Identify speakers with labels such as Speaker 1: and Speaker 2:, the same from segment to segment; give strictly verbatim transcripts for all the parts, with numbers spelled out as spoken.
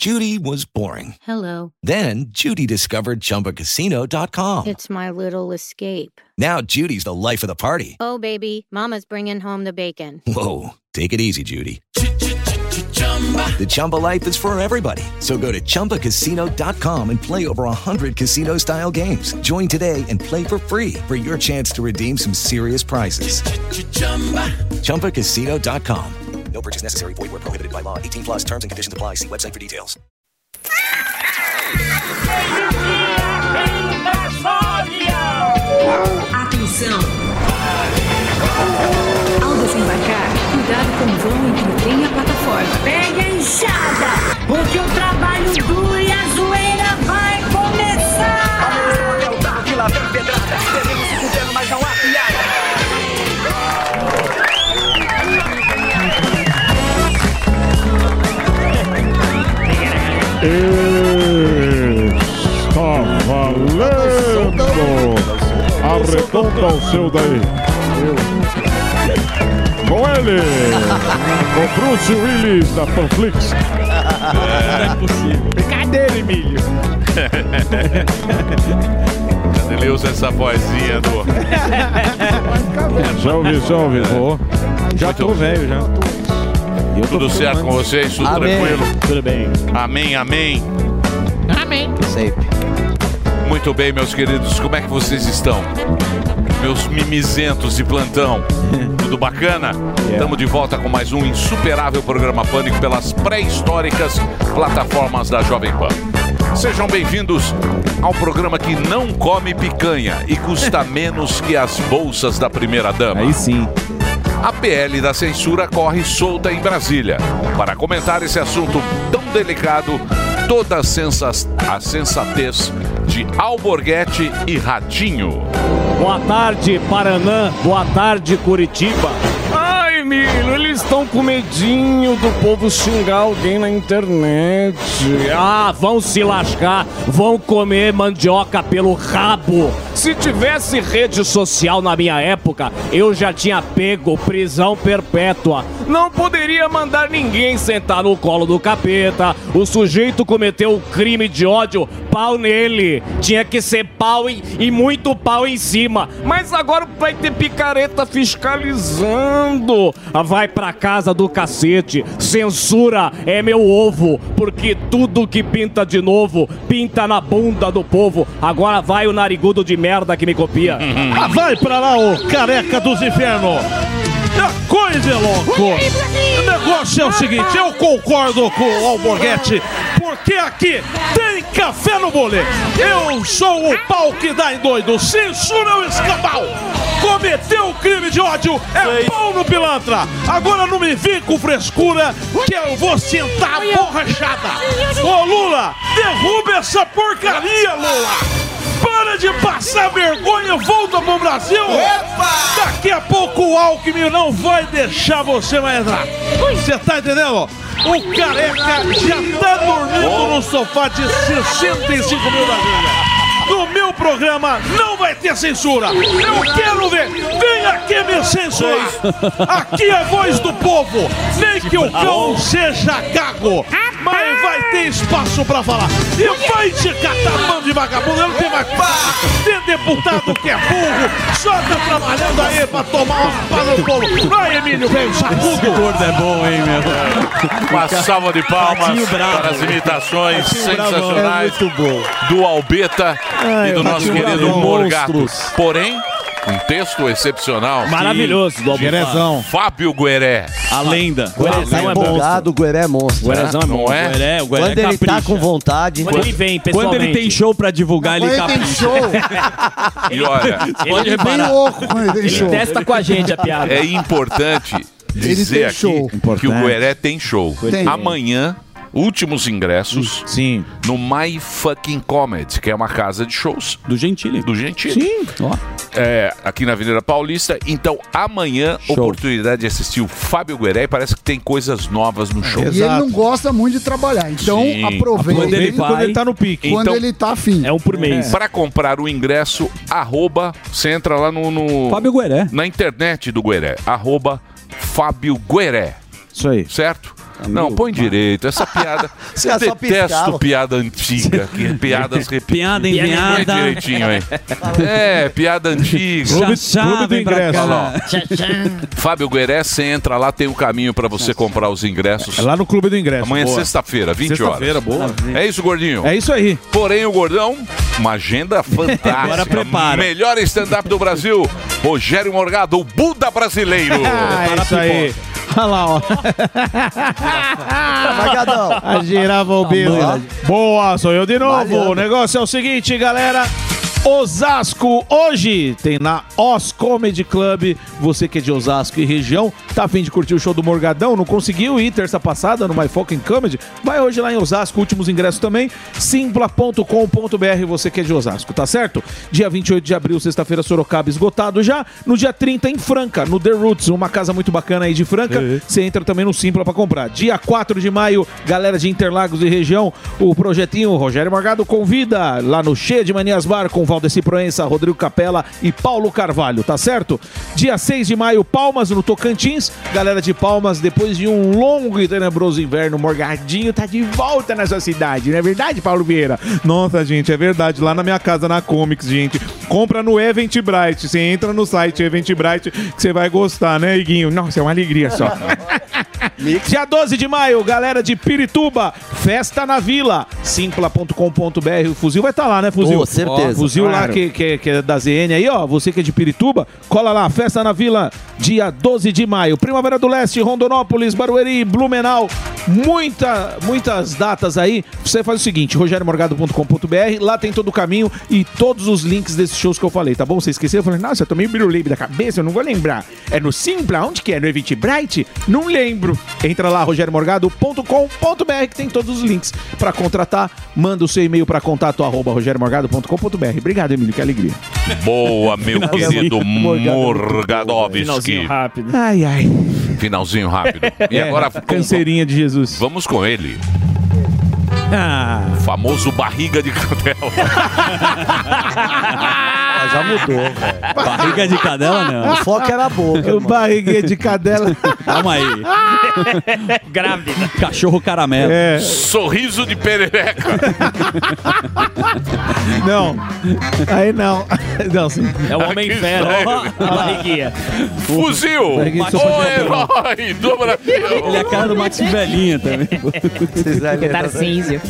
Speaker 1: Judy was boring.
Speaker 2: Hello.
Speaker 1: Then Judy discovered Chumba Casino dot com.
Speaker 2: It's my little escape.
Speaker 1: Now Judy's the life of the party.
Speaker 2: Oh, baby, mama's bringing home the bacon.
Speaker 1: Whoa, take it easy, Judy. The Chumba life is for everybody. So go to Chumba Casino dot com and play over one hundred casino-style games. Join today and play for free for your chance to redeem some serious prizes. Chumba Casino dot com. No purchase necessary. Void where prohibited by law. eighteen plus terms and conditions apply. See website for details.
Speaker 3: Atenção! Ao desembarcar, cuidado com o vão entre o trem e a plataforma.
Speaker 4: Pegue a enxada, porque o trabalho duro e a zoeira vai começar!
Speaker 5: É o carro que lá vem pedrada, devemos se fudendo, mas não há piada.
Speaker 6: Está valendo! Arredonda o seu daí. Com ele, o Bruce Willis da Panflix.
Speaker 7: Não é possível. Brincadeira, Emílio.
Speaker 8: Ele usa essa vozinha do...
Speaker 6: Salve, salve, vô.
Speaker 7: Já tô velho, já.
Speaker 8: Eu Tudo certo com vocês? Tudo
Speaker 7: amém.
Speaker 8: Tranquilo?
Speaker 7: Tudo bem.
Speaker 8: Amém, amém.
Speaker 7: Amém.
Speaker 9: Sempre.
Speaker 8: Muito bem, meus queridos. Como é que vocês estão? Meus mimizentos de plantão. Tudo bacana? Estamos yeah. de volta com mais um insuperável programa Pânico pelas pré-históricas plataformas da Jovem Pan. Sejam bem-vindos ao programa que não come picanha e custa menos que as bolsas da primeira-dama.
Speaker 7: Aí sim.
Speaker 8: A P L da censura corre solta em Brasília. Para comentar esse assunto tão delicado, toda a, sensas... a sensatez de Alborguete e Ratinho.
Speaker 7: Boa tarde, Paraná. Boa tarde, Curitiba. Ai, Emílio, eles estão com medinho do povo xingar alguém na internet. Ah, vão se lascar, vão comer mandioca pelo rabo. Se tivesse rede social na minha época, eu já tinha pego prisão perpétua. Não poderia mandar ninguém sentar no colo do capeta. O sujeito cometeu um crime de ódio, pau nele. Tinha que ser pau e, e muito pau em cima. Mas agora vai ter picareta fiscalizando. Vai pra casa do cacete. Censura é meu ovo, porque tudo que pinta de novo, pinta na bunda do povo. Agora vai o narigudo de merda que me copia.
Speaker 6: Ah, vai pra lá, ô careca dos infernos. A coisa é louco. O negócio é o seguinte, eu concordo com o Alborguete, porque aqui tem café no bolê. Eu sou o pau que dá em doido. Censura é o escambau. Cometeu um crime de ódio, é pau no pilantra. Agora não me vem com frescura, que eu vou sentar a borrachada. Ô Lula, derruba essa porcaria, Lula. Para de passar vergonha, volta pro Brasil! Epa! Daqui a pouco o Alckmin não vai deixar você mais entrar. Você tá entendendo? O careca já tá dormindo no sofá de sessenta e cinco mil da vida. No meu programa não vai ter censura. Eu quero ver. Vem aqui me censurar. Aqui é a voz do povo. Nem que o cão seja gago, mas vai ter espaço pra falar. E vai te catar, mano de vagabundo. Eu não tenho mais pá. Tem deputado que é burro. Só tá trabalhando aí pra tomar uma pá no povo. Vai, Emílio, vem, sacudo.
Speaker 7: Esse gordo é bom, hein, meu?
Speaker 8: Uma salva de palmas para as imitações sensacionais é do Albeta. Ai, e do nosso querido Morgato. Porém, um texto excepcional.
Speaker 7: Maravilhoso, do
Speaker 8: Guerezão. Fábio Gueré.
Speaker 7: A lenda.
Speaker 9: Guerezão é monstro. O Gueré é monstro.
Speaker 7: Guerezão é monstro.
Speaker 8: Não é?
Speaker 7: Gueré, o Gueré
Speaker 9: Quando ele tá com vontade.
Speaker 7: Quando ele vem, pessoalmente.
Speaker 10: Quando ele tem show pra divulgar,
Speaker 9: Quando
Speaker 10: ele
Speaker 9: ele tem show.
Speaker 8: E olha,
Speaker 10: pode
Speaker 9: ele
Speaker 10: reparar.
Speaker 9: bem louco quando ele tem
Speaker 10: Ele
Speaker 9: show.
Speaker 10: testa com a gente a piada.
Speaker 8: é importante dizer aqui
Speaker 9: show.
Speaker 8: que o Gueré tem show.
Speaker 9: Tem.
Speaker 8: Amanhã, últimos ingressos
Speaker 7: Sim.
Speaker 8: no My Fucking Comedy, que é uma casa de shows
Speaker 10: Do Gentili.
Speaker 8: do Gentili.
Speaker 7: Sim. Ó.
Speaker 8: É, aqui na Avenida Paulista. Então, amanhã,
Speaker 10: Show.
Speaker 8: oportunidade de assistir o Fábio Gueré e parece que tem coisas novas no show.
Speaker 11: E ele não gosta muito de trabalhar, então
Speaker 8: Sim.
Speaker 11: aproveita
Speaker 10: Quando ele vai-
Speaker 7: Quando ele tá no pique.
Speaker 11: quando
Speaker 8: Então-
Speaker 11: ele tá afim.
Speaker 7: É um por mês.
Speaker 8: Para comprar o ingresso, arroba, você entra lá no, no-
Speaker 10: Fábio Gueré.
Speaker 8: na internet do Gueré, arroba Fábio Gueré,
Speaker 7: Isso aí.
Speaker 8: certo? Não, põe direito. Essa piada.
Speaker 9: Você
Speaker 8: Eu
Speaker 9: é só
Speaker 8: detesto
Speaker 9: piscava.
Speaker 8: piada antiga. Que piadas repetidas.
Speaker 10: Piada enviada.
Speaker 8: Põe direitinho aí. É, piada antiga.
Speaker 6: Clube,
Speaker 10: Chá,
Speaker 6: clube do
Speaker 10: vem pra
Speaker 6: ingresso.
Speaker 10: cá.
Speaker 8: Olha lá, ó. Fábio Gueré, você entra lá, tem um caminho pra você comprar os ingressos.
Speaker 6: É lá no clube do ingresso.
Speaker 8: Amanhã é
Speaker 6: Boa.
Speaker 8: sexta-feira, vinte
Speaker 6: Sexta-feira,
Speaker 8: horas.
Speaker 6: boa.
Speaker 8: É isso, Gordinho?
Speaker 6: É isso aí.
Speaker 8: Porém, o Gordão, uma agenda fantástica.
Speaker 10: Agora prepara.
Speaker 8: Melhor stand-up do Brasil, Rogério Morgado, o Buda brasileiro.
Speaker 6: Ah, é isso aí. Olha lá, ó.
Speaker 9: Marcadão.
Speaker 6: A girafa obesa. Boa, sou eu de novo.
Speaker 9: Mariana.
Speaker 6: O negócio é o seguinte, galera. Osasco, hoje tem na Os Comedy Club. Você que é de Osasco e região, tá a fim de curtir o show do Morgadão, não conseguiu ir terça passada no My Fucking Comedy? Vai hoje lá em Osasco, últimos ingressos também, simpla ponto com ponto b r, você que é de Osasco, tá certo? Dia vinte e oito de abril, sexta-feira, Sorocaba, esgotado já. No dia trinta em Franca, no The Roots, uma casa muito bacana aí de Franca. Você entra também no Simpla pra comprar. Dia quatro de maio, galera de Interlagos e região, o projetinho Rogério Morgado convida lá no Cheia de Manias Bar com Valdeci Proença, Rodrigo Capella e Paulo Carvalho, tá certo? Dia seis de maio, Palmas, no Tocantins. Galera de Palmas, depois de um longo e tenebroso inverno, Morgadinho tá de volta nessa cidade, não é verdade, Paulo Vieira? Nossa, gente, é verdade. Lá na minha casa, na Comics, gente. Compra no Eventbrite. Você entra no site Eventbrite que você vai gostar, né, Iguinho? Nossa, é uma alegria só. Dia doze de maio, galera de Pirituba, festa na Vila, simpla ponto com ponto b r. O Fuzil vai estar lá, né, Fuzil?
Speaker 9: Com certeza.
Speaker 6: Ó, Fuzil lá
Speaker 9: Claro.
Speaker 6: que, que, que é da Z N aí, ó. Você que é de Pirituba, cola lá, festa na Vila, dia doze de maio. Primavera do Leste, Rondonópolis, Barueri, Blumenau. Muita, muitas datas aí. Você faz o seguinte, rogério morgado ponto com ponto b r, lá tem todo o caminho e todos os links desses shows que eu falei, tá bom? Você esqueceu? Eu falei, nossa, eu tô meio biruleibe da cabeça, eu não vou lembrar. É no Simpla? Onde que é? No Eventbrite? Não lembro. Entra lá, rogério morgado ponto com ponto b r, que tem todos os links pra contratar. Manda o seu e-mail pra contato arroba rogério morgado ponto com ponto b r. Obrigado, Emílio, que alegria.
Speaker 8: Boa, meu querido Morgadovski.
Speaker 10: Finalzinho rápido.
Speaker 6: Ai, ai.
Speaker 8: Finalzinho rápido. E
Speaker 6: É,
Speaker 8: agora,
Speaker 6: canseirinha de Jesus.
Speaker 8: vamos com ele.
Speaker 6: Ah.
Speaker 8: O famoso barriga de cadela.
Speaker 9: Ah, já mudou, velho.
Speaker 10: Barriga de cadela, não.
Speaker 9: O foco era a boca.
Speaker 6: O
Speaker 9: mano.
Speaker 6: barriguinha de cadela.
Speaker 10: Calma aí.
Speaker 3: Grávida.
Speaker 10: Cachorro caramelo.
Speaker 6: É,
Speaker 8: Sorriso de perereca.
Speaker 6: não. Aí não. Não, sim.
Speaker 3: É o Homem
Speaker 8: Que
Speaker 3: Fera.
Speaker 8: sério?
Speaker 3: Ó, a barriguinha.
Speaker 8: Fuzil.
Speaker 6: Barriguinha de
Speaker 8: O
Speaker 6: sopa de
Speaker 8: herói do Brasil.
Speaker 10: Ele é a cara do Max Velhinha também.
Speaker 9: Vocês aí,
Speaker 3: Tarcísio.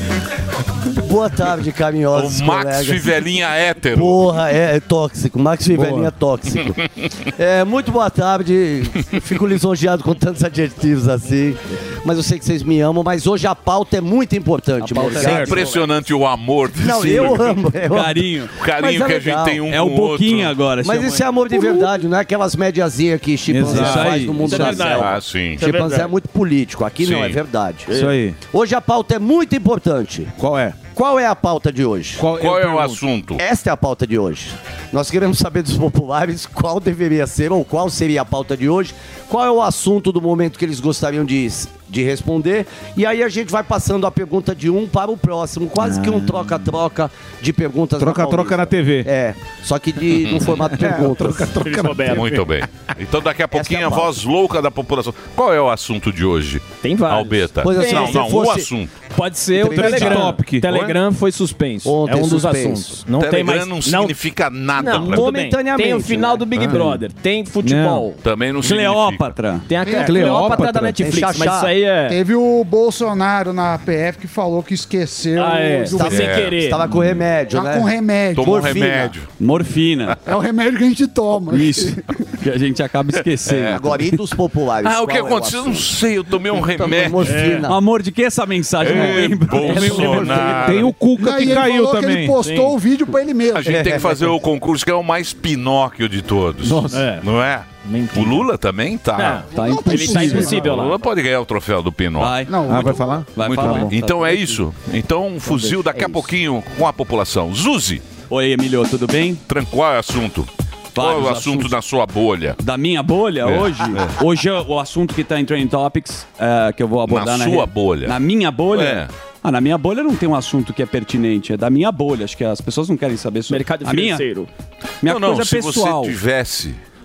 Speaker 9: Boa tarde, caminhosos,
Speaker 8: O Max
Speaker 9: colegas.
Speaker 8: Fivelinha hétero.
Speaker 9: Porra, é, é tóxico. Max Fivelinha é tóxico. É, muito boa tarde. Fico lisonjeado com tantos adjetivos assim. Mas eu sei que vocês me amam. Mas hoje a pauta é muito importante,
Speaker 10: A pauta é
Speaker 9: Morgado.
Speaker 8: É impressionante o amor desse
Speaker 9: Não, eu amo. Eu amo.
Speaker 10: Carinho.
Speaker 8: O carinho
Speaker 9: Mas é
Speaker 8: que a gente
Speaker 9: legal.
Speaker 8: tem um
Speaker 10: É
Speaker 8: com
Speaker 10: o
Speaker 8: o outro.
Speaker 10: Boquinha agora.
Speaker 9: Mas
Speaker 10: chama
Speaker 9: isso é amor de verdade, não é aquelas mediazinhas que chimpanzé
Speaker 10: Isso
Speaker 9: faz
Speaker 10: aí.
Speaker 9: no mundo
Speaker 3: Isso é
Speaker 9: da
Speaker 3: verdade.
Speaker 9: selva.
Speaker 8: Ah, sim.
Speaker 9: Chimpanzé é muito político. Aqui não,
Speaker 8: Sim.
Speaker 9: é verdade.
Speaker 6: Isso aí.
Speaker 9: Hoje a pauta é muito importante.
Speaker 6: Qual é?
Speaker 9: Qual é a pauta de hoje?
Speaker 8: Qual
Speaker 6: eu
Speaker 8: é o
Speaker 6: pergunto?
Speaker 8: assunto?
Speaker 9: Esta é a pauta de hoje. Nós queremos saber dos populares qual deveria ser ou qual seria a pauta de hoje, qual é o assunto do momento que eles gostariam de, de responder. E aí a gente vai passando a pergunta de um para o próximo, quase que um troca-troca de perguntas. na
Speaker 6: Troca-troca na
Speaker 9: Paulista.
Speaker 6: T V.
Speaker 9: É, só que de, no formato de perguntas.
Speaker 6: Troca-troca na T V.
Speaker 8: Muito bem. Então daqui a pouquinho
Speaker 9: é a
Speaker 8: a voz louca da população. Qual é o assunto de hoje?
Speaker 3: Tem vários.
Speaker 8: Albeta.
Speaker 9: Pois assim,
Speaker 8: não,
Speaker 9: se
Speaker 8: não,
Speaker 9: fosse-
Speaker 8: o assunto.
Speaker 3: Pode ser o
Speaker 9: Trade
Speaker 3: Telegram.
Speaker 6: topic.
Speaker 3: Telegram foi suspenso.
Speaker 9: Ontem
Speaker 3: é um dos
Speaker 9: suspenso.
Speaker 3: assuntos. Não tem
Speaker 8: Telegram
Speaker 3: mais.
Speaker 8: não significa nada
Speaker 3: Não,
Speaker 8: pra
Speaker 3: tudo bem.
Speaker 9: Momentaneamente,
Speaker 3: Tem o final
Speaker 9: né?
Speaker 3: do Big
Speaker 6: Ah.
Speaker 3: Brother. Tem futebol.
Speaker 8: Também não significa.
Speaker 10: Cleópatra.
Speaker 3: Tem a
Speaker 6: Cleópatra.
Speaker 3: Cleópatra da
Speaker 9: Tem
Speaker 3: Netflix.
Speaker 9: Xaxá.
Speaker 3: Mas isso aí é.
Speaker 11: Teve o Bolsonaro na P F que falou que esqueceu
Speaker 3: Ah, é.
Speaker 11: do-
Speaker 3: Tá sem
Speaker 8: É.
Speaker 3: querer.
Speaker 9: Estava com remédio,
Speaker 11: tá
Speaker 9: né?
Speaker 11: com remédio.
Speaker 8: Tomou um
Speaker 9: Morfina.
Speaker 8: remédio.
Speaker 10: Morfina.
Speaker 11: É o remédio que a gente toma.
Speaker 10: Isso. Que a gente acaba esquecendo.
Speaker 9: Agora, e dos populares?
Speaker 8: Ah, o que
Speaker 9: Qual é
Speaker 8: aconteceu? Eu não
Speaker 9: assunto?
Speaker 8: sei, eu tomei um
Speaker 9: Também
Speaker 8: remédio.
Speaker 9: morfina.
Speaker 10: Amor, de que essa mensagem? Eu não
Speaker 8: Ei,
Speaker 10: lembro.
Speaker 8: Bolsonaro.
Speaker 6: Tem o Cuca
Speaker 11: Não,
Speaker 6: que
Speaker 11: e ele
Speaker 6: caiu
Speaker 11: falou que
Speaker 6: também.
Speaker 11: ele postou o vídeo pra ele mesmo.
Speaker 8: A gente tem que fazer o concurso que é o mais Pinóquio de todos.
Speaker 6: Nossa.
Speaker 3: É.
Speaker 8: Não é?
Speaker 3: Mentira.
Speaker 8: O Lula também tá.
Speaker 3: Não,
Speaker 10: Tá
Speaker 11: Não, tá
Speaker 10: impossível.
Speaker 3: Ele tá impossível
Speaker 8: O
Speaker 3: lá.
Speaker 8: Lula pode ganhar o troféu do Pinóquio.
Speaker 10: Vai.
Speaker 11: Não,
Speaker 6: Ah, vai falar?
Speaker 10: Vai
Speaker 8: Muito
Speaker 10: falar.
Speaker 8: bem. Então é isso. Então, um fuzil daqui a pouquinho com a população. Zuzi,
Speaker 10: Oi, Emílio, tudo bem?
Speaker 8: tran- qual é o assunto? Qual é o
Speaker 10: Vários
Speaker 8: assunto
Speaker 10: assuntos.
Speaker 8: da sua bolha?
Speaker 10: Da minha bolha,
Speaker 8: É,
Speaker 10: hoje? Hoje é o assunto que tá em Trending Topics, é, que eu vou abordar
Speaker 8: Na
Speaker 10: na...
Speaker 8: sua
Speaker 10: re-
Speaker 8: bolha.
Speaker 10: Na minha bolha?
Speaker 8: É.
Speaker 10: Ah, na minha bolha não tem um assunto que é pertinente, é da minha bolha. Acho que as pessoas não querem saber sobre...
Speaker 3: Mercado
Speaker 10: a minha,
Speaker 3: financeiro.
Speaker 10: minha
Speaker 8: não, não,
Speaker 10: coisa
Speaker 8: se
Speaker 10: pessoal.
Speaker 8: você tivesse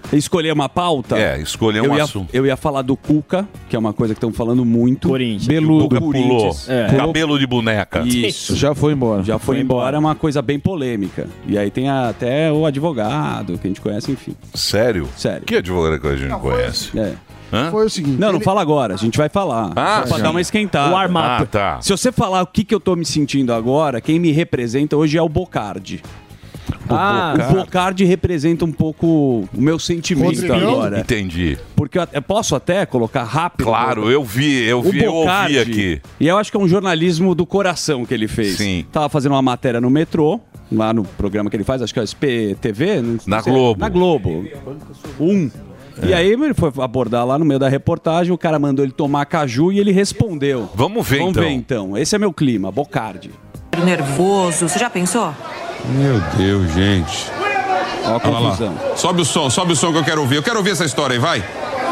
Speaker 10: escolher uma pauta?
Speaker 8: É, escolher um
Speaker 10: eu ia,
Speaker 8: assunto.
Speaker 10: Eu ia falar do Cuca, que é uma coisa que estão falando muito.
Speaker 6: Corinthians.
Speaker 10: Beludo.
Speaker 8: Cuca pulou.
Speaker 10: É.
Speaker 8: Cabelo de boneca.
Speaker 10: Isso.
Speaker 6: Já foi embora.
Speaker 10: Já foi,
Speaker 6: Foi
Speaker 10: embora, é uma coisa bem polêmica. E aí tem até o advogado, que a gente conhece, enfim.
Speaker 8: Sério?
Speaker 10: Sério.
Speaker 8: Que advogado que a gente não conhece?
Speaker 10: É.
Speaker 8: Hã?
Speaker 11: Foi o seguinte.
Speaker 10: Não, não
Speaker 11: ele-
Speaker 10: fala agora, a gente vai falar.
Speaker 8: Ah,
Speaker 10: Só pra
Speaker 8: sim.
Speaker 10: dar uma esquentada.
Speaker 8: O warm-up. Ah, tá.
Speaker 10: Se você falar o que, que eu tô me sentindo agora, quem me representa hoje é o Bocardi.
Speaker 8: Ah,
Speaker 10: o Bocardi representa um pouco o meu sentimento
Speaker 8: Rodrigão?
Speaker 10: agora.
Speaker 8: Entendi.
Speaker 10: Porque eu, eu posso até colocar rápido.
Speaker 8: Claro, eu vi, eu vi, eu ouvi aqui.
Speaker 10: E eu acho que é um jornalismo do coração que ele fez.
Speaker 8: Sim.
Speaker 10: Tava fazendo uma matéria no metrô, lá no programa que ele faz, acho que é o S P T V. não
Speaker 8: Na
Speaker 10: sei,
Speaker 8: Globo.
Speaker 10: Na Globo. Um. E aí ele foi abordar lá no meio da reportagem, o cara mandou ele tomar caju e ele respondeu.
Speaker 8: Vamos ver
Speaker 10: Vamos
Speaker 8: então.
Speaker 10: ver então. Esse é meu clima, Bocardi.
Speaker 12: Nervoso, você já pensou?
Speaker 13: Meu Deus, gente.
Speaker 10: Ó a
Speaker 13: Olha lá.
Speaker 10: confusão.
Speaker 13: Sobe o som, sobe o som que eu quero ouvir. Eu quero ouvir essa história aí, vai.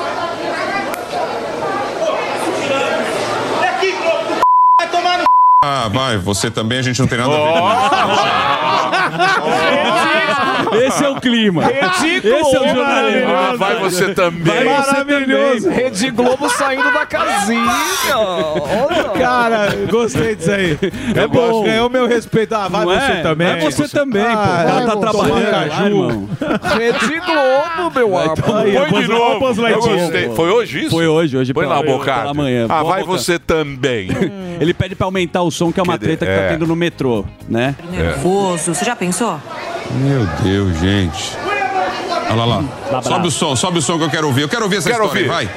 Speaker 13: Ah, vai, você também, a gente não tem nada a ver com isso.
Speaker 10: Esse é o clima.
Speaker 7: Ridículo.
Speaker 10: Esse é o jornalismo.
Speaker 8: Ah, vai você também.
Speaker 10: Vai você
Speaker 7: Maravilhoso.
Speaker 10: também.
Speaker 7: Rede Globo saindo da casinha. Olha.
Speaker 6: Cara, gostei disso aí. É bom. Ganhou meu respeito. Ah, vai
Speaker 10: Não
Speaker 6: você
Speaker 10: é?
Speaker 6: também.
Speaker 10: Vai você também, pô.
Speaker 6: Ah,
Speaker 10: Ela
Speaker 6: vai
Speaker 10: tá
Speaker 6: você
Speaker 10: trabalhando
Speaker 6: tomar
Speaker 10: lá,
Speaker 6: caju.
Speaker 10: irmão.
Speaker 7: Rede Globo, meu amor.
Speaker 6: Aí,
Speaker 8: Põe de novo. Eu
Speaker 6: Leitinho.
Speaker 8: gostei. Foi hoje isso?
Speaker 10: Foi hoje, hoje
Speaker 8: Põe
Speaker 10: pela-
Speaker 8: lá, Bocardi.
Speaker 10: pela manhã.
Speaker 8: Ah,
Speaker 10: Boa,
Speaker 8: vai
Speaker 10: Bocardi.
Speaker 8: você também.
Speaker 10: Ele pede pra aumentar o som, que é uma
Speaker 8: Que de-
Speaker 10: treta que
Speaker 8: é.
Speaker 10: tá tendo no metrô, né?
Speaker 12: Nervoso, você já pensou?
Speaker 13: Meu Deus, gente. Olha lá, lá. Sobe o som, sobe o som que eu quero ouvir. Eu quero ouvir essa
Speaker 8: Quero
Speaker 13: história aí,
Speaker 8: ouvir.
Speaker 13: vai.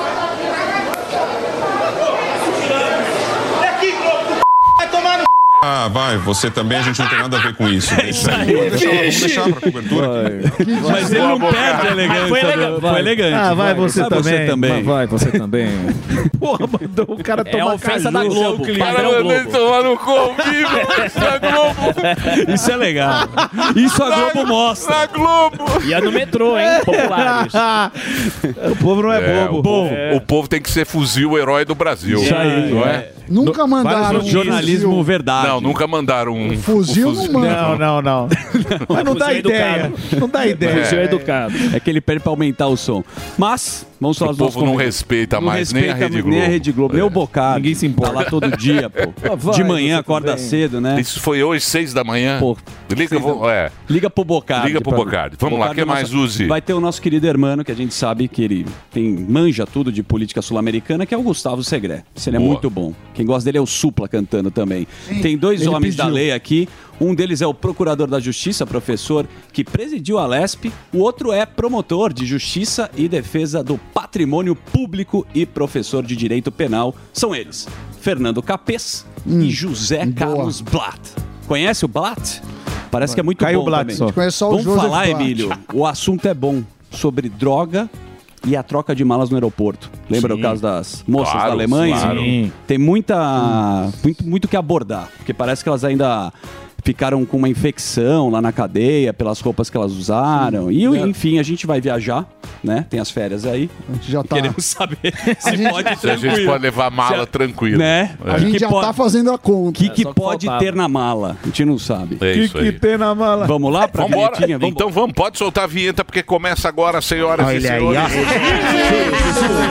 Speaker 13: Ah, vai, você também, a gente não tem nada a ver com isso. Deixa aí. Vamos deixar, vamos deixar pra cobertura.
Speaker 10: Mas ele não perde a elegância.
Speaker 7: Foi elegante.
Speaker 10: do- Foi elegante.
Speaker 6: Ah, vai você
Speaker 10: Vai
Speaker 6: também.
Speaker 10: você também.
Speaker 6: Mas vai você também. Porra, mandou o cara
Speaker 7: É
Speaker 6: tomar
Speaker 7: a ofensa
Speaker 6: caju.
Speaker 7: da Globo.
Speaker 10: clima.
Speaker 7: Padrão
Speaker 8: Cara,
Speaker 7: Globo.
Speaker 8: tomar no cu ao vivo na Globo.
Speaker 10: Isso é legal. Isso a Globo mostra.
Speaker 8: Na Globo.
Speaker 7: E é no metrô, hein? Populares.
Speaker 6: O povo não é,
Speaker 8: É,
Speaker 6: bobo.
Speaker 8: o, povo, o povo tem que ser fuzil herói do Brasil.
Speaker 10: Isso aí,
Speaker 8: não
Speaker 10: é.
Speaker 8: é?
Speaker 11: Nunca mandaram um
Speaker 10: Jornalismo
Speaker 11: fuzil.
Speaker 10: verdade.
Speaker 8: Não, nunca mandaram um
Speaker 11: Fuzil
Speaker 8: um
Speaker 11: não manda.
Speaker 6: Não, não, não. Mas não dá
Speaker 7: Fuzil
Speaker 6: ideia.
Speaker 7: educado.
Speaker 6: Não dá ideia.
Speaker 7: Fuzil educado.
Speaker 10: É que ele pede pra aumentar o som. Mas, vamos falar
Speaker 8: O
Speaker 10: dos nossos
Speaker 8: povo não
Speaker 10: convidados.
Speaker 8: respeita
Speaker 10: Não
Speaker 8: mais nem a
Speaker 10: respeita
Speaker 8: Rede Globo.
Speaker 10: Nem a Rede Globo, nem o Bocardi.
Speaker 6: Ninguém se importa.
Speaker 10: Tá lá todo dia, pô.
Speaker 6: vai,
Speaker 10: De manhã,
Speaker 6: você
Speaker 10: acorda
Speaker 6: também.
Speaker 10: cedo, né?
Speaker 8: Isso foi hoje, seis da manhã.
Speaker 10: Pô,
Speaker 8: Liga, vou, é.
Speaker 10: Liga pro Bocardi.
Speaker 8: Liga pro
Speaker 10: pra-
Speaker 8: Bocardi. Vamos lá,
Speaker 10: Bocardi
Speaker 8: que
Speaker 10: é
Speaker 8: mais,
Speaker 10: nossa-
Speaker 8: Uzi?
Speaker 10: Vai ter o nosso querido hermano, que a gente sabe que ele tem, manja tudo de política sul-americana, que é o Gustavo Segré. Esse ele é
Speaker 8: Boa.
Speaker 10: muito bom. Quem gosta dele é o Supla cantando também. Tem dois
Speaker 11: ele
Speaker 10: homens da
Speaker 11: pediu.
Speaker 10: lei aqui. Um deles é o procurador da Justiça, professor, que presidiu a Lesp. O outro é promotor de Justiça e Defesa do Patrimônio Público e professor de Direito Penal. São eles, Fernando Capês e José Carlos Blatt. Conhece o Blatt? Parece que é muito
Speaker 6: Caiu
Speaker 10: bom
Speaker 6: o Blatt
Speaker 10: também.
Speaker 6: só.
Speaker 11: Conhece só o
Speaker 10: Vamos
Speaker 11: Joseph
Speaker 10: falar,
Speaker 11: Blatt.
Speaker 10: Emílio, o assunto é bom, sobre droga e a troca de malas no aeroporto. Lembra
Speaker 6: Sim.
Speaker 10: o caso das moças
Speaker 8: Claro,
Speaker 10: da Alemanha?
Speaker 8: claro.
Speaker 6: Sim.
Speaker 10: Tem muita, muito, muito que abordar, porque parece que elas ainda ficaram com uma infecção lá na cadeia pelas roupas que elas usaram. E, enfim, a gente vai viajar, né? Tem as férias aí.
Speaker 11: A gente já tá,
Speaker 10: Queremos saber se
Speaker 11: gente-
Speaker 10: pode ir
Speaker 8: Se a gente
Speaker 10: tranquilo.
Speaker 8: pode levar a mala
Speaker 10: Se-
Speaker 8: tranquilo.
Speaker 10: Né?
Speaker 11: a
Speaker 10: O
Speaker 11: gente
Speaker 10: que
Speaker 11: já
Speaker 10: pode-
Speaker 11: tá fazendo a conta.
Speaker 10: O que, que
Speaker 7: só que
Speaker 10: pode
Speaker 7: faltava.
Speaker 10: ter na mala? A gente não sabe.
Speaker 8: É
Speaker 6: O que,
Speaker 8: isso aí.
Speaker 6: que tem na mala?
Speaker 10: Vamos lá pra
Speaker 8: Vambora.
Speaker 10: vinhetinha? Vamos
Speaker 8: Então vamos, pode soltar a vinheta porque começa agora, senhoras e
Speaker 6: Olha aí,
Speaker 8: senhores.
Speaker 6: ó.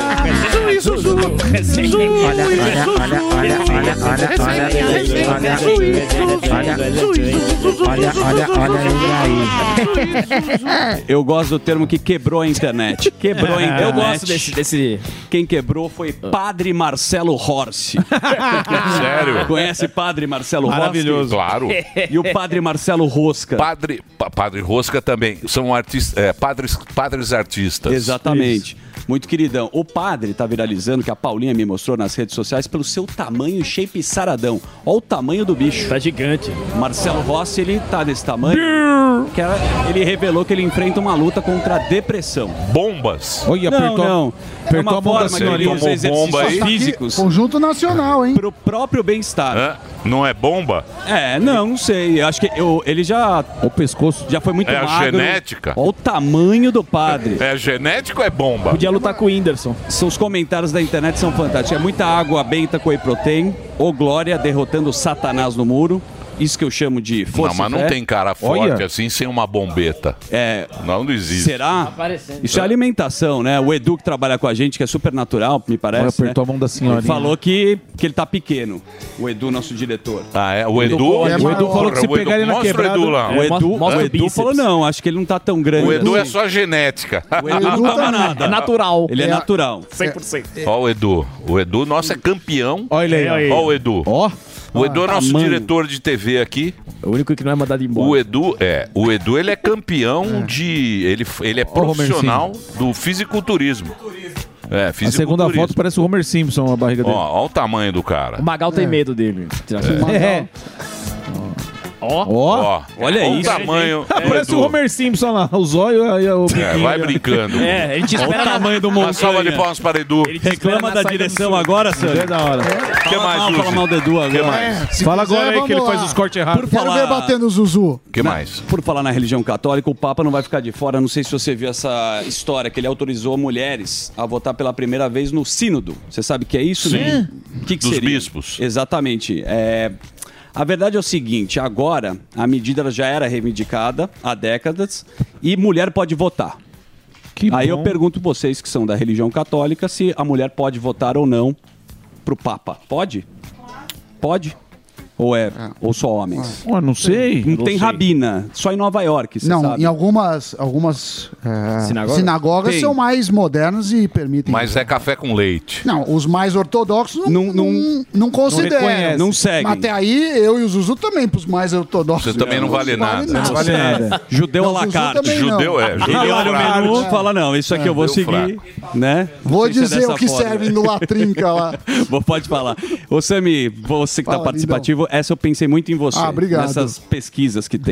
Speaker 10: Eu gosto do termo que quebrou a internet. Quebrou a internet.
Speaker 7: Eu gosto desse, desse.
Speaker 10: Quem quebrou foi Padre Marcelo Horsi.
Speaker 8: Sério?
Speaker 10: Conhece Padre Marcelo
Speaker 6: Maravilhoso.
Speaker 8: Claro.
Speaker 10: Horsi? E o Padre Marcelo Rosca.
Speaker 8: Padre, pa- padre Rosca também. São artistas, é, padres, padres artistas.
Speaker 10: Exatamente. Muito queridão. O padre tá viralizando, que a Paulinha me mostrou nas redes sociais, pelo seu tamanho shape saradão. Olha o tamanho do bicho.
Speaker 7: Tá gigante.
Speaker 10: Marcelo Rossi, ele tá desse tamanho. Que era- ele revelou que ele enfrenta uma luta contra a depressão.
Speaker 8: Bombas.
Speaker 6: Olha,
Speaker 10: Não,
Speaker 6: apertou,
Speaker 10: não.
Speaker 6: apertou
Speaker 10: é uma
Speaker 6: a mão da
Speaker 10: forma que ele
Speaker 6: senhorinha.
Speaker 10: usa
Speaker 8: Tomou
Speaker 10: exercícios
Speaker 8: bomba aí?
Speaker 10: físicos
Speaker 11: Conjunto nacional, hein?
Speaker 10: pro próprio bem-estar.
Speaker 8: Hã? Não é bomba?
Speaker 10: É, não, não sei. Eu acho que eu- ele já,
Speaker 6: O pescoço.
Speaker 10: já foi muito
Speaker 8: É a
Speaker 10: magro.
Speaker 8: genética?
Speaker 10: Olha o tamanho do padre.
Speaker 8: É genético ou é bomba?
Speaker 7: Podia lutar com o Whindersson.
Speaker 10: São os comentários da internet são fantásticos. É muita água benta com whey protein. Ô Glória derrotando Satanás no muro. Isso que eu chamo de força.
Speaker 8: Não, mas não
Speaker 10: fé.
Speaker 8: tem cara forte assim sem uma bombeta.
Speaker 10: É.
Speaker 8: Não, não existe.
Speaker 10: Será? Isso é alimentação, né? O Edu que trabalha com a gente, que é super natural, me parece.
Speaker 6: Olha, apertou
Speaker 10: né?
Speaker 6: a mão da senhorinha.
Speaker 10: Ele falou que, que ele tá pequeno. O Edu, nosso diretor.
Speaker 8: Ah, é? O Edu?
Speaker 10: O
Speaker 8: É
Speaker 10: Edu
Speaker 8: maior.
Speaker 10: falou que se
Speaker 8: O Edu-
Speaker 10: pegar ele na
Speaker 8: mostra o
Speaker 10: quebrada...
Speaker 8: Edu lá.
Speaker 10: O Edu,
Speaker 8: Mostra
Speaker 10: o
Speaker 8: o
Speaker 10: Edu
Speaker 8: bíceps.
Speaker 10: falou, não, acho que ele não tá tão grande.
Speaker 8: O Edu é
Speaker 10: assim.
Speaker 8: só genética.
Speaker 10: O Edu não tava nada.
Speaker 14: É natural.
Speaker 10: Ele é,
Speaker 14: É.
Speaker 10: natural.
Speaker 14: cem por cento.
Speaker 8: Ó o Edu. O Edu, nosso é campeão.
Speaker 6: Olha ele aí.
Speaker 8: Ó o Edu.
Speaker 6: Ó.
Speaker 8: O Edu é nosso
Speaker 14: tamanho.
Speaker 8: diretor de T V aqui.
Speaker 14: O único que não é mandado embora.
Speaker 8: O Edu é, o Edu ele é campeão de, ele, ele é profissional do fisiculturismo. É,
Speaker 6: A segunda
Speaker 8: fisiculturismo.
Speaker 6: foto parece o Homer Simpson, a barriga
Speaker 8: Ó,
Speaker 6: dele.
Speaker 8: ó o tamanho do cara.
Speaker 14: O Magal tem medo dele.
Speaker 6: É.
Speaker 14: Ó.
Speaker 6: Ó.
Speaker 10: Olha
Speaker 8: Ó o
Speaker 10: isso.
Speaker 8: tamanho.
Speaker 6: Ah,
Speaker 8: do
Speaker 6: parece
Speaker 8: Edu.
Speaker 6: o Homer Simpson lá, o zóio e o biquinho.
Speaker 8: É, vai
Speaker 6: ali, ó.
Speaker 8: brincando.
Speaker 14: É, a gente
Speaker 10: Olha
Speaker 14: espera
Speaker 10: o tamanho do
Speaker 8: Uma
Speaker 10: montanha.
Speaker 8: salva de palmas para Edu.
Speaker 14: Ele te espera
Speaker 10: Reclama
Speaker 14: na
Speaker 10: da
Speaker 14: saída
Speaker 10: direção
Speaker 14: do sul.
Speaker 10: agora, Sandro.
Speaker 6: É da hora.
Speaker 8: O que mais,
Speaker 10: mal, fala
Speaker 8: Zuzi?
Speaker 10: mal do Edu
Speaker 8: O que
Speaker 10: agora.
Speaker 8: mais?
Speaker 11: Se
Speaker 6: Fala
Speaker 11: quiser,
Speaker 6: agora aí que ele
Speaker 11: vamos
Speaker 6: faz
Speaker 11: lá.
Speaker 6: os cortes errados.
Speaker 10: Por
Speaker 11: Quero
Speaker 10: falar-
Speaker 11: ver batendo o Zuzu.
Speaker 8: O que mais?
Speaker 10: Por falar na religião católica, o Papa não vai ficar de fora. Não sei se você viu essa história, que ele autorizou mulheres a votar pela primeira vez no sínodo. Você sabe o que é isso?
Speaker 8: Sim.
Speaker 10: Né? O que, que
Speaker 8: Dos
Speaker 10: seria?
Speaker 8: bispos.
Speaker 10: Exatamente. É... A verdade é o seguinte, agora a medida ela já era reivindicada há décadas e mulher pode votar.
Speaker 6: Que
Speaker 10: Aí
Speaker 6: bom.
Speaker 10: eu pergunto vocês que são da religião católica se a mulher pode votar ou não pro Papa. Pode? Pode? Ou é ou só homens?
Speaker 6: Ó, não sei.
Speaker 10: Não tem rabina, só em Nova York, você
Speaker 11: Não,
Speaker 10: sabe.
Speaker 11: em algumas, algumas é,
Speaker 14: Sinagogas?
Speaker 11: sinagogas
Speaker 10: Tem.
Speaker 11: são mais modernas e permitem.
Speaker 8: Mas é café com leite.
Speaker 11: Não, os mais ortodoxos não,
Speaker 10: Não-
Speaker 11: não,
Speaker 10: não-
Speaker 11: não, consideram.
Speaker 10: reconhece, não seguem.
Speaker 11: Mas até aí, eu e o Zuzu também, pros mais ortodoxos.
Speaker 8: Você também não vale nada.
Speaker 11: Não
Speaker 6: vale nada.
Speaker 10: Judeu
Speaker 11: Não,
Speaker 10: à la
Speaker 11: Zuzu
Speaker 10: carte.
Speaker 11: também não.
Speaker 8: Judeu é.
Speaker 10: Ele
Speaker 8: Judeu
Speaker 10: olha o
Speaker 8: fraco.
Speaker 10: menu e fala, não, isso aqui eu vou
Speaker 8: Judeu
Speaker 10: seguir, né?
Speaker 11: Vou
Speaker 10: Tem que ser
Speaker 11: dizer
Speaker 10: dessa
Speaker 11: o que
Speaker 10: forma.
Speaker 11: serve no Latrinca lá.
Speaker 10: Bom, pode falar. Ô, Sami, você que tá
Speaker 11: Fala,
Speaker 10: participativo, essa eu pensei muito em você.
Speaker 11: Ah, obrigado.
Speaker 10: Nessas pesquisas que tem.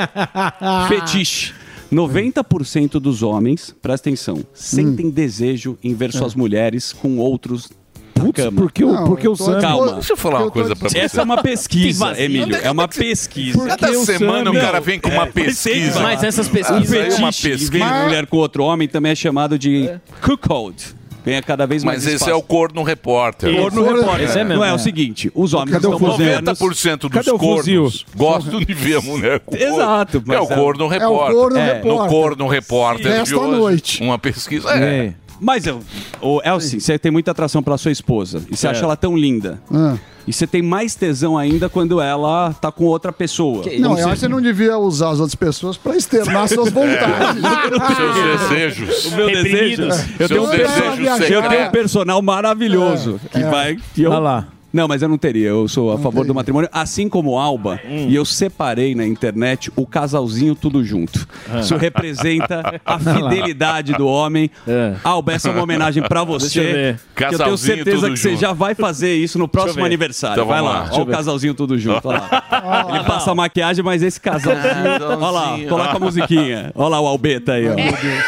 Speaker 10: Fetiche. noventa por cento dos homens, presta atenção, sentem desejo em ver suas mulheres com outros na
Speaker 6: Putz,
Speaker 10: cama.
Speaker 6: porque o,
Speaker 11: Não,
Speaker 6: porque o
Speaker 11: eu tô-
Speaker 6: Sam...
Speaker 10: Calma.
Speaker 8: Deixa eu falar uma
Speaker 11: Eu tô
Speaker 8: coisa pra você.
Speaker 10: Essa é uma pesquisa,
Speaker 14: vazio.
Speaker 10: Emílio. É uma pesquisa.
Speaker 8: Cada
Speaker 6: o
Speaker 8: semana
Speaker 6: Sam-
Speaker 8: o cara vem com uma pesquisa.
Speaker 14: Mas essas
Speaker 10: O
Speaker 14: pesquisas...
Speaker 8: Isso aí é uma
Speaker 10: fetiche de
Speaker 8: pesquisa.
Speaker 10: ver mulher com outro homem também é chamado de cuckold. Ganha cada vez mais
Speaker 8: Mas esse
Speaker 10: espaço.
Speaker 8: é o corno repórter.
Speaker 10: Corno
Speaker 11: Corno
Speaker 10: repórter.
Speaker 14: esse é mesmo.
Speaker 10: Não é o seguinte, os homens
Speaker 6: Cadê o
Speaker 10: estão
Speaker 6: fuzil?
Speaker 8: noventa
Speaker 10: modernos.
Speaker 8: por cento dos
Speaker 6: Cadê o fuzil?
Speaker 8: cornos gostam de ver a mulher com
Speaker 10: Exato,
Speaker 8: corno. É o
Speaker 10: mas é-
Speaker 8: corno
Speaker 11: É o
Speaker 8: repórter.
Speaker 11: corno
Speaker 10: É,
Speaker 11: repórter.
Speaker 8: No corno repórter de
Speaker 11: Esta
Speaker 8: hoje,
Speaker 11: noite.
Speaker 8: uma pesquisa. É.
Speaker 6: É.
Speaker 10: Mas, eu, o Elcio, você tem muita atração pela sua esposa. E você acha ela tão linda.
Speaker 11: Ah.
Speaker 10: E você tem mais tesão ainda quando ela tá com outra pessoa.
Speaker 11: Não,
Speaker 10: Como
Speaker 11: eu
Speaker 10: você-
Speaker 11: acho que você não devia usar as outras pessoas pra externar suas vontades.
Speaker 8: Seus desejos.
Speaker 10: O meu desejo.
Speaker 14: Reprimidos.
Speaker 10: Eu tenho, um
Speaker 8: Seus
Speaker 10: perso-
Speaker 8: desejos
Speaker 10: eu tenho um
Speaker 8: secretos.
Speaker 10: personal maravilhoso. Que vai. Que eu...
Speaker 6: Olha lá.
Speaker 10: Não, mas eu não teria. Eu sou a favor do matrimônio, assim como o Alba.
Speaker 14: Hum.
Speaker 10: E eu separei na internet o casalzinho tudo junto.
Speaker 14: Ah.
Speaker 10: Isso representa a fidelidade do homem.
Speaker 14: É.
Speaker 10: Alba, essa é uma homenagem pra
Speaker 14: Deixa eu
Speaker 10: você.
Speaker 14: ver.
Speaker 10: Que eu tenho
Speaker 8: Casalzinho
Speaker 10: certeza
Speaker 8: tudo
Speaker 10: que você
Speaker 8: junto.
Speaker 10: já vai fazer isso no próximo
Speaker 14: ver.
Speaker 10: aniversário.
Speaker 8: Então
Speaker 10: vai
Speaker 8: vamos
Speaker 10: lá.
Speaker 8: lá.
Speaker 10: Olha
Speaker 8: Deixa
Speaker 10: o casalzinho tudo junto. Olha lá. Ele passa a maquiagem, mas esse casalzinho. Olha lá, coloca a musiquinha. Olha lá o Albeta aí, ó.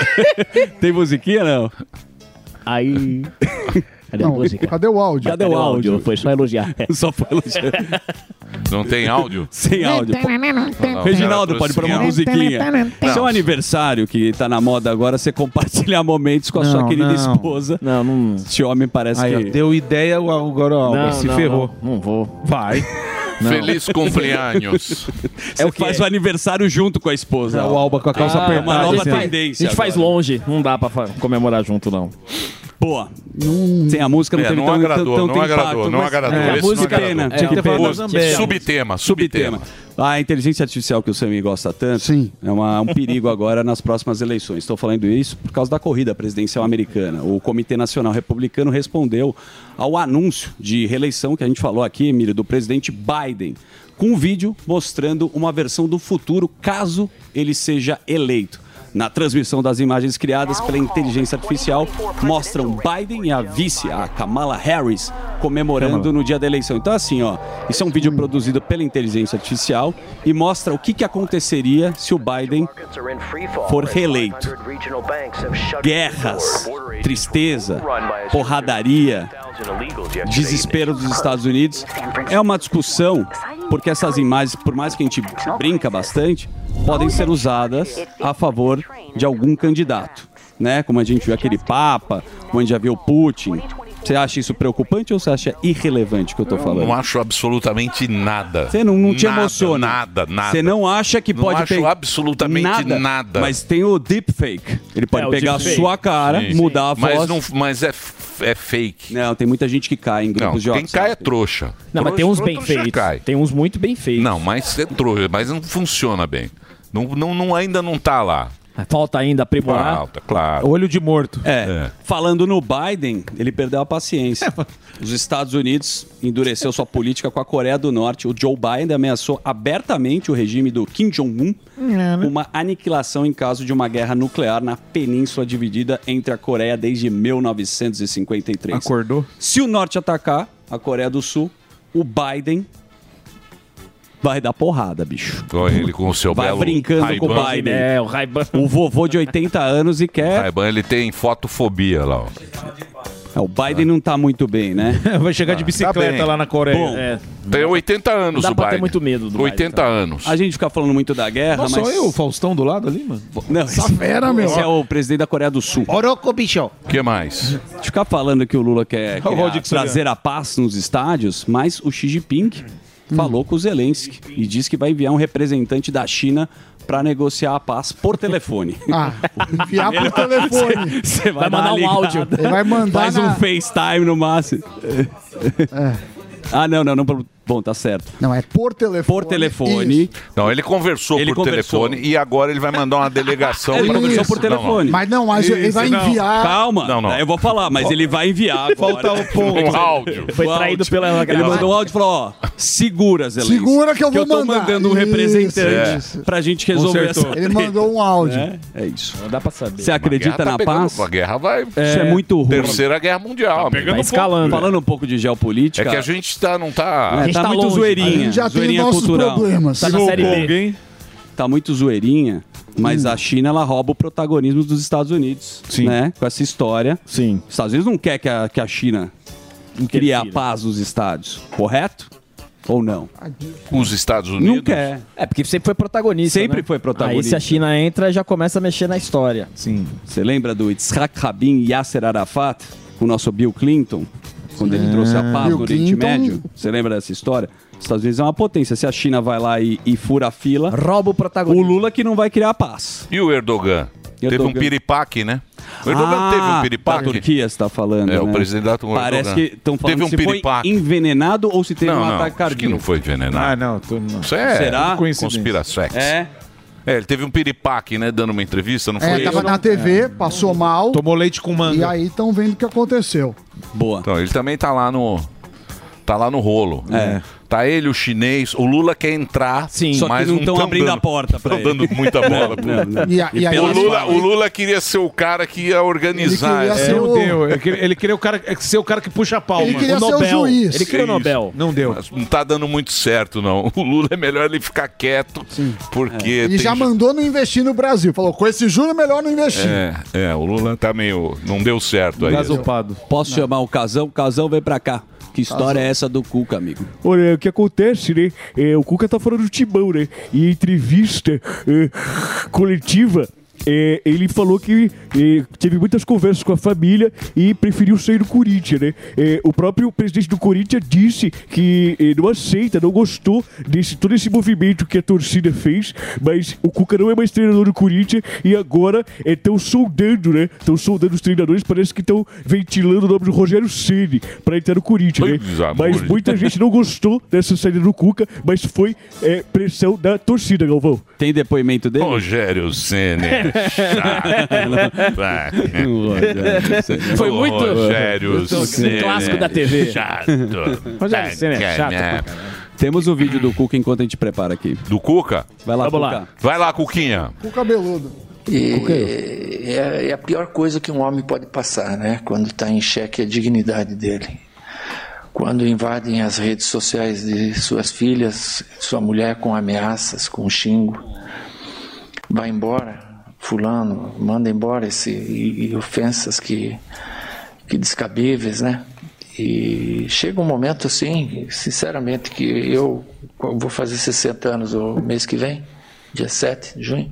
Speaker 10: Tem musiquinha, não?
Speaker 14: Aí... Cadê a
Speaker 11: Não,
Speaker 14: música?
Speaker 11: cadê o áudio?
Speaker 14: Cadê o áudio? Foi só elogiar.
Speaker 10: Só foi elogiar.
Speaker 8: Não tem áudio?
Speaker 10: Sem áudio.
Speaker 8: Não,
Speaker 10: Reginaldo,
Speaker 8: cara,
Speaker 10: pode pôr uma
Speaker 8: trouxe
Speaker 10: musiquinha. Seu aniversário, que tá na moda agora, você compartilhar momentos com a sua
Speaker 6: Não,
Speaker 10: querida
Speaker 6: não.
Speaker 10: esposa.
Speaker 14: Não, não...
Speaker 10: Esse homem parece
Speaker 6: Aí, ó,
Speaker 10: que...
Speaker 6: deu ideia, o- agora o Alba
Speaker 14: Não,
Speaker 6: se
Speaker 14: não,
Speaker 6: ferrou.
Speaker 14: Não, não vou.
Speaker 6: Vai. Não.
Speaker 8: Feliz cumpleaños.
Speaker 10: Você faz o aniversário junto com a esposa.
Speaker 6: É, o Alba com a calça
Speaker 14: Ah,
Speaker 6: apertada.
Speaker 10: uma nova
Speaker 6: assim, ó.
Speaker 10: tendência.
Speaker 14: A gente faz
Speaker 10: agora.
Speaker 14: longe, não dá pra fa- comemorar junto, não.
Speaker 10: Boa. Sem a música não
Speaker 8: É,
Speaker 10: teve
Speaker 8: não
Speaker 10: tão,
Speaker 8: agradou,
Speaker 10: tão,
Speaker 8: não
Speaker 10: tão
Speaker 8: agradou,
Speaker 10: impacto,
Speaker 8: não
Speaker 10: mas-
Speaker 8: agradou.
Speaker 10: É,
Speaker 8: Esse não
Speaker 10: música
Speaker 8: agradou.
Speaker 10: pena.
Speaker 14: É,
Speaker 10: Tinha que ter
Speaker 14: o-
Speaker 10: falado
Speaker 14: o-
Speaker 10: Zambelli.
Speaker 8: Subtema,
Speaker 10: Subtema.
Speaker 8: subtema.
Speaker 10: A inteligência artificial que o Sami gosta tanto
Speaker 11: Sim.
Speaker 10: é uma- um perigo agora nas próximas eleições. Estou falando isso por causa da corrida presidencial americana. O Comitê Nacional Republicano respondeu ao anúncio de reeleição que a gente falou aqui, Emílio, do presidente Biden, com um vídeo mostrando uma versão do futuro caso ele seja eleito. Na transmissão das imagens criadas pela inteligência artificial, mostram Biden e a vice, a Kamala Harris, comemorando no dia da eleição. Então, assim, ó, isso é um vídeo produzido pela inteligência artificial e mostra o que, que aconteceria se o Biden for reeleito. Guerras, tristeza, porradaria, desespero dos Estados Unidos. É uma discussão, porque essas imagens, por mais que a gente brinca bastante, podem ser usadas a favor de algum candidato, né? Como a gente viu aquele Papa, como a gente já viu o Putin, Você acha isso preocupante ou você acha irrelevante o que eu tô falando?
Speaker 8: Não acho absolutamente nada.
Speaker 10: Você não, não te
Speaker 8: Nada,
Speaker 10: emociona?
Speaker 8: Nada, nada.
Speaker 10: Você não acha que
Speaker 8: Não
Speaker 10: pode
Speaker 8: acho
Speaker 10: pegar
Speaker 8: absolutamente
Speaker 10: nada,
Speaker 8: nada.
Speaker 10: Mas tem o deepfake. Ele pode
Speaker 8: É, o
Speaker 10: pegar a
Speaker 8: deepfake.
Speaker 10: sua cara,
Speaker 8: Sim,
Speaker 10: mudar
Speaker 8: sim.
Speaker 10: a voz.
Speaker 8: Mas, não, mas é, f- é fake.
Speaker 10: Não, tem muita gente que cai em grupos
Speaker 8: Não,
Speaker 10: de
Speaker 8: quem
Speaker 10: WhatsApp.
Speaker 8: cai é trouxa.
Speaker 14: Não, mas
Speaker 8: Trouxa-
Speaker 14: tem uns bem
Speaker 8: trouxa
Speaker 14: feitos.
Speaker 8: cai.
Speaker 14: Tem uns muito bem feitos.
Speaker 8: Não, mas é trouxa, mas não funciona bem. Não, não, não, ainda não tá lá.
Speaker 14: Falta ainda aprimorar.
Speaker 8: Falta, claro.
Speaker 6: Olho de morto.
Speaker 10: É. Falando no Biden, ele perdeu a paciência. Os Estados Unidos endureceu sua política com a Coreia do Norte. O Joe Biden ameaçou abertamente o regime do Kim Jong-un com uma aniquilação em caso de uma guerra nuclear na península dividida entre a Coreia desde mil novecentos e cinquenta e três.
Speaker 6: Acordou?
Speaker 10: Se o Norte atacar a Coreia do Sul, o Biden vai dar porrada, bicho.
Speaker 8: Olha ele com o seu
Speaker 10: Vai
Speaker 8: belo
Speaker 10: brincando com o
Speaker 8: Ray-Ban.
Speaker 10: Biden.
Speaker 14: É, o Ray-Ban.
Speaker 10: O vovô de oitenta anos e quer...
Speaker 8: Ray-Ban, ele tem fotofobia lá, ó.
Speaker 10: É, o Biden não tá muito bem, né?
Speaker 6: Vai chegar de
Speaker 8: Ah,
Speaker 6: bicicleta
Speaker 8: tá bem.
Speaker 6: lá na Coreia.
Speaker 10: Bom,
Speaker 6: É.
Speaker 8: Tem oitenta anos
Speaker 14: Não dá
Speaker 8: o
Speaker 14: pra
Speaker 8: Biden.
Speaker 14: ter muito medo do
Speaker 8: oitenta anos.
Speaker 10: A gente fica falando muito da guerra,
Speaker 6: Nossa,
Speaker 10: mas...
Speaker 6: olha o Faustão do lado ali, mano.
Speaker 10: Não,
Speaker 11: Essa
Speaker 10: esse,
Speaker 11: fera, meu.
Speaker 10: esse é o presidente da Coreia do Sul.
Speaker 9: Oroco, bicho.
Speaker 8: O que mais?
Speaker 10: A gente fica falando que o Lula quer,
Speaker 6: Olha o
Speaker 10: quer
Speaker 6: Rodrigo
Speaker 10: trazer a paz nos estádios, mas o Xi Jinping falou com o Zelensky e disse que vai enviar um representante da China para negociar a paz por telefone.
Speaker 11: Ah, enviar por telefone.
Speaker 10: Você vai,
Speaker 14: Vai mandar
Speaker 10: dar uma
Speaker 14: um áudio.
Speaker 10: ligada.
Speaker 11: Ele vai mandar
Speaker 10: Faz
Speaker 11: na-
Speaker 10: um FaceTime no máximo. Ah, não, não, não. Bom, tá certo.
Speaker 11: Não, é por telefone.
Speaker 10: Por telefone.
Speaker 11: Isso.
Speaker 8: Não, ele conversou
Speaker 10: Ele
Speaker 8: por
Speaker 10: conversou.
Speaker 8: telefone e agora ele vai mandar uma delegação.
Speaker 10: Ele
Speaker 8: pra
Speaker 10: conversou
Speaker 8: isso.
Speaker 10: por telefone.
Speaker 11: Mas não, mas ele
Speaker 6: Isso,
Speaker 11: vai
Speaker 6: não.
Speaker 11: enviar.
Speaker 10: Calma.
Speaker 8: Não, não.
Speaker 10: Eu vou falar, mas ele vai enviar agora.
Speaker 6: Falta o ponto.
Speaker 8: Um áudio.
Speaker 14: Foi
Speaker 10: O
Speaker 14: traído
Speaker 10: áudio.
Speaker 14: pela
Speaker 10: Ele
Speaker 14: gravação.
Speaker 10: mandou um áudio e falou, ó, segura, Zelensky.
Speaker 11: Segura que eu vou
Speaker 10: eu tô
Speaker 11: mandar.
Speaker 10: mandando um
Speaker 11: Isso,
Speaker 10: representante
Speaker 11: isso.
Speaker 10: pra gente resolver
Speaker 6: Consertou.
Speaker 10: essa
Speaker 11: Ele
Speaker 10: treta.
Speaker 11: mandou um áudio.
Speaker 10: É, é isso.
Speaker 14: Não dá pra saber.
Speaker 10: Você acredita
Speaker 8: A guerra tá
Speaker 10: na
Speaker 8: pegando-
Speaker 10: paz?
Speaker 8: A guerra vai.
Speaker 10: Isso é muito ruim.
Speaker 8: Terceira Guerra Mundial. amigo.
Speaker 14: Vai escalando.
Speaker 10: Falando um pouco de geopolítica.
Speaker 8: É que a gente tá, não tá.
Speaker 10: É,
Speaker 14: gente
Speaker 10: tá,
Speaker 14: tá
Speaker 10: muito
Speaker 14: longe.
Speaker 10: zoeirinha.
Speaker 11: A gente já tem
Speaker 10: zoeirinha
Speaker 11: nossos
Speaker 10: cultural.
Speaker 11: problemas.
Speaker 14: Tá na série B.
Speaker 6: Alguém?
Speaker 10: Tá muito zoeirinha, mas a China ela rouba o protagonismo dos Estados Unidos.
Speaker 6: Sim.
Speaker 10: Né? Com essa história.
Speaker 14: Sim.
Speaker 10: Os Estados Unidos não quer que a, que a China crie a paz nos estádios, correto? Ou não?
Speaker 8: Os Estados Unidos.
Speaker 10: Não quer.
Speaker 14: É, porque sempre foi protagonista.
Speaker 10: Sempre
Speaker 14: né?
Speaker 10: foi protagonista.
Speaker 14: Aí se a China entra, já começa a mexer na história.
Speaker 6: Sim.
Speaker 10: Você lembra do Yitzhak Rabin e Yasser Arafat, com o nosso Bill Clinton, quando ele trouxe a paz
Speaker 11: Bill
Speaker 10: no Oriente
Speaker 11: Clinton.
Speaker 10: Médio? Você lembra dessa história? Os Estados Unidos é uma potência. Se a China vai lá e, e fura a fila,
Speaker 14: Rouba o
Speaker 10: o
Speaker 14: protagonista.
Speaker 10: Lula que não vai criar paz.
Speaker 8: E o Erdogan? Teve um
Speaker 10: Erdogan.
Speaker 8: piripaque, né? O Erdogan
Speaker 10: Ah,
Speaker 8: teve um
Speaker 10: da
Speaker 8: piripaque.
Speaker 10: Turquia, você tá falando,
Speaker 8: É,
Speaker 10: né?
Speaker 8: o presidente da Turquia.
Speaker 10: Parece que estão falando
Speaker 8: Teve um
Speaker 10: se foi
Speaker 8: piripaque.
Speaker 10: envenenado ou se teve
Speaker 8: Não,
Speaker 10: um
Speaker 8: não,
Speaker 10: ataque
Speaker 8: acho
Speaker 10: cardíaco.
Speaker 8: que não foi envenenado.
Speaker 6: Ah, não. Tô, não.
Speaker 8: Isso é
Speaker 10: Será?
Speaker 8: conspiração.
Speaker 10: É.
Speaker 8: É, ele teve um piripaque, né? Dando uma entrevista, não foi
Speaker 11: É,
Speaker 8: isso?
Speaker 11: tava na T V, passou mal.
Speaker 6: Tomou leite com manga.
Speaker 11: E aí estão vendo o que aconteceu.
Speaker 10: Boa.
Speaker 8: Então, ele também tá lá no... Tá lá no rolo.
Speaker 10: É.
Speaker 8: Tá ele, o chinês. O Lula quer entrar.
Speaker 14: Sim.
Speaker 10: Só que
Speaker 8: mas
Speaker 10: não tão
Speaker 8: tão
Speaker 10: abrindo
Speaker 8: dando-
Speaker 10: a porta pra
Speaker 8: tão
Speaker 10: ele.
Speaker 8: dando muita bola. pro-
Speaker 10: Não, não.
Speaker 11: E, a- e aí
Speaker 8: O
Speaker 11: eles
Speaker 8: Lula,
Speaker 11: falam-
Speaker 8: o Lula queria ser o cara que ia organizar.
Speaker 11: Ele queria
Speaker 8: essa-
Speaker 11: ser
Speaker 6: Não
Speaker 11: o-
Speaker 6: deu. Ele queria, ele queria o cara, ser o cara que puxa a palma.
Speaker 11: Ele queria
Speaker 6: O
Speaker 11: ser o
Speaker 6: Nobel.
Speaker 11: juiz.
Speaker 14: Ele queria o
Speaker 8: Isso.
Speaker 14: Nobel.
Speaker 6: Não deu.
Speaker 8: Mas não tá dando muito certo, não. O Lula é melhor ele ficar quieto, porque...
Speaker 11: Ele
Speaker 8: tem-
Speaker 11: já mandou não investir no Brasil. Falou, com esse juro é melhor não investir.
Speaker 8: É, é, o Lula tá meio... Não deu certo aí.
Speaker 6: Gasopado.
Speaker 10: Posso chamar o Casão? Casão, vem pra cá. Que história é essa do Cuca, amigo?
Speaker 15: Olha, o que acontece, né? É, o Cuca tá falando do Timão, né? E em entrevista é, coletiva, é, ele falou que é, teve muitas conversas com a família e preferiu sair do Corinthians, né? É, o próprio presidente do Corinthians disse que é, não aceita, não gostou desse todo esse movimento que a torcida fez, mas o Cuca não é mais treinador do Corinthians e agora estão soldando, né? Estão soldando os treinadores, parece que estão ventilando o nome do Rogério Ceni para entrar no Corinthians, né?
Speaker 8: Pois, amor.
Speaker 15: Mas muita gente não gostou dessa saída do Cuca, mas foi é, pressão da torcida, Galvão.
Speaker 10: Tem depoimento dele?
Speaker 8: Rogério Ceni. Chato.
Speaker 14: Foi muito-
Speaker 8: Rogério
Speaker 14: Um
Speaker 8: Ceni.
Speaker 14: clássico da T V.
Speaker 8: Chato.
Speaker 14: Rogério Ceni é chato pra caralho.
Speaker 10: Temos o vídeo do Cuca enquanto a gente prepara aqui.
Speaker 8: Do Cuca?
Speaker 10: Vai lá,
Speaker 14: Vamos
Speaker 10: Cuca.
Speaker 14: lá.
Speaker 8: Vai lá, Cuquinha.
Speaker 11: Com o cabeludo.
Speaker 16: E é, é a pior coisa que um homem pode passar, né? Quando está em xeque a dignidade dele. Quando invadem as redes sociais de suas filhas, sua mulher com ameaças, com xingo. Vai embora, fulano, manda embora esse, e, e ofensas que, que descabíveis, né? E chega um momento assim, sinceramente, que eu vou fazer sessenta anos o mês que vem, dia sete de junho.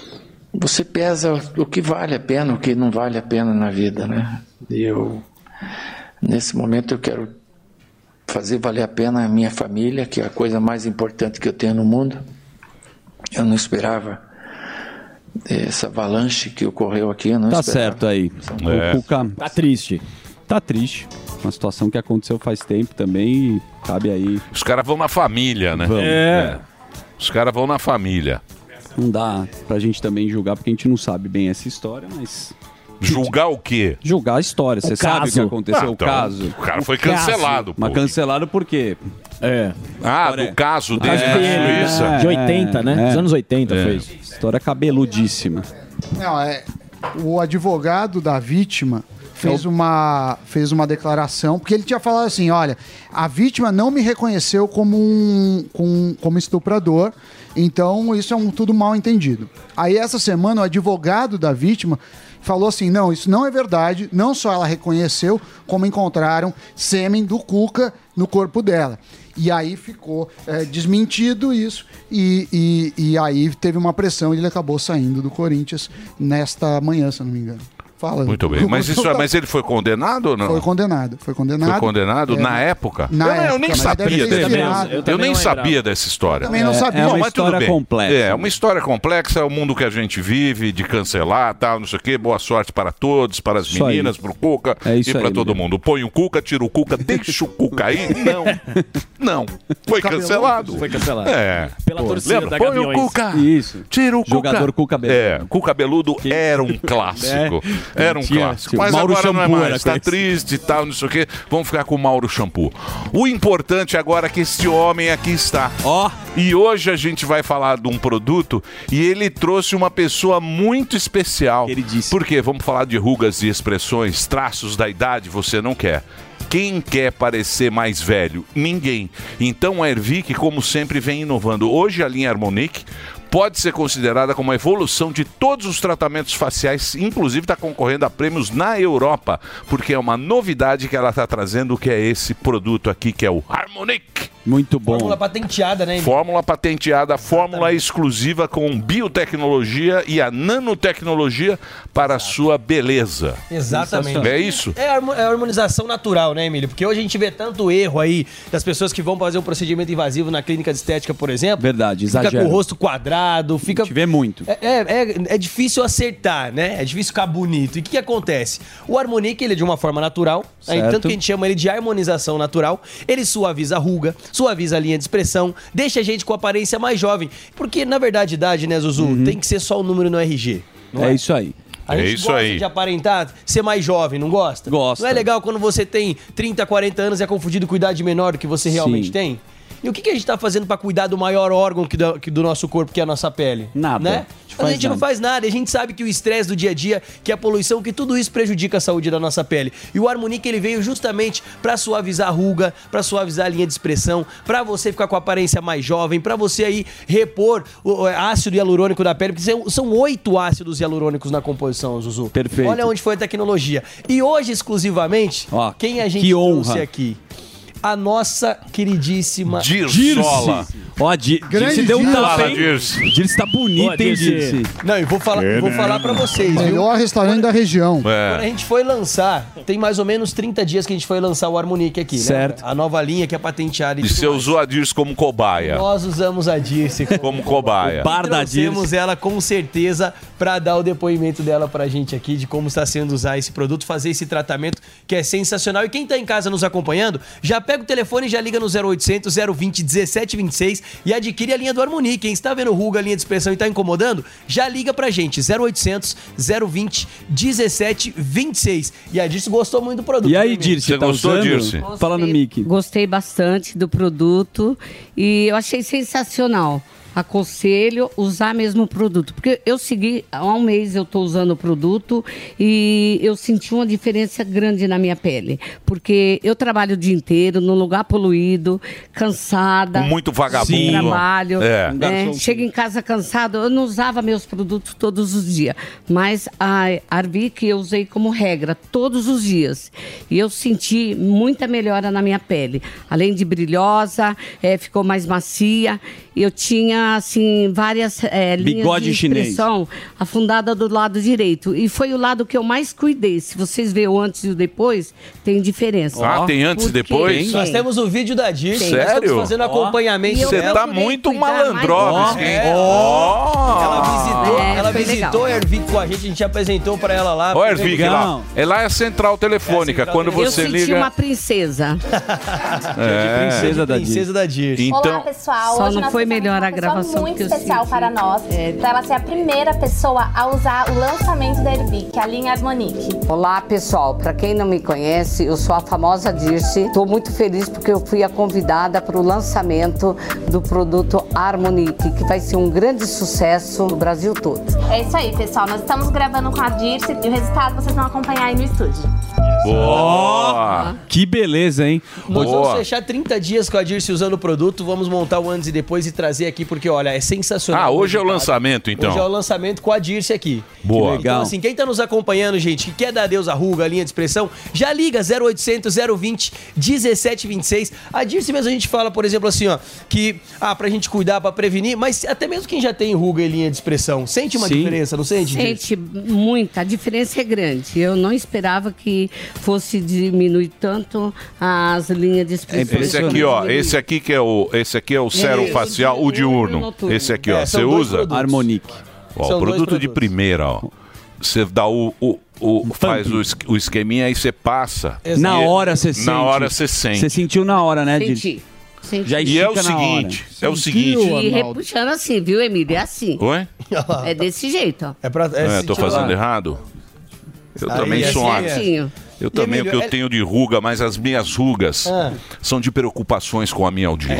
Speaker 16: Você pesa o que vale a pena, o que não vale a pena na vida, né? E eu Nesse momento eu quero fazer valer a pena a minha família, que é a coisa mais importante que eu tenho no mundo. Eu não esperava essa avalanche que ocorreu aqui. Eu não
Speaker 10: Tá
Speaker 16: esperava.
Speaker 10: certo aí.
Speaker 16: É.
Speaker 10: O Cuca tá triste. Tá triste. Uma situação que aconteceu faz tempo também e cabe aí.
Speaker 8: Os caras vão na família, né?
Speaker 10: Vão.
Speaker 8: É. Os caras vão na família.
Speaker 10: Não dá pra gente também julgar, porque a gente não sabe bem essa história, mas...
Speaker 8: Julgar o quê?
Speaker 10: Julgar a história.
Speaker 8: O
Speaker 10: Você sabe o que
Speaker 8: caso.
Speaker 10: aconteceu,
Speaker 8: Ah,
Speaker 10: o
Speaker 8: então,
Speaker 10: caso.
Speaker 8: o cara foi
Speaker 10: O caso.
Speaker 8: cancelado, pô.
Speaker 10: Mas cancelado por quê? É.
Speaker 8: Ah, do caso dele
Speaker 10: É,
Speaker 8: na Suíça.
Speaker 10: de oitenta, né? Dos anos oitenta
Speaker 8: É.
Speaker 10: foi isso. História cabeludíssima.
Speaker 11: Não, é, o advogado da vítima fez uma, fez uma declaração, porque ele tinha falado assim, olha, a vítima não me reconheceu como um com, como estuprador, então isso é um tudo mal entendido. Aí essa semana o advogado da vítima falou assim, não, isso não é verdade, não só ela reconheceu, como encontraram sêmen do Cuca no corpo dela. E aí ficou é, desmentido isso, e, e, e aí teve uma pressão e ele acabou saindo do Corinthians nesta manhã, se eu não me engano. Fala.
Speaker 8: Muito bem. Mas, isso, mas ele foi condenado ou não?
Speaker 11: Foi condenado. Foi condenado.
Speaker 8: Foi condenado
Speaker 11: É,
Speaker 8: na época?
Speaker 11: na
Speaker 8: eu, eu
Speaker 11: época,
Speaker 8: nem
Speaker 11: mas
Speaker 8: sabia
Speaker 11: deve ter
Speaker 8: desse
Speaker 11: esperado.
Speaker 8: Eu,
Speaker 11: Eu também
Speaker 8: nem
Speaker 11: não
Speaker 8: sabia
Speaker 11: lembrava.
Speaker 8: dessa história.
Speaker 11: Também não sabia.
Speaker 10: É uma
Speaker 8: Não, mas
Speaker 10: história
Speaker 8: tudo bem.
Speaker 10: complexa.
Speaker 8: É, uma história complexa, é o mundo que a gente vive, de cancelar, tal, não sei o quê. Boa sorte para todos, para as
Speaker 10: Isso
Speaker 8: meninas,
Speaker 10: aí.
Speaker 8: para o Cuca
Speaker 10: É isso
Speaker 8: e para
Speaker 10: aí,
Speaker 8: todo
Speaker 10: Miguel.
Speaker 8: mundo. Põe o Cuca, tira o Cuca, deixa o Cuca aí. Não. Não. Foi
Speaker 10: Cabeludo.
Speaker 8: cancelado.
Speaker 10: Foi cancelado.
Speaker 8: É.
Speaker 10: Pela torcida
Speaker 8: lembra?
Speaker 10: da
Speaker 8: Põe
Speaker 10: Gaviões.
Speaker 8: o Cuca.
Speaker 10: Isso.
Speaker 8: Tira o Cuca.
Speaker 10: Jogador Cuca Beludo.
Speaker 8: É, Cuca Beludo era um clássico.
Speaker 10: É.
Speaker 8: Era um
Speaker 10: Tinha-
Speaker 8: clássico.
Speaker 10: tinha-
Speaker 8: Mas
Speaker 10: Mauro
Speaker 8: agora não é
Speaker 10: Shampoo
Speaker 8: mais.
Speaker 10: era
Speaker 8: Tá
Speaker 10: conhecido.
Speaker 8: triste e tal, não sei o quê. Vamos ficar com o Mauro Shampoo. O importante agora é que este homem aqui está.
Speaker 10: Ó.
Speaker 8: E hoje a gente vai falar de um produto e ele trouxe uma pessoa muito especial. Por quê? Vamos falar de rugas e expressões, traços da idade, você não quer. Quem quer parecer mais velho? Ninguém. Então a Ervic, como sempre, vem inovando. Hoje a linha Harmonic pode ser considerada como a evolução de todos os tratamentos faciais, inclusive está concorrendo a prêmios na Europa, porque é uma novidade que ela está trazendo, que é esse produto aqui, que é o Harmonic.
Speaker 10: Muito bom.
Speaker 17: Fórmula patenteada, né?
Speaker 8: Fórmula patenteada, fórmula exclusiva com biotecnologia e a nanotecnologia para a sua beleza.
Speaker 17: Exatamente.
Speaker 8: É isso?
Speaker 17: É a harmo- é a harmonização natural, né, Emílio? Porque hoje a gente vê tanto erro aí das pessoas que vão fazer um procedimento invasivo na clínica de estética, por exemplo.
Speaker 10: Verdade,
Speaker 17: Fica
Speaker 10: exagero.
Speaker 17: com o rosto quadrado, fica...
Speaker 10: A gente vê muito.
Speaker 17: É, é, é, é difícil acertar, né? É difícil ficar bonito. E o que, que acontece? O Harmonic, ele é de uma forma natural, né?
Speaker 10: Certo.
Speaker 17: Tanto que a gente chama ele de harmonização natural. Ele suaviza a ruga, suaviza a linha de expressão, deixa a gente com aparência mais jovem. Porque, na verdade, idade, né, Zuzu? Tem que ser só o número no R G. não
Speaker 10: É isso aí.
Speaker 17: A gente
Speaker 8: É isso
Speaker 17: gosta
Speaker 8: aí.
Speaker 17: de aparentar, ser mais jovem, não gosta?
Speaker 10: Gosta.
Speaker 17: Não é legal quando você tem trinta, quarenta anos e é confundido com idade menor do que você realmente
Speaker 10: Sim.
Speaker 17: tem? E o que, que a gente tá fazendo pra cuidar do maior órgão que do, que do nosso corpo, que é a nossa pele?
Speaker 10: Nada.
Speaker 17: Né?
Speaker 10: A gente
Speaker 17: Mas
Speaker 10: faz
Speaker 17: a gente não
Speaker 10: nada.
Speaker 17: faz nada. E a gente sabe que o estresse do dia a dia, que a poluição, que tudo isso prejudica a saúde da nossa pele. E o Harmonic, ele veio justamente pra suavizar a ruga, pra suavizar a linha de expressão, pra você ficar com a aparência mais jovem, pra você aí repor o o ácido hialurônico da pele, porque são, são oito ácidos hialurônicos na composição, Zuzu.
Speaker 10: Perfeito.
Speaker 17: Olha onde foi a tecnologia. E hoje, exclusivamente,
Speaker 10: Ó,
Speaker 17: quem a gente
Speaker 10: que
Speaker 17: trouxe
Speaker 10: honra.
Speaker 17: aqui? A nossa queridíssima
Speaker 8: Dirsola.
Speaker 10: Ó, Di-
Speaker 11: Grande
Speaker 10: Dirce deu um
Speaker 11: Dirce.
Speaker 10: tapa,
Speaker 8: Fala,
Speaker 10: hein?
Speaker 8: Dirce.
Speaker 10: Dirce tá bonita,
Speaker 14: Ó,
Speaker 10: hein,
Speaker 14: Dirce.
Speaker 10: Dirce?
Speaker 17: Não, e vou falar, vou falar pra vocês, viu?
Speaker 11: Melhor restaurante da região.
Speaker 17: Quando a
Speaker 8: É.
Speaker 17: gente foi lançar, tem mais ou menos trinta dias que a gente foi lançar o Harmonic aqui, né?
Speaker 10: Certo.
Speaker 17: A nova linha que é patenteada e
Speaker 8: E
Speaker 17: tudo
Speaker 8: você
Speaker 17: mais.
Speaker 8: usou a Dirce como cobaia.
Speaker 17: Nós usamos a Dirce
Speaker 8: Como cobaia.
Speaker 10: Bar da
Speaker 17: Trouxemos
Speaker 10: Dirce.
Speaker 17: ela com certeza pra dar o depoimento dela pra gente aqui de como está sendo usar esse produto, fazer esse tratamento que é sensacional. E quem tá em casa nos acompanhando, já pega o telefone e já liga no zero oitocentos, zero vinte, dezessete vinte e seis e adquire a linha do Harmonic. Quem está vendo ruga, a linha de expressão e tá incomodando, já liga pra gente, zero oitocentos, zero vinte, dezessete vinte e seis. E a Dirce gostou muito do produto.
Speaker 10: E aí,
Speaker 17: né,
Speaker 10: Dirce,
Speaker 8: Você
Speaker 10: tá
Speaker 8: gostou,
Speaker 10: usando?
Speaker 8: Dirce?
Speaker 10: Fala no mic.
Speaker 4: Gostei bastante do produto e eu achei sensacional. Aconselho usar mesmo o produto, porque eu segui, há um mês eu estou usando o produto e eu senti uma diferença grande na minha pele, porque eu trabalho o dia inteiro num lugar poluído, cansada.
Speaker 8: Com muito vagabundo.
Speaker 4: Sim. Trabalho,
Speaker 8: É.
Speaker 4: né? Chego em casa cansado, eu não usava meus produtos todos os dias, mas a Harmonic eu usei como regra todos os dias e eu senti muita melhora na minha pele, além de brilhosa, eh, ficou mais macia. Eu tinha tinha, assim, várias é, linhas
Speaker 10: Bigode
Speaker 4: de expressão afundada do lado direito. E foi o lado que eu mais cuidei. Se vocês verem o antes e o depois, tem diferença.
Speaker 8: Ah, tem antes e depois?
Speaker 17: Nós temos o vídeo da Dirce.
Speaker 8: Sério?
Speaker 17: Nós estamos fazendo acompanhamento
Speaker 8: Você
Speaker 17: dela.
Speaker 8: tá muito malandrovski, hein?
Speaker 17: É.
Speaker 8: Ó.
Speaker 17: Ela visitou,
Speaker 4: É,
Speaker 17: ela
Speaker 4: foi
Speaker 17: visitou a Ervic com a gente, a gente apresentou pra ela lá.
Speaker 8: Ó, Ervic, lá. É lá é a central telefônica. Quando
Speaker 4: Eu
Speaker 8: você
Speaker 4: senti
Speaker 8: liga.
Speaker 4: uma princesa.
Speaker 8: É.
Speaker 17: Princesa da Princesa da Dirce.
Speaker 8: Então,
Speaker 18: Olá, pessoal.
Speaker 4: Só
Speaker 18: Hoje
Speaker 4: não
Speaker 18: nós
Speaker 4: foi
Speaker 18: temos
Speaker 4: melhor
Speaker 18: uma
Speaker 4: a
Speaker 18: pessoa
Speaker 4: gravação
Speaker 18: muito
Speaker 4: que eu
Speaker 18: especial
Speaker 4: senti.
Speaker 18: para nós, para ela ser a primeira pessoa a usar o lançamento da Ervic, a linha Harmonique.
Speaker 4: Olá, pessoal. Para quem não me conhece, eu sou a famosa Dirce. Estou muito feliz porque eu fui a convidada para o lançamento do produto Harmonique, que vai ser um grande sucesso no Brasil todo.
Speaker 18: É isso aí, pessoal. Nós estamos gravando com a Dirce e o resultado vocês vão acompanhar aí no estúdio.
Speaker 10: Boa! Que beleza, hein?
Speaker 17: Nós vamos fechar trinta dias com a Dirce usando o produto, vamos montar o antes e depois e trazer aqui, porque olha, é sensacional.
Speaker 8: Ah, hoje é o lançamento, então.
Speaker 17: Hoje é o lançamento com a Dirce aqui.
Speaker 8: Boa.
Speaker 17: Então,
Speaker 8: Legal.
Speaker 17: assim, quem tá nos acompanhando, gente, que quer dar adeus à ruga, a linha de expressão, já liga zero oitocentos, zero vinte, dezessete vinte e seis. A Dirce mesmo a gente fala, por exemplo, assim, ó, que, ah, pra gente cuidar, pra prevenir, mas até mesmo quem já tem ruga e linha de expressão, sente uma
Speaker 4: Sim.
Speaker 17: diferença, não sente, Dirce?
Speaker 4: Sente muita, a diferença é grande. Eu não esperava que fosse diminuir tanto as linhas de expressão.
Speaker 8: Esse aqui, ó, esse aqui que é o, esse aqui é o sérum
Speaker 4: É,
Speaker 8: facial, o diurno. Esse aqui, ó,
Speaker 17: É, são
Speaker 8: você
Speaker 17: dois
Speaker 8: usa?
Speaker 17: produtos.
Speaker 10: Harmonique.
Speaker 8: Ó,
Speaker 17: São
Speaker 8: o
Speaker 17: dois
Speaker 8: produto de
Speaker 17: produtos.
Speaker 8: primeira, ó. Você dá o, o, o faz o, es- o esqueminha aí você passa.
Speaker 10: Na
Speaker 8: E-
Speaker 10: hora você sente.
Speaker 8: Na hora você sente.
Speaker 10: Você sentiu na hora, né, Dirce?
Speaker 4: Senti. Senti.
Speaker 10: Já
Speaker 8: E é o
Speaker 10: estica na
Speaker 8: seguinte,
Speaker 10: hora.
Speaker 8: é o seguinte.
Speaker 4: E repuxando assim, viu, Emílio? É assim.
Speaker 8: Oi?
Speaker 4: É desse jeito, ó.
Speaker 17: É pra,
Speaker 8: É, tô fazendo errado? Eu
Speaker 17: Aí,
Speaker 8: também
Speaker 17: assim
Speaker 8: sou.
Speaker 17: é.
Speaker 4: Certinho.
Speaker 8: Eu também, o que eu
Speaker 17: Emílio, é-
Speaker 8: tenho de ruga, mas as minhas rugas
Speaker 17: Ah.
Speaker 8: são de preocupações com a minha audiência.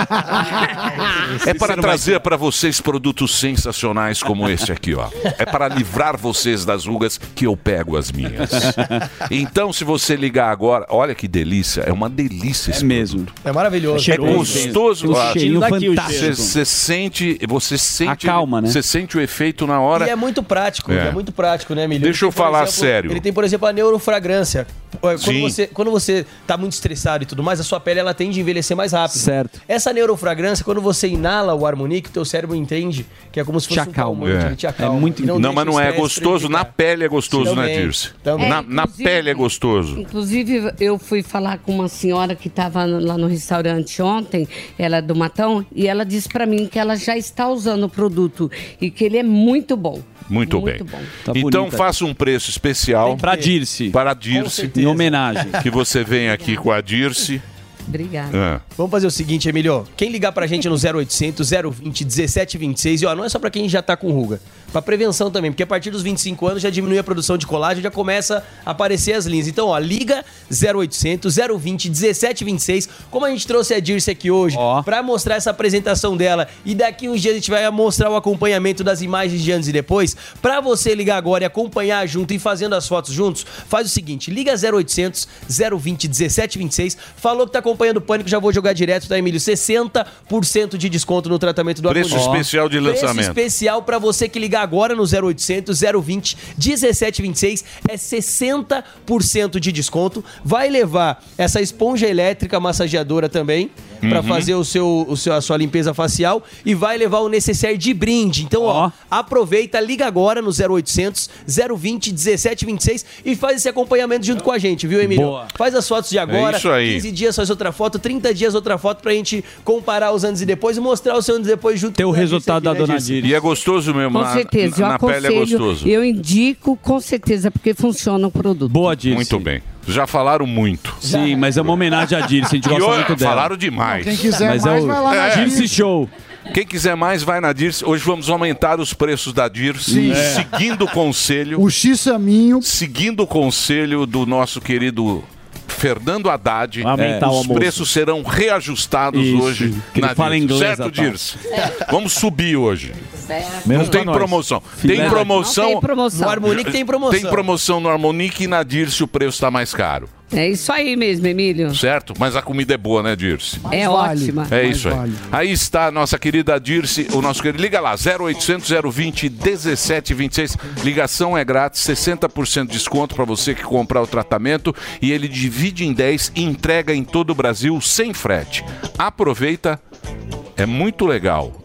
Speaker 8: É para
Speaker 10: não
Speaker 8: trazer para vocês produtos sensacionais como esse aqui, ó. É para livrar vocês das rugas que eu pego as minhas. Então, se você ligar agora, olha que delícia, é uma delícia esse
Speaker 10: mesmo.
Speaker 17: É maravilhoso.
Speaker 8: É gostoso,
Speaker 10: Tem um
Speaker 8: ah,
Speaker 10: cheirinho
Speaker 8: Você
Speaker 10: fantástico.
Speaker 8: você sente, você sente,
Speaker 10: Acalma, né?
Speaker 8: Você sente o efeito na hora.
Speaker 17: E é muito prático,
Speaker 8: É.
Speaker 17: é, muito prático, né, Emílio?
Speaker 8: Deixa
Speaker 17: Ele
Speaker 8: eu
Speaker 17: tem, por
Speaker 8: falar
Speaker 17: exemplo,
Speaker 8: sério.
Speaker 17: Ele tem, por exemplo, a neurofragrância. Quando
Speaker 8: Sim.
Speaker 17: você, quando você tá muito estressado e tudo mais, a sua pele ela tende a envelhecer mais rápido.
Speaker 10: Certo.
Speaker 17: Essa neurofragrância, quando você inala o Harmonique, teu cérebro entende que é como se fosse
Speaker 10: Te acalma.
Speaker 17: um calmante,
Speaker 8: É.
Speaker 17: ele te acalma.
Speaker 10: É muito
Speaker 17: E
Speaker 8: Não,
Speaker 17: deixa
Speaker 8: mas
Speaker 17: o
Speaker 8: não é
Speaker 17: estresse
Speaker 8: gostoso. Na
Speaker 17: prejudicar.
Speaker 8: pele é gostoso, né,
Speaker 17: Também.
Speaker 8: Dirce?
Speaker 17: Também.
Speaker 8: Na,
Speaker 4: É,
Speaker 8: na
Speaker 4: inclusive-
Speaker 8: pele é gostoso.
Speaker 4: Inclusive, eu fui falar com uma senhora que estava lá no restaurante ontem, ela é do Matão, e ela disse para mim que ela já está usando o produto e que ele é muito bom.
Speaker 8: Muito,
Speaker 4: Muito
Speaker 8: bem.
Speaker 4: bom.
Speaker 10: Tá
Speaker 8: Então
Speaker 10: bonita.
Speaker 8: faça um preço especial
Speaker 10: Pra Dirce.
Speaker 8: para a Dirce.
Speaker 10: Em homenagem.
Speaker 8: Que você vem aqui com a Dirce.
Speaker 4: Obrigada.
Speaker 8: Ah.
Speaker 17: Vamos fazer o seguinte, Emílio. Quem ligar pra gente no zero oitocentos, zero vinte, dezessete vinte e seis, e ó, não é só pra quem já tá com ruga. Pra prevenção também, porque a partir dos vinte e cinco anos já diminui a produção de colágeno, já começa a aparecer as linhas. Então, ó, liga zero oitocentos, zero vinte, dezessete vinte e seis. Como a gente trouxe a Dirce aqui hoje,
Speaker 10: Ó.
Speaker 17: pra mostrar essa apresentação dela, e daqui uns dias a gente vai mostrar o acompanhamento das imagens de antes e depois. Pra você ligar agora e acompanhar junto e fazendo as fotos juntos, faz o seguinte, liga zero oitocentos, zero vinte, dezessete vinte e seis. Falou que tá acompanhando o Pânico, já vou jogar direto, tá, Emílio? sessenta por cento de desconto no tratamento do
Speaker 8: Preço
Speaker 17: Harmonique.
Speaker 8: especial de
Speaker 17: Preço
Speaker 8: lançamento.
Speaker 17: especial pra você que ligar agora no zero oitocentos, zero vinte, dezessete vinte e seis. É sessenta por cento de desconto. Vai levar essa esponja elétrica massageadora também, pra
Speaker 8: Uhum.
Speaker 17: fazer o seu, o seu, a sua limpeza facial. E vai levar o necessaire de brinde. Então, ó, aproveita, liga agora no zero oitocentos, zero vinte, dezessete vinte e seis e faz esse acompanhamento junto com a gente, viu, Emílio?
Speaker 10: Boa.
Speaker 17: Faz as fotos de agora.
Speaker 8: É isso aí.
Speaker 17: quinze dias faz outra foto, trinta dias outra foto pra gente comparar os antes e depois e mostrar o seu antes e depois junto
Speaker 10: Ter o
Speaker 17: com a gente
Speaker 10: resultado
Speaker 17: aqui,
Speaker 10: da
Speaker 17: né,
Speaker 10: dona
Speaker 17: Dirce?
Speaker 10: Dirce.
Speaker 8: E é gostoso mesmo.
Speaker 4: Com
Speaker 8: na,
Speaker 4: certeza, eu
Speaker 8: na pele é
Speaker 4: aconselho,
Speaker 8: gostoso.
Speaker 4: eu indico com certeza, porque funciona o produto.
Speaker 10: Boa, Dirce.
Speaker 8: Muito bem. Já falaram muito.
Speaker 10: Sim, mas é uma homenagem à Dirce. A gente
Speaker 8: E
Speaker 10: gosta
Speaker 8: olha,
Speaker 10: muito dela.
Speaker 8: falaram demais.
Speaker 11: Quem quiser
Speaker 10: Mas
Speaker 11: mais,
Speaker 10: é o
Speaker 11: vai lá na
Speaker 8: É.
Speaker 10: Dirce Show.
Speaker 8: Quem quiser mais, vai na Dirce. Hoje vamos aumentar os preços da Dirce,
Speaker 11: Sim.
Speaker 8: seguindo o conselho,
Speaker 11: O X-Saminho.
Speaker 8: seguindo o conselho do nosso querido Fernando Haddad.
Speaker 14: Aumentar o
Speaker 8: Os
Speaker 14: almoço.
Speaker 8: preços serão reajustados
Speaker 10: Isso,
Speaker 8: hoje
Speaker 10: que ele
Speaker 8: na
Speaker 10: fala
Speaker 8: Dirce.
Speaker 10: inglês,
Speaker 8: Certo,
Speaker 10: rapaz.
Speaker 8: Dirce? Vamos subir hoje.
Speaker 14: Menos
Speaker 8: Não tem
Speaker 14: pra nós.
Speaker 8: promoção.
Speaker 10: Filé
Speaker 8: Tem
Speaker 10: da-
Speaker 8: promoção.
Speaker 4: Não tem promoção.
Speaker 17: No Harmonique tem promoção.
Speaker 8: Tem promoção no Harmonique e na Dirce o preço está mais caro.
Speaker 4: É isso aí mesmo, Emílio.
Speaker 8: Certo? Mas a comida é boa, né, Dirce?
Speaker 4: É
Speaker 11: vale.
Speaker 4: ótima.
Speaker 8: É
Speaker 11: Mais
Speaker 8: isso aí.
Speaker 11: vale.
Speaker 8: Aí está a nossa querida Dirce, o nosso querido. Liga lá, zero oitocentos, zero vinte, dezessete vinte e seis. Ligação é grátis, sessenta por cento de desconto para você que comprar o tratamento. E ele divide em dez e entrega em todo o Brasil sem frete. Aproveita. É muito legal.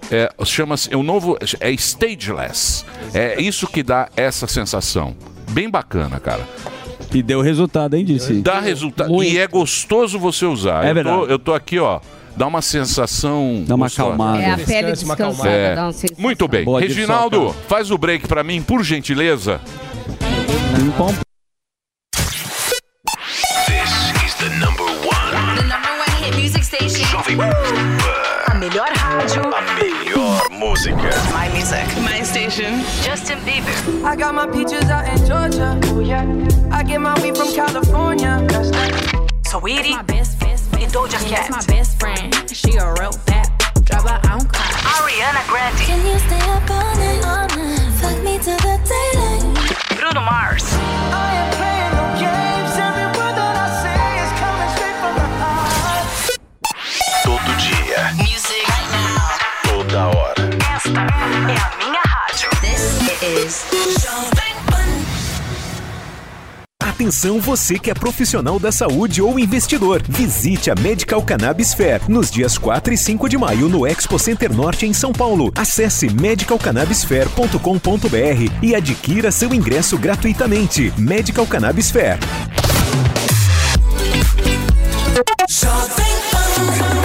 Speaker 8: é, chama-se, é o novo, é Stageless. É isso que dá essa sensação. Bem bacana, cara.
Speaker 10: E deu resultado, hein, disse?
Speaker 8: Dá resultado. E é gostoso você usar.
Speaker 10: É
Speaker 8: eu
Speaker 10: verdade.
Speaker 8: Tô, eu tô aqui, ó. Dá uma sensação.
Speaker 10: Dá uma
Speaker 8: gostosa.
Speaker 10: acalmada.
Speaker 4: É a pele descansada,
Speaker 8: É.
Speaker 4: dá uma sensação.
Speaker 8: Muito bem.
Speaker 10: Boa,
Speaker 8: Reginaldo,
Speaker 10: Edson,
Speaker 8: faz o break pra mim, por gentileza.
Speaker 19: This is the number one. The number one hit music station. Jovem Pan. A melhor rádio. A melhor música. My music. My station. Justin Bieber.
Speaker 20: I got my peaches out in Georgia. Oh yeah. I get my weed from California. That's that.
Speaker 19: Saweetie. My best, best, best. Doja Cat. That's my best friend. She a real bad. Drop her own car. Ariana Grande.
Speaker 21: Can you stay up all night? All night. Fuck me to the daylight.
Speaker 19: Bruno Mars.
Speaker 20: I ain't playing no games. Every word that I say is coming straight from the heart.
Speaker 19: Todo dia. Music right now. Toda hora. Esta é a minha rádio. This is Jovem Pan.
Speaker 22: Atenção você que é profissional da saúde ou investidor. Visite a Medical Cannabis Fair nos dias quatro e cinco de maio no Expo Center Norte em São Paulo. Acesse medical cannabis fair ponto com ponto b r e adquira seu ingresso gratuitamente. Medical Cannabis Fair.
Speaker 19: Jovem Pan.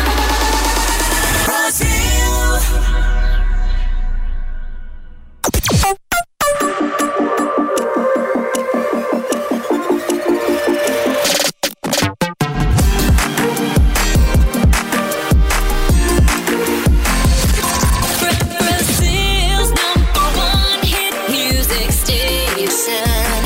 Speaker 19: Brasil.
Speaker 21: Brazil's number one hit music station.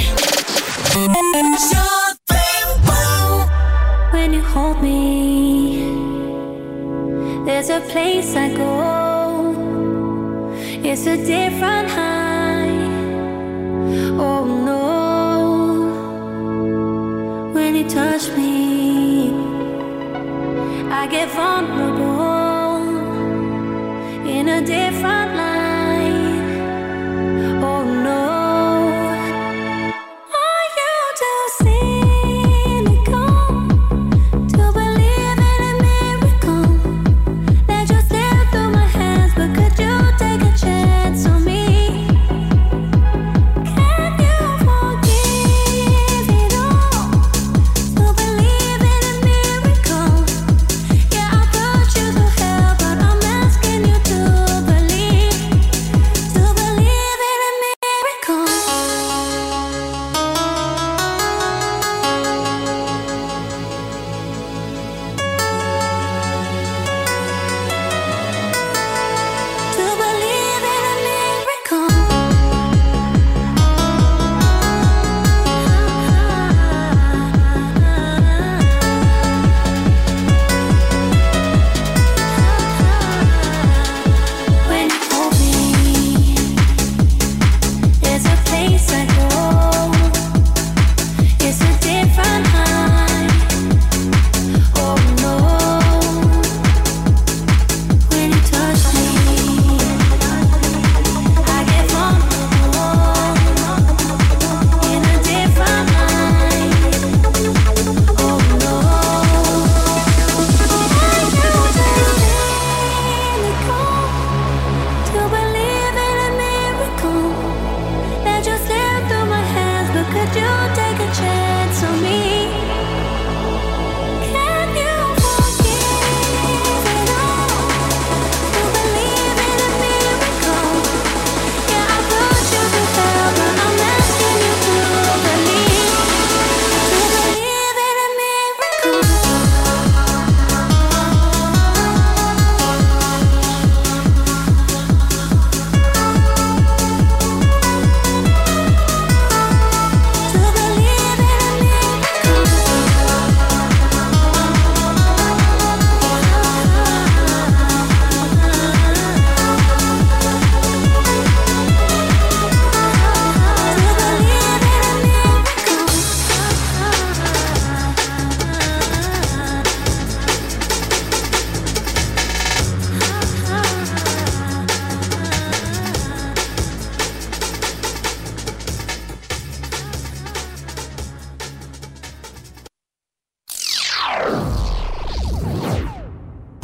Speaker 21: Jovem Pan. When you hold me, there's a place I go. It's a different high. Oh no. When you touch me, I get vulnerable in a different light. Oh no. Are you too cynical to believe in a miracle that just slipped through my hands? But could you take a chance on me? Can you forgive it all to believe in a miracle? Yeah, I'll put you through hell, but I'm asking you to believe.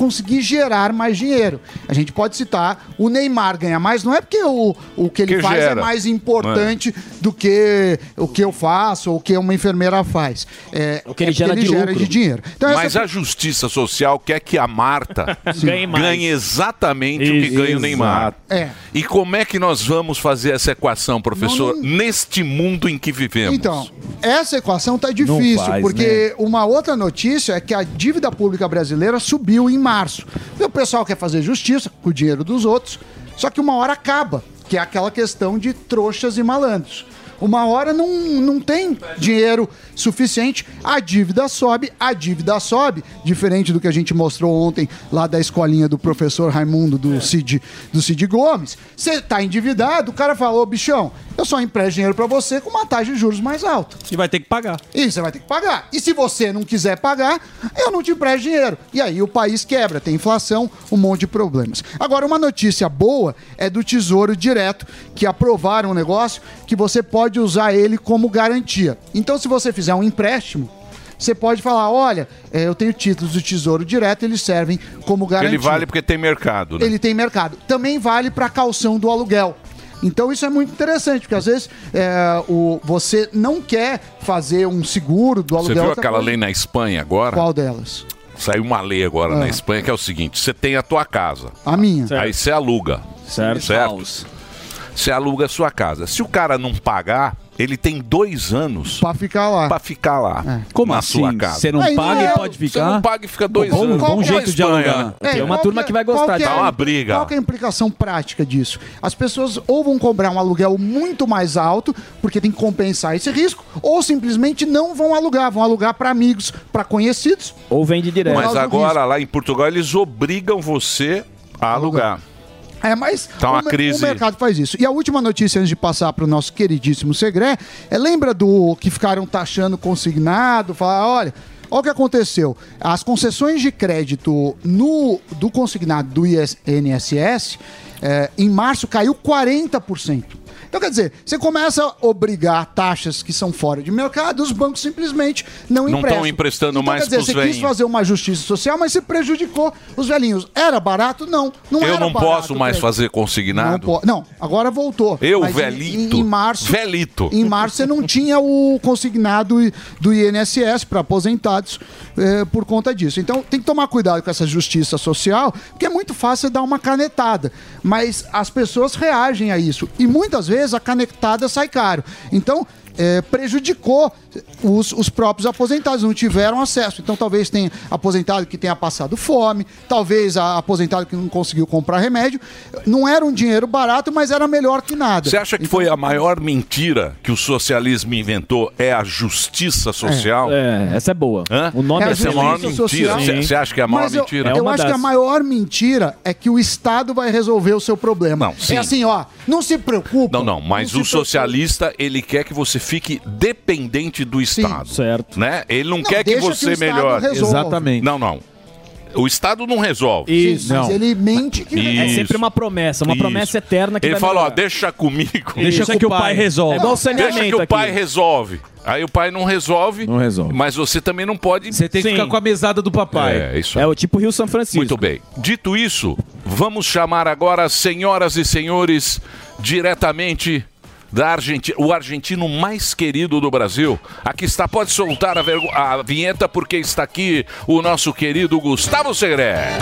Speaker 11: conseguir gerar mais dinheiro. A gente pode citar o Neymar ganha mais, não é porque o, o que ele
Speaker 8: Que
Speaker 11: faz
Speaker 8: gera.
Speaker 11: é mais importante do que o que eu faço ou o que uma enfermeira faz. É,
Speaker 14: O que ele
Speaker 11: é
Speaker 14: gera
Speaker 11: porque
Speaker 14: de
Speaker 11: gera
Speaker 14: lucro.
Speaker 11: de dinheiro. Então,
Speaker 8: Mas
Speaker 11: essa-
Speaker 8: a justiça social quer que a Marta
Speaker 14: Ganhe mais.
Speaker 8: ganhe exatamente o que
Speaker 14: Isso.
Speaker 8: ganha o Neymar.
Speaker 11: É.
Speaker 8: E como é que nós vamos fazer essa equação, professor,
Speaker 11: Não,
Speaker 8: neste mundo em que vivemos?
Speaker 11: Então, essa equação tá difícil,
Speaker 8: faz,
Speaker 11: porque uma outra notícia é que a dívida pública brasileira subiu em março. E o pessoal quer fazer justiça com o dinheiro dos outros, só que uma hora acaba, que é aquela questão de trouxas e malandros. Uma hora não, não tem dinheiro suficiente, a dívida sobe, a dívida sobe, diferente do que a gente mostrou ontem lá da escolinha do professor Raimundo, do Cid, do Cid Gomes. Você tá endividado, o cara falou, bichão, eu só empresto dinheiro pra você com uma taxa de juros mais alta.
Speaker 10: E vai ter que pagar.
Speaker 11: E você vai ter que pagar. E se você não quiser pagar, eu não te empresto dinheiro. E aí o país quebra, tem inflação, um monte de problemas. Agora, uma notícia boa é do Tesouro Direto, que aprovaram um negócio que você pode usar ele como garantia. Então, se você fizer um empréstimo, você pode falar, olha, eh, eu tenho títulos do Tesouro Direto, eles servem como garantia.
Speaker 8: Ele vale porque tem mercado, né?
Speaker 11: Ele tem mercado. Também vale para calção do aluguel. Então isso é muito interessante, porque às vezes é, o, você não quer fazer um seguro do
Speaker 8: Você
Speaker 11: aluguel.
Speaker 8: viu
Speaker 11: outra
Speaker 8: aquela
Speaker 11: coisa.
Speaker 8: lei na Espanha agora?
Speaker 11: Qual delas?
Speaker 8: Saiu uma lei agora
Speaker 11: Ah.
Speaker 8: na Espanha que é o seguinte: você tem a tua casa.
Speaker 11: A minha.
Speaker 8: Aí você aluga.
Speaker 14: Certo.
Speaker 8: Certo? Você aluga a sua casa. Se o cara não pagar, ele tem dois anos
Speaker 11: pra ficar lá.
Speaker 8: Pra ficar lá.
Speaker 10: Como
Speaker 8: na
Speaker 10: assim?
Speaker 8: sua casa.
Speaker 10: Você não
Speaker 11: Aí
Speaker 10: paga
Speaker 11: não
Speaker 10: e
Speaker 11: é-
Speaker 10: pode ficar?
Speaker 8: Você não paga e fica dois
Speaker 10: Bom-
Speaker 8: anos.
Speaker 10: bom
Speaker 8: Qual
Speaker 10: jeito
Speaker 8: é a
Speaker 10: de
Speaker 8: Espanha?
Speaker 10: alugar.
Speaker 11: É,
Speaker 14: Tem uma
Speaker 11: qual
Speaker 14: turma
Speaker 11: é-
Speaker 14: que vai
Speaker 11: qual
Speaker 14: gostar
Speaker 11: que é-
Speaker 8: Tá uma briga.
Speaker 11: Qual que é a implicação prática disso? As pessoas ou vão cobrar um aluguel muito mais alto, porque tem que compensar esse risco, ou simplesmente não vão alugar, vão alugar para amigos, para conhecidos.
Speaker 14: Ou vende direto.
Speaker 8: Mas
Speaker 11: causa do
Speaker 8: agora lá em Portugal eles obrigam você a alugar.
Speaker 11: É, mas
Speaker 8: Tá uma
Speaker 11: o, me-
Speaker 8: crise.
Speaker 11: o mercado faz isso. E a última notícia, antes de passar para o nosso queridíssimo Segré, é lembra do que ficaram taxando consignado, falar, olha, olha o que aconteceu. As concessões de crédito no, do consignado do I N S S, é, em março caiu quarenta por cento. Então, quer dizer, você começa a obrigar taxas que são fora de mercado, os bancos simplesmente não
Speaker 8: Não
Speaker 11: emprestam.
Speaker 8: tão emprestando
Speaker 11: então,
Speaker 8: mais
Speaker 11: quer dizer,
Speaker 8: pros
Speaker 11: você quis
Speaker 8: velhinhos.
Speaker 11: fazer uma justiça social, mas você prejudicou os velhinhos. Era barato? Não. Não
Speaker 8: Eu
Speaker 11: era
Speaker 8: não
Speaker 11: barato,
Speaker 8: posso mais
Speaker 11: velho.
Speaker 8: fazer
Speaker 11: Não,
Speaker 8: consignado.
Speaker 11: po- não, agora voltou.
Speaker 8: Eu,
Speaker 11: Mas em-
Speaker 8: velito.
Speaker 11: Em, em março.
Speaker 8: Velito.
Speaker 11: Em março você não tinha o consignado i- do I N S S para aposentados eh, por conta disso. Então tem que tomar cuidado com essa justiça social, porque é muito fácil você dar uma canetada. Mas as pessoas reagem a isso. E muitas vezes a canetada sai caro. Então. eh, prejudicou os, os próprios aposentados, não tiveram acesso. Então, talvez tenha aposentado que tenha passado fome, talvez a aposentado que não conseguiu comprar remédio. Não era um dinheiro barato, mas era melhor que nada.
Speaker 8: Você acha que foi a maior mentira que o socialismo inventou? É a justiça social?
Speaker 14: É, essa é boa.
Speaker 8: Hã?
Speaker 14: O nome é,
Speaker 8: Essa é a maior
Speaker 11: justiça
Speaker 8: mentira.
Speaker 11: social.
Speaker 8: Você você acha que é a maior
Speaker 11: Mas eu,
Speaker 8: mentira?
Speaker 11: eu acho que a maior mentira é que o Estado vai resolver o seu problema.
Speaker 8: Não, sim.
Speaker 11: É assim, ó, não se preocupa.
Speaker 8: Não, não, mas o socialista, ele quer que você fique dependente do Estado.
Speaker 14: Certo.
Speaker 8: Né? Ele não,
Speaker 11: Não,
Speaker 8: quer que
Speaker 11: deixa que o
Speaker 8: você
Speaker 11: Estado
Speaker 8: melhore.
Speaker 11: resolva. Exatamente.
Speaker 8: Não, não. O Estado não resolve.
Speaker 11: Isso, mas ele mente que
Speaker 14: É sempre uma promessa, uma
Speaker 8: Isso.
Speaker 14: promessa eterna que
Speaker 8: Ele
Speaker 14: vai
Speaker 8: fala, ó,
Speaker 14: melhorar.
Speaker 8: deixa comigo.
Speaker 14: Deixa que o pai resolve. É igual o saneamento
Speaker 8: Deixa que o
Speaker 14: aqui.
Speaker 8: pai resolve. Aí o pai não resolve. Não
Speaker 10: resolve.
Speaker 8: Mas você também não pode. Você
Speaker 10: tem que ficar com a mesada do papai.
Speaker 8: É, isso
Speaker 14: É o tipo Rio São Francisco.
Speaker 8: Muito bem. Dito isso, vamos chamar agora, senhoras e senhores, diretamente da Argentina, o argentino mais querido do Brasil. Aqui está, pode soltar a, vergo- a vinheta, porque está aqui o nosso querido Gustavo Segré.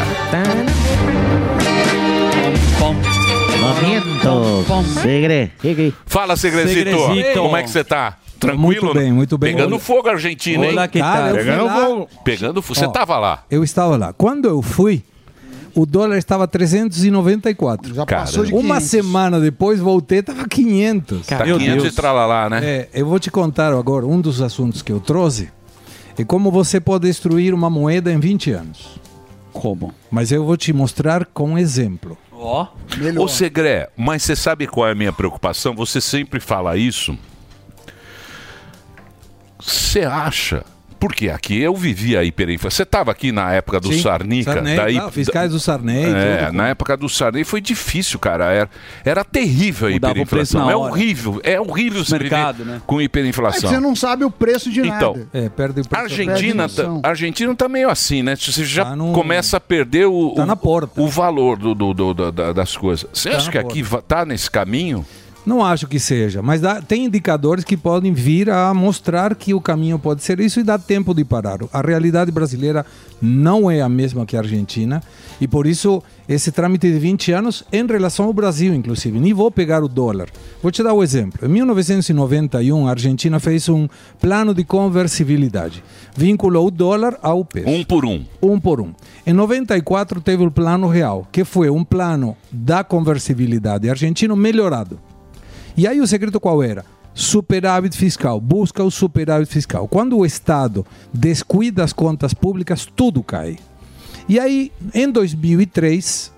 Speaker 1: Momento, Segre.
Speaker 8: Fala, Segrezito.
Speaker 1: Segrezito.
Speaker 8: Como é que você tá? Tranquilo?
Speaker 1: Muito bem, muito bem.
Speaker 8: Pegando
Speaker 1: Olá.
Speaker 8: fogo, Argentina, hein?
Speaker 1: Olá, que tal? Cara, eu fui
Speaker 8: Pegando
Speaker 1: lá.
Speaker 8: fogo. Pegando fogo. Você
Speaker 1: Ó,
Speaker 8: tava lá.
Speaker 1: Eu estava lá. Quando eu fui, o dólar estava trezentos e noventa e quatro.
Speaker 8: Já passou de
Speaker 1: Uma
Speaker 8: quinhentos.
Speaker 1: semana depois voltei, estava quinhentos.
Speaker 8: Tá quinhentos e tralalá, né?
Speaker 1: É, eu vou te contar agora, um dos assuntos que eu trouxe é como você pode destruir uma moeda em vinte anos.
Speaker 10: Como?
Speaker 1: Mas eu vou te mostrar com um exemplo.
Speaker 8: Ó. Ô, Segré, mas você sabe qual é a minha preocupação? Você sempre fala isso. Você acha Porque aqui eu vivia a hiperinflação. Você estava aqui na época do
Speaker 1: Sim,
Speaker 8: Sarnica?
Speaker 1: Sarney,
Speaker 8: daí,
Speaker 1: claro, fiscais do Sarney,
Speaker 8: É,
Speaker 1: tudo.
Speaker 8: na época do Sarney foi difícil, cara. Era, era terrível a
Speaker 11: Mudava o preço
Speaker 8: hiperinflação.
Speaker 11: na
Speaker 8: É
Speaker 11: hora.
Speaker 8: horrível. É horrível você
Speaker 11: Mercado,
Speaker 8: viver
Speaker 11: né?
Speaker 8: com
Speaker 11: É que
Speaker 8: hiperinflação.
Speaker 11: você não sabe o preço de
Speaker 8: Então,
Speaker 11: nada.
Speaker 1: É, perde o
Speaker 8: A Argentina, tá, a Argentina tá meio assim, né? Você já
Speaker 1: Tá no-
Speaker 8: começa a perder o,
Speaker 1: Tá
Speaker 8: o,
Speaker 1: na porta.
Speaker 8: o valor do, do- do- do- da- das coisas. Você
Speaker 1: Tá
Speaker 8: acha
Speaker 1: na
Speaker 8: que aqui va- tá nesse caminho?
Speaker 1: Não acho que seja, mas dá- tem indicadores que podem vir a mostrar que o caminho pode ser isso e dá tempo de parar. A realidade brasileira não é a mesma que a Argentina e por isso esse trâmite de vinte anos em relação ao Brasil, inclusive. Nem vou pegar o dólar. Vou te dar um exemplo. Em mil novecentos e noventa e um, a Argentina fez um plano de conversibilidade. Vinculou o dólar ao peso.
Speaker 8: Um por um.
Speaker 1: Um por um. Em noventa e quatro teve o plano real, que foi um plano da conversibilidade argentino melhorado. E aí o segredo qual era? Superávit fiscal, busca o superávit fiscal. Quando o Estado descuida as contas públicas, tudo cai. E aí, em dois mil e três,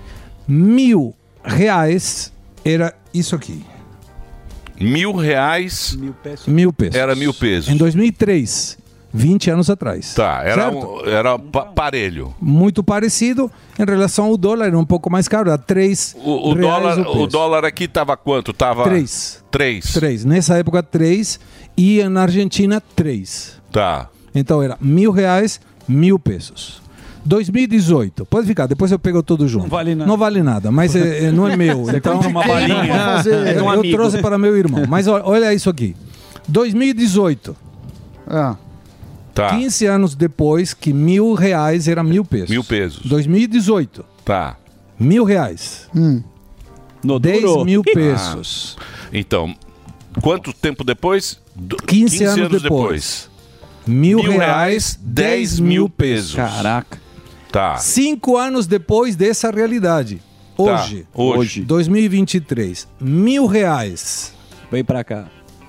Speaker 1: mil reais era isso aqui.
Speaker 8: Mil reais.
Speaker 1: Mil pesos. Mil pesos.
Speaker 8: Era mil pesos.
Speaker 1: Em dois mil e três, vinte anos atrás.
Speaker 8: Tá, era,
Speaker 1: Certo?
Speaker 8: um, era pa- parelho.
Speaker 1: Muito parecido em relação ao dólar, era um pouco mais caro, era três
Speaker 8: O, o
Speaker 1: reais
Speaker 8: dólar,
Speaker 1: o
Speaker 8: o
Speaker 1: peso.
Speaker 8: dólar aqui tava quanto? Tava
Speaker 1: Três.
Speaker 8: Três.
Speaker 1: Três. Nessa época, três. E na Argentina, três.
Speaker 8: Tá.
Speaker 1: Então era mil reais, mil pesos. dois mil e dezoito, pode ficar, depois eu pego tudo junto. Não vale nada. Não vale nada, mas é- é- não é meu.
Speaker 10: Você
Speaker 1: então
Speaker 10: compra uma balinha.
Speaker 1: É,
Speaker 10: É um
Speaker 1: eu
Speaker 10: amigo.
Speaker 1: trouxe para meu irmão. Mas ó- olha isso aqui. dois mil e dezoito.
Speaker 11: Ah.
Speaker 8: Tá.
Speaker 1: quinze anos depois que mil reais era mil pesos.
Speaker 8: Mil pesos.
Speaker 1: dois mil e dezoito.
Speaker 8: Tá.
Speaker 1: Mil reais.
Speaker 10: No
Speaker 1: dez
Speaker 8: duro.
Speaker 1: mil
Speaker 8: Ah.
Speaker 1: pesos.
Speaker 8: Então, quanto tempo depois? Do-
Speaker 1: quinze anos depois. Mil reais, dez mil pesos.
Speaker 10: Caraca.
Speaker 8: Tá.
Speaker 1: Cinco anos depois dessa realidade. Hoje.
Speaker 8: Tá, hoje.
Speaker 1: dois mil e vinte e três. Mil reais.
Speaker 10: Vem pra cá.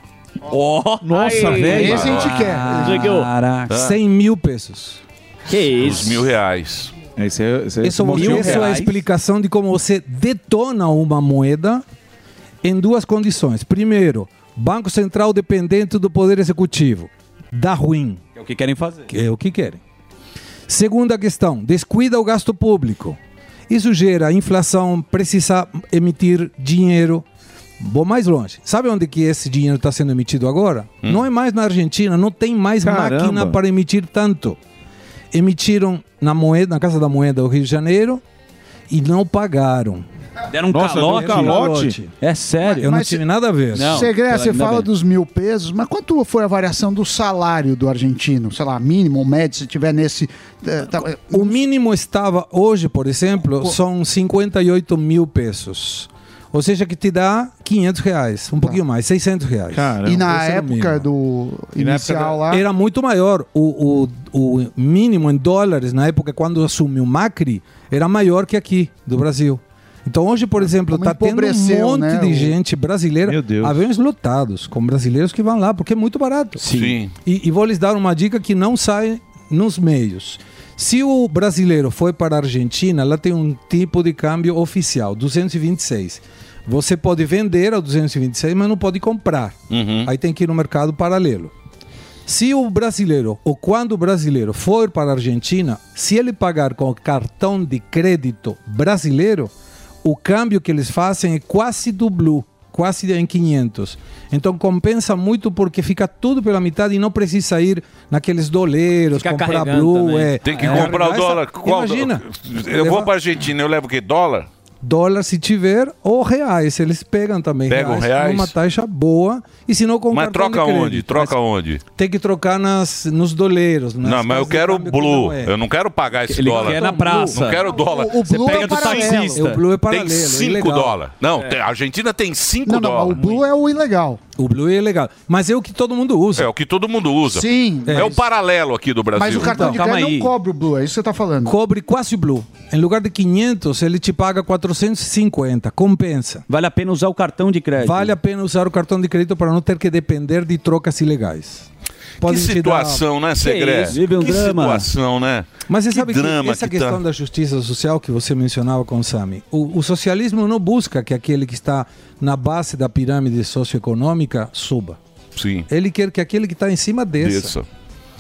Speaker 10: Ó,
Speaker 1: Nossa, velho. Esse a gente quer.
Speaker 10: Caraca.
Speaker 1: cem mil pesos.
Speaker 10: Que
Speaker 8: Os mil reais.
Speaker 14: Esse é, esse é
Speaker 1: Isso,
Speaker 14: mil
Speaker 1: isso é a
Speaker 14: reais.
Speaker 1: explicação de como você detona uma moeda em duas condições. Primeiro, Banco Central dependente do Poder Executivo. Dá ruim.
Speaker 10: É o que querem fazer.
Speaker 1: Que é o que querem. Segunda questão, descuida o gasto público. Isso gera inflação, precisa emitir dinheiro. Vou mais longe. Sabe onde que esse dinheiro está sendo emitido agora?
Speaker 8: Hum.
Speaker 1: Não é mais na Argentina, não tem mais
Speaker 14: Caramba.
Speaker 1: máquina para emitir tanto. Emitiram na moeda, na Casa da Moeda do Rio de Janeiro e não pagaram.
Speaker 10: Deram um
Speaker 14: Nossa,
Speaker 10: calote.
Speaker 14: deu um calote?
Speaker 10: É sério.
Speaker 1: Eu não
Speaker 11: Mas
Speaker 1: tive nada a ver.
Speaker 11: Segré, você
Speaker 10: ainda
Speaker 11: fala
Speaker 10: bem.
Speaker 11: dos mil pesos, mas quanto foi a variação do salário do argentino? Sei lá, mínimo, médio, se tiver nesse... eh, tá-
Speaker 1: O mínimo estava hoje, por exemplo, são cinquenta e oito mil pesos. Ou seja, que te dá quinhentos reais, um pouquinho mais, seiscentos reais.
Speaker 11: E na
Speaker 1: Esse era o
Speaker 11: época
Speaker 1: mínimo.
Speaker 11: do
Speaker 1: E na
Speaker 11: inicial
Speaker 1: época da-
Speaker 11: lá...
Speaker 1: Era muito maior. O, o, o mínimo em dólares, na época quando assumiu o Macri, era maior que aqui, do Brasil. Então hoje, por exemplo,
Speaker 11: Como
Speaker 1: está tendo um
Speaker 11: empobreceu,
Speaker 1: monte
Speaker 11: né,
Speaker 1: de
Speaker 11: o-
Speaker 1: gente brasileira,
Speaker 14: Meu Deus.
Speaker 1: aviões lotados, com brasileiros que vão lá, porque é muito barato.
Speaker 8: Sim.
Speaker 1: E, e vou lhes dar uma dica que não sai nos meios. Se o brasileiro foi para a Argentina, lá tem um tipo de câmbio oficial, duzentos e vinte e seis. Você pode vender ao duzentos e vinte e seis, mas não pode comprar.
Speaker 8: Uhum.
Speaker 1: Aí tem que ir no mercado paralelo. Se o brasileiro, ou quando o brasileiro for para a Argentina, se ele pagar com cartão de crédito brasileiro, o câmbio que eles fazem é quase duplo, quase em quinhentos. Então compensa muito porque fica tudo pela metade e não precisa ir naqueles doleiros,
Speaker 8: Fica
Speaker 1: comprar
Speaker 8: carregando
Speaker 1: blue.
Speaker 8: também.
Speaker 1: É,
Speaker 8: Tem que
Speaker 1: é,
Speaker 8: comprar o
Speaker 1: essa-
Speaker 8: dólar. Qual-
Speaker 1: Imagina.
Speaker 8: Eu vou para a Argentina, eu levo o quê? Dólar?
Speaker 1: Dólar se tiver, ou reais, eles pegam também.
Speaker 8: Pegam reais?
Speaker 1: Numa taxa boa, e se não com
Speaker 8: Mas
Speaker 1: cartão
Speaker 8: troca
Speaker 1: de crédito.
Speaker 8: onde? Troca
Speaker 1: Mas
Speaker 8: onde?
Speaker 1: Tem que trocar nas, nos doleiros. nas
Speaker 8: Não, mas eu
Speaker 1: casas de
Speaker 8: quero
Speaker 1: câmbio que
Speaker 8: blue.
Speaker 1: não é.
Speaker 8: Eu não quero pagar esse
Speaker 1: Ele
Speaker 8: dólar.
Speaker 1: quer na praça.
Speaker 8: Não quero dólar.
Speaker 11: O- o Você blue pega é do paralelo. taxista.
Speaker 1: O blue é paralelo,
Speaker 8: Tem
Speaker 1: é
Speaker 8: cinco
Speaker 1: ilegal.
Speaker 8: dólares. Não, tem- a Argentina tem cinco
Speaker 11: Não, não,
Speaker 8: dólares.
Speaker 11: o blue é o ilegal.
Speaker 1: O blue é legal. Mas é o que todo mundo usa.
Speaker 8: É o que todo mundo usa.
Speaker 11: Sim,
Speaker 8: É,
Speaker 11: mas-
Speaker 8: o paralelo aqui do Brasil.
Speaker 11: Mas o cartão de crédito não cobre o blue, é isso que você tá falando.
Speaker 1: Cobre quase o blue. Em lugar de quinhentos, ele te paga quatrocentos e cinquenta. Compensa.
Speaker 10: Vale a pena usar o cartão de crédito.
Speaker 1: Vale a pena usar o cartão de crédito para não ter que depender de trocas ilegais.
Speaker 8: Que
Speaker 1: Podem te dar-
Speaker 8: situação, né, Segré?
Speaker 1: Que isso, vive um
Speaker 8: que
Speaker 1: drama.
Speaker 8: situação, né?
Speaker 1: Mas você
Speaker 8: Que
Speaker 1: sabe que
Speaker 8: drama
Speaker 1: essa
Speaker 8: que
Speaker 1: questão
Speaker 8: tá.
Speaker 1: da justiça social que você mencionava com o Sami, o, o socialismo não busca que aquele que está na base da pirâmide socioeconômica suba.
Speaker 8: Sim.
Speaker 1: Ele quer que aquele que está em cima desça.
Speaker 8: Desça.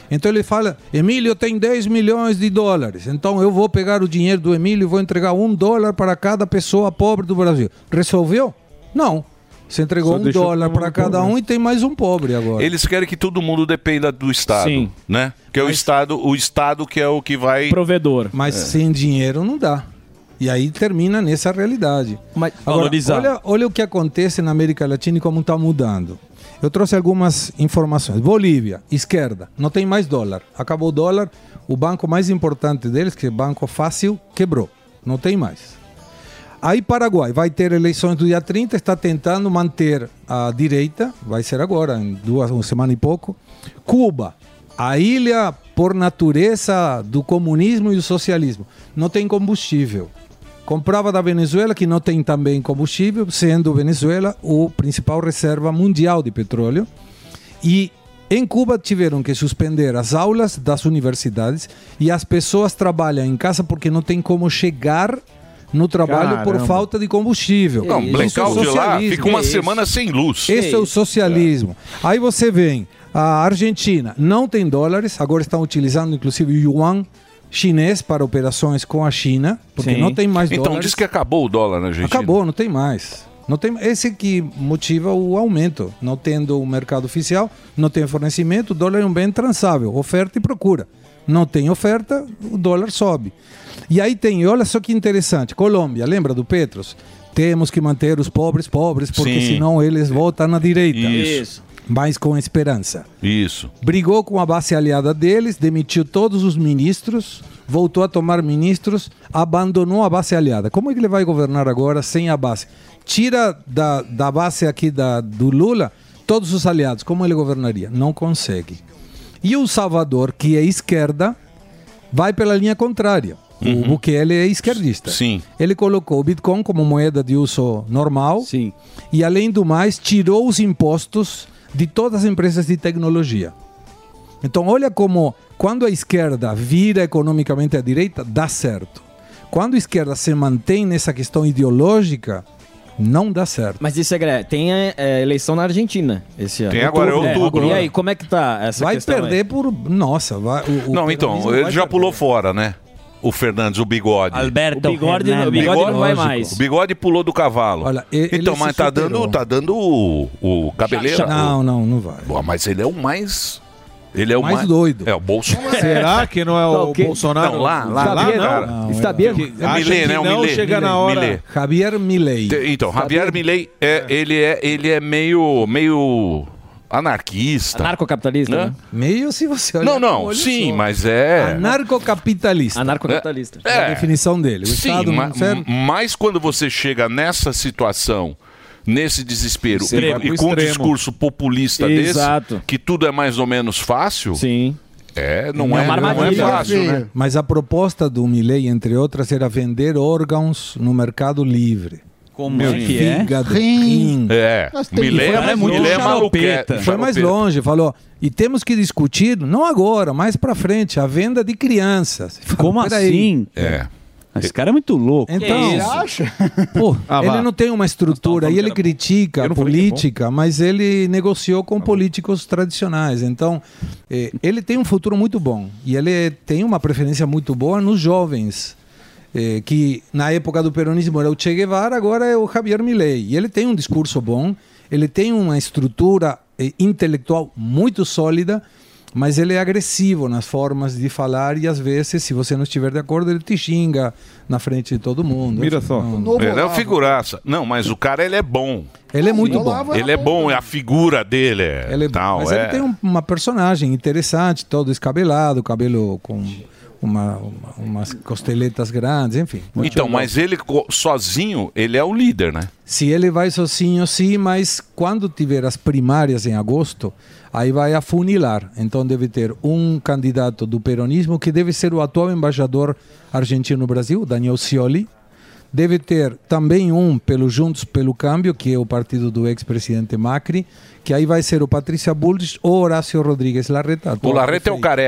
Speaker 1: Então ele fala, Emílio tem dez milhões de dólares, então eu vou pegar o dinheiro do Emílio e vou entregar um dólar para cada pessoa pobre do Brasil. Resolveu? Não. Você entregou
Speaker 8: Só
Speaker 1: um
Speaker 8: deixou
Speaker 1: dólar
Speaker 8: todo
Speaker 1: para
Speaker 8: mundo
Speaker 1: cada
Speaker 8: pobre.
Speaker 1: um e tem mais um pobre agora.
Speaker 8: Eles querem que todo mundo dependa do Estado,
Speaker 1: Sim.
Speaker 8: né? Que é o Estado, o Estado que é o que vai...
Speaker 14: Provedor.
Speaker 1: Mas sem dinheiro não dá. E aí termina nessa realidade.
Speaker 14: Mas,
Speaker 1: Agora,
Speaker 14: valorizar.
Speaker 1: olha, olha o que acontece na América Latina e como está mudando. Eu trouxe algumas informações. Bolívia, esquerda, não tem mais dólar. Acabou o dólar, o banco mais importante deles, que é o Banco Fácil, quebrou. Não tem mais. Aí Paraguai vai ter eleições do dia trinta, está tentando manter a direita, vai ser agora, em duas, uma semana e pouco. Cuba, a ilha por natureza do comunismo e do socialismo, não tem combustível. Comprava da Venezuela, que não tem também combustível, sendo Venezuela o principal reserva mundial de petróleo. E em Cuba tiveram que suspender as aulas das universidades e as pessoas trabalham em casa porque não tem como chegar no trabalho por
Speaker 8: Caramba.
Speaker 1: falta de combustível.
Speaker 8: Não,
Speaker 1: Isso
Speaker 8: blackout
Speaker 1: é
Speaker 8: lá,
Speaker 1: socialismo.
Speaker 8: fica uma
Speaker 1: É isso.
Speaker 8: semana sem luz.
Speaker 1: Esse é o socialismo. Aí você vem, a Argentina não tem dólares, agora estão utilizando inclusive o yuan chinês para operações com a China, porque
Speaker 8: Sim.
Speaker 1: não tem mais
Speaker 8: Então
Speaker 1: dólares.
Speaker 8: diz que acabou o dólar na Argentina.
Speaker 1: Acabou, não tem mais. Não tem, esse que motiva o aumento. Não tendo o mercado oficial, não tem fornecimento, o dólar é um bem transável, oferta e procura. Não tem oferta, o dólar sobe. E aí tem, olha só que interessante, Colômbia, lembra do Petros? Temos que manter os pobres pobres, porque
Speaker 8: Sim.
Speaker 1: senão eles voltam na direita.
Speaker 8: Isso.
Speaker 1: Mas com esperança.
Speaker 8: Isso.
Speaker 1: Brigou com a base aliada deles, demitiu todos os ministros, voltou a tomar ministros, abandonou a base aliada. Como é que ele vai governar agora sem a base? Tira da, da base aqui da, do Lula todos os aliados. Como ele governaria? Não consegue. E o Salvador, que é esquerda, vai pela linha contrária. O Bukele é esquerdista.
Speaker 8: Sim.
Speaker 1: Ele colocou o Bitcoin como moeda de uso normal.
Speaker 10: Sim.
Speaker 1: E, além do mais, tirou os impostos de todas as empresas de tecnologia. Então, olha como, quando a esquerda vira economicamente à direita, dá certo. Quando a esquerda se mantém nessa questão ideológica, não dá certo.
Speaker 14: Mas isso é, tem é, é, eleição na Argentina esse ano.
Speaker 8: Tem agora, é outubro,
Speaker 14: E
Speaker 8: né?
Speaker 14: aí, como é que tá essa
Speaker 1: Vai
Speaker 14: questão
Speaker 1: perder
Speaker 14: aí?
Speaker 1: por... Nossa, vai... O, o
Speaker 8: Não, então,
Speaker 1: peronismo
Speaker 8: ele
Speaker 1: vai
Speaker 8: já
Speaker 1: perder.
Speaker 8: pulou fora, né? O Fernandes, o bigode.
Speaker 14: Alberto O bigode não- o bigode
Speaker 8: Bigode-
Speaker 14: não vai mais.
Speaker 8: O bigode pulou do cavalo.
Speaker 1: Olha, e-
Speaker 8: então,
Speaker 1: ele
Speaker 8: mas
Speaker 1: se
Speaker 8: tá
Speaker 1: superou.
Speaker 8: dando, tá dando o, o cabeleira.
Speaker 1: Não, não, não vai.
Speaker 8: Pô, mas ele é o mais... Ele é o
Speaker 1: Mais
Speaker 8: mais,
Speaker 1: doido.
Speaker 8: É o Bolsonaro.
Speaker 6: Será que não é o
Speaker 8: Ok.
Speaker 6: Bolsonaro?
Speaker 8: Não, lá, lá,
Speaker 6: Está
Speaker 8: lá,
Speaker 6: bem,
Speaker 8: cara.
Speaker 6: não.
Speaker 8: Está bem. É
Speaker 6: Acha
Speaker 8: Milei,
Speaker 6: que
Speaker 8: né? O
Speaker 6: não
Speaker 8: Milei.
Speaker 6: chega na hora.
Speaker 8: Milei.
Speaker 1: Javier Milei.
Speaker 8: Então, Javier Milei, é, ele, é, ele é meio, meio anarquista.
Speaker 14: Anarcocapitalista,
Speaker 8: Né?
Speaker 14: né?
Speaker 1: Meio se você olhar
Speaker 8: Não,
Speaker 1: com
Speaker 8: não,
Speaker 1: olho
Speaker 8: sim,
Speaker 1: só.
Speaker 8: mas é...
Speaker 1: Anarcocapitalista.
Speaker 14: Anarcocapitalista.
Speaker 1: É a definição dele. O
Speaker 8: Sim,
Speaker 1: Estado
Speaker 8: ma-
Speaker 1: não serve.
Speaker 8: mas quando você chega nessa situação, nesse desespero,
Speaker 14: Extremo.
Speaker 8: e, e com um
Speaker 14: Extremo.
Speaker 8: discurso populista
Speaker 14: Exato.
Speaker 8: desse, que tudo é mais ou menos fácil,
Speaker 14: Sim.
Speaker 8: é, não,
Speaker 1: Não
Speaker 8: é,
Speaker 1: é uma
Speaker 8: não é
Speaker 1: armadilha.
Speaker 8: fácil, né?
Speaker 1: Mas a proposta do Milei, entre outras, era vender órgãos no mercado livre.
Speaker 10: Como é que é?
Speaker 1: Fígado,
Speaker 11: Rim.
Speaker 1: rim.
Speaker 8: É,
Speaker 1: Mas tem-
Speaker 8: Milei
Speaker 1: foi
Speaker 8: é,
Speaker 1: mais
Speaker 8: Milei é
Speaker 1: longe.
Speaker 8: maluquete.
Speaker 1: Foi mais
Speaker 8: Xaropeta.
Speaker 1: longe, falou. E temos que discutir, não agora, mais pra frente, a venda de crianças.
Speaker 10: Como
Speaker 1: Peraí.
Speaker 10: assim?
Speaker 8: É.
Speaker 10: Esse cara é muito louco.
Speaker 1: Então,
Speaker 10: Que isso?
Speaker 11: acha?
Speaker 1: Pô,
Speaker 6: Ah,
Speaker 1: ele
Speaker 6: vá.
Speaker 1: não tem uma estrutura e ele critica
Speaker 6: Eu
Speaker 1: a
Speaker 6: não falei que é
Speaker 1: política, mas ele negociou com políticos tradicionais. Então, eh, ele tem um futuro muito bom e ele tem uma preferência muito boa nos jovens, eh, que na época do peronismo era o Che Guevara, agora é o Javier Milei. E ele tem um discurso bom, ele tem uma estrutura eh, intelectual muito sólida, mas ele é agressivo nas formas de falar e às vezes, se você não estiver de acordo, ele te xinga na frente de todo mundo.
Speaker 6: Mira só.
Speaker 1: Não-
Speaker 8: Ele é uma figuraça. Não, mas o cara, ele é bom.
Speaker 1: Ele é muito
Speaker 11: o
Speaker 1: bom.
Speaker 11: Olavo
Speaker 8: Ele é bom, é a figura dele é
Speaker 1: Ele é bom.
Speaker 8: tal,
Speaker 1: Mas
Speaker 8: é.
Speaker 1: ele tem um- uma personagem interessante, todo escabelado, cabelo com uma, uma- umas costeletas grandes, enfim.
Speaker 8: Então, mas ele co- sozinho, ele é o líder, né?
Speaker 1: Se ele vai sozinho, sim, mas quando tiver as primárias em agosto, aí vai afunilar. Então deve ter um candidato do peronismo, que deve ser o atual embaixador argentino no Brasil, Daniel Scioli. Deve ter também um pelo Juntos pelo Câmbio, que é o partido do ex-presidente Macri, que aí vai ser o Patrícia Bullrich ou Horácio Rodrigues Larreta.
Speaker 8: O Larreta é o careca.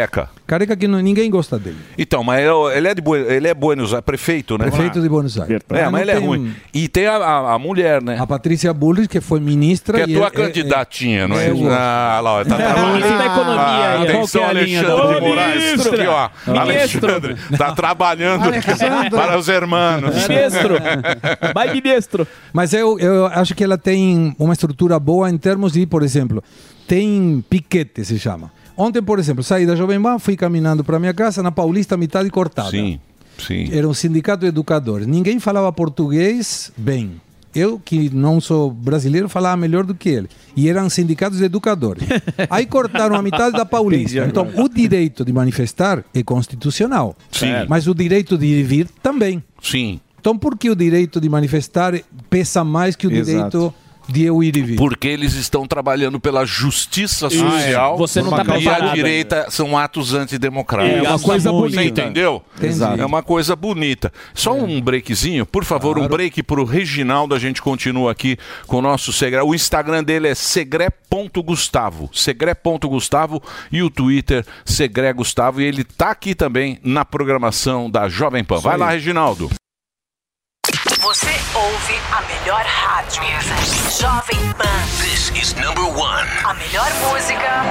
Speaker 1: Careca que não, ninguém gosta dele.
Speaker 8: Então, mas ele- ele é de Bue- ele é Buenos Aires, prefeito, né?
Speaker 1: Prefeito de Buenos Aires.
Speaker 8: É,
Speaker 1: Mas
Speaker 8: mas ele
Speaker 1: não
Speaker 8: é
Speaker 1: tem-
Speaker 8: ruim. E tem a, a- a mulher, né?
Speaker 1: A Patrícia Bullrich, que foi ministra.
Speaker 8: Que é
Speaker 1: e
Speaker 8: tua
Speaker 1: é-
Speaker 8: candidatinha, não é?
Speaker 1: eu gosto.
Speaker 8: Ah, lá, ó, tá
Speaker 1: É,
Speaker 8: trabalhando.
Speaker 1: ministro da Economia
Speaker 8: Ah,
Speaker 1: aí,
Speaker 8: atenção,
Speaker 1: qual que é a linha
Speaker 8: Alexandre
Speaker 1: da-
Speaker 8: de Moraes.
Speaker 1: Ministro.
Speaker 8: Aqui, ó.
Speaker 1: Ministro.
Speaker 8: Alexandre, tá trabalhando
Speaker 1: Alexandre.
Speaker 8: para os hermanos.
Speaker 1: Ministro.
Speaker 14: Vai, ministro.
Speaker 1: Mas eu, eu acho que ela tem uma estrutura boa em termos de, por exemplo, tem piquete, se chama. Ontem, por exemplo, saí da Jovem Pan, fui caminhando para minha casa, na Paulista, metade cortada.
Speaker 8: Sim, sim.
Speaker 1: Era um sindicato de educadores. Ninguém falava português bem. Eu, que não sou brasileiro, falava melhor do que ele. E eram sindicatos de educadores. Aí cortaram a metade da Paulista.
Speaker 8: Entendi
Speaker 1: Então,
Speaker 8: agora.
Speaker 1: o direito de manifestar é constitucional.
Speaker 8: Sim.
Speaker 1: Mas o direito de ir e vir também.
Speaker 8: Sim.
Speaker 1: Então, por que o direito de manifestar pesa mais que o
Speaker 8: Exato.
Speaker 1: direito de eu ir e vir?
Speaker 8: Porque eles estão trabalhando pela justiça
Speaker 1: Isso.
Speaker 8: social.
Speaker 1: Ah, é. Você não tá
Speaker 8: E a
Speaker 1: preparado
Speaker 8: direita são atos antidemocráticos.
Speaker 1: É uma coisa
Speaker 8: Você
Speaker 1: bonita.
Speaker 8: entendeu?
Speaker 1: Entendi.
Speaker 8: É uma coisa bonita. Só um breakzinho, por favor, um break pro Reginaldo. A gente continua aqui com o nosso Segré. O Instagram dele é segré ponto gustavo. segré ponto gustavo e o Twitter Segré Gustavo. E ele tá aqui também na programação da Jovem Pan. Vai lá, Reginaldo.
Speaker 19: Você ouve a melhor rádio. Jovem Pan.
Speaker 22: This is number one.
Speaker 19: A melhor música.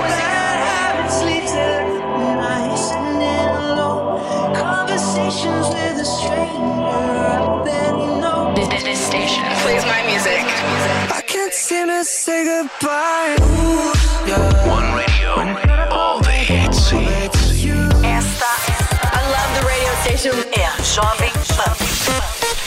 Speaker 19: This, this station plays my music.
Speaker 20: I can't seem to say goodbye.
Speaker 22: One radio, all the hits.
Speaker 19: Esta, I love the radio station. É a Jovem Pan.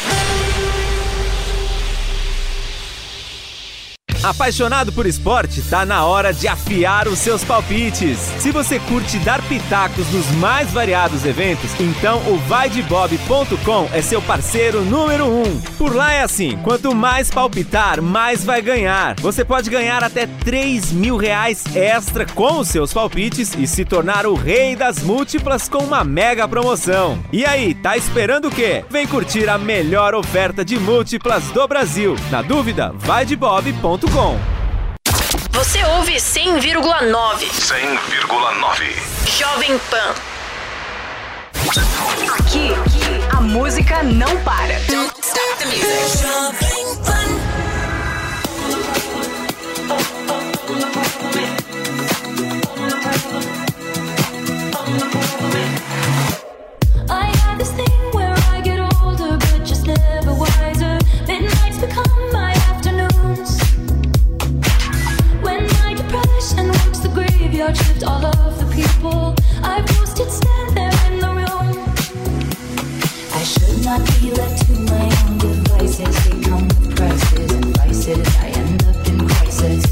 Speaker 2: Apaixonado por esporte? Tá na hora de afiar os seus palpites. Se você curte dar pitacos nos mais variados eventos, então o vai de bob ponto com é seu parceiro número um. Por lá é assim, quanto mais palpitar, mais vai ganhar. Você pode ganhar até três mil reais extra com os seus palpites e se tornar o rei das múltiplas com uma mega promoção. E aí, tá esperando o quê? Vem curtir a melhor oferta de múltiplas do Brasil. Na dúvida, vai de bob ponto com.
Speaker 19: Você ouve cem vírgula nove.
Speaker 22: cem vírgula nove.
Speaker 19: Jovem Pan. Aqui, a música não para. Don't stop the music. Jovem Pan.
Speaker 21: I got this thing where I get older, but just never wiser. Midnights become my afternoons. When my depression walks the graveyard shift, all of the people I posted stand there in the room. I should not be left to my own devices. They come with prices and vices. I end up in crisis.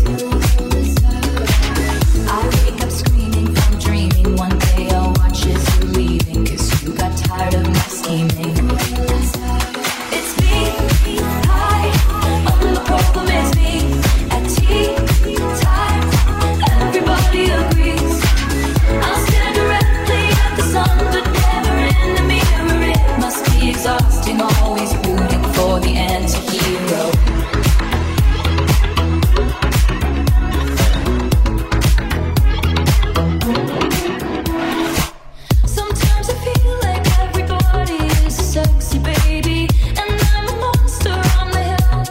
Speaker 21: I wake up screaming from dreaming. One day I'll watch as you're leaving, 'cause you got tired of my scheming. It's me, hi, oh, the problem is me. At tea time, everybody agrees. I'll stare directly at the sun, but never in the mirror. It must be exhausting, always rooting for the anti-hero. Sometimes I feel like everybody is a sexy baby, and I'm a monster on the hill.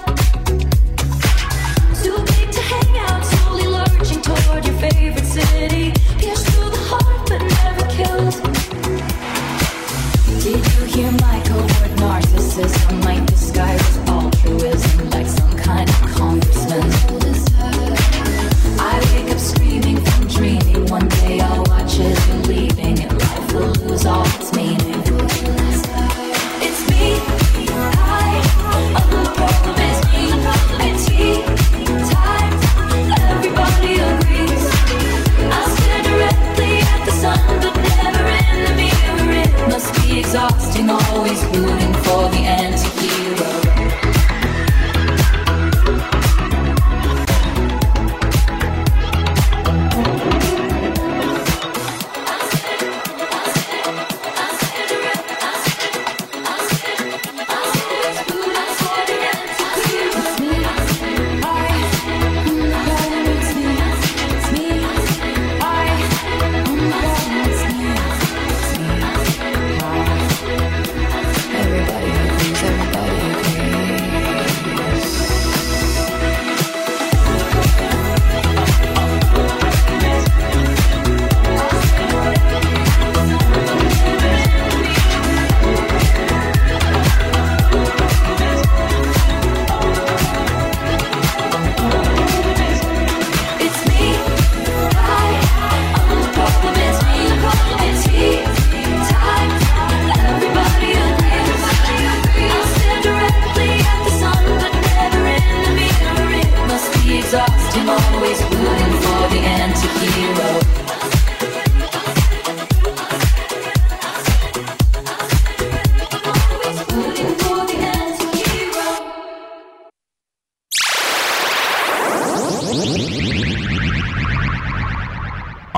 Speaker 21: Too big to hang out, slowly lurching toward your favorite city. Pierced through the heart, but never killed. Did you hear my covert narcissism? Like this guy was altruism, like some kind of congressman. I wake up screaming from dreaming. One day I'll watch as you're leaving, and life will lose all its meaning. It's me, hi, oh, the problem is me. It's tea time, everybody agrees. I'll stare directly at the sun, but never in the mirror. It must be exhausting, always rooting for the anti-hero.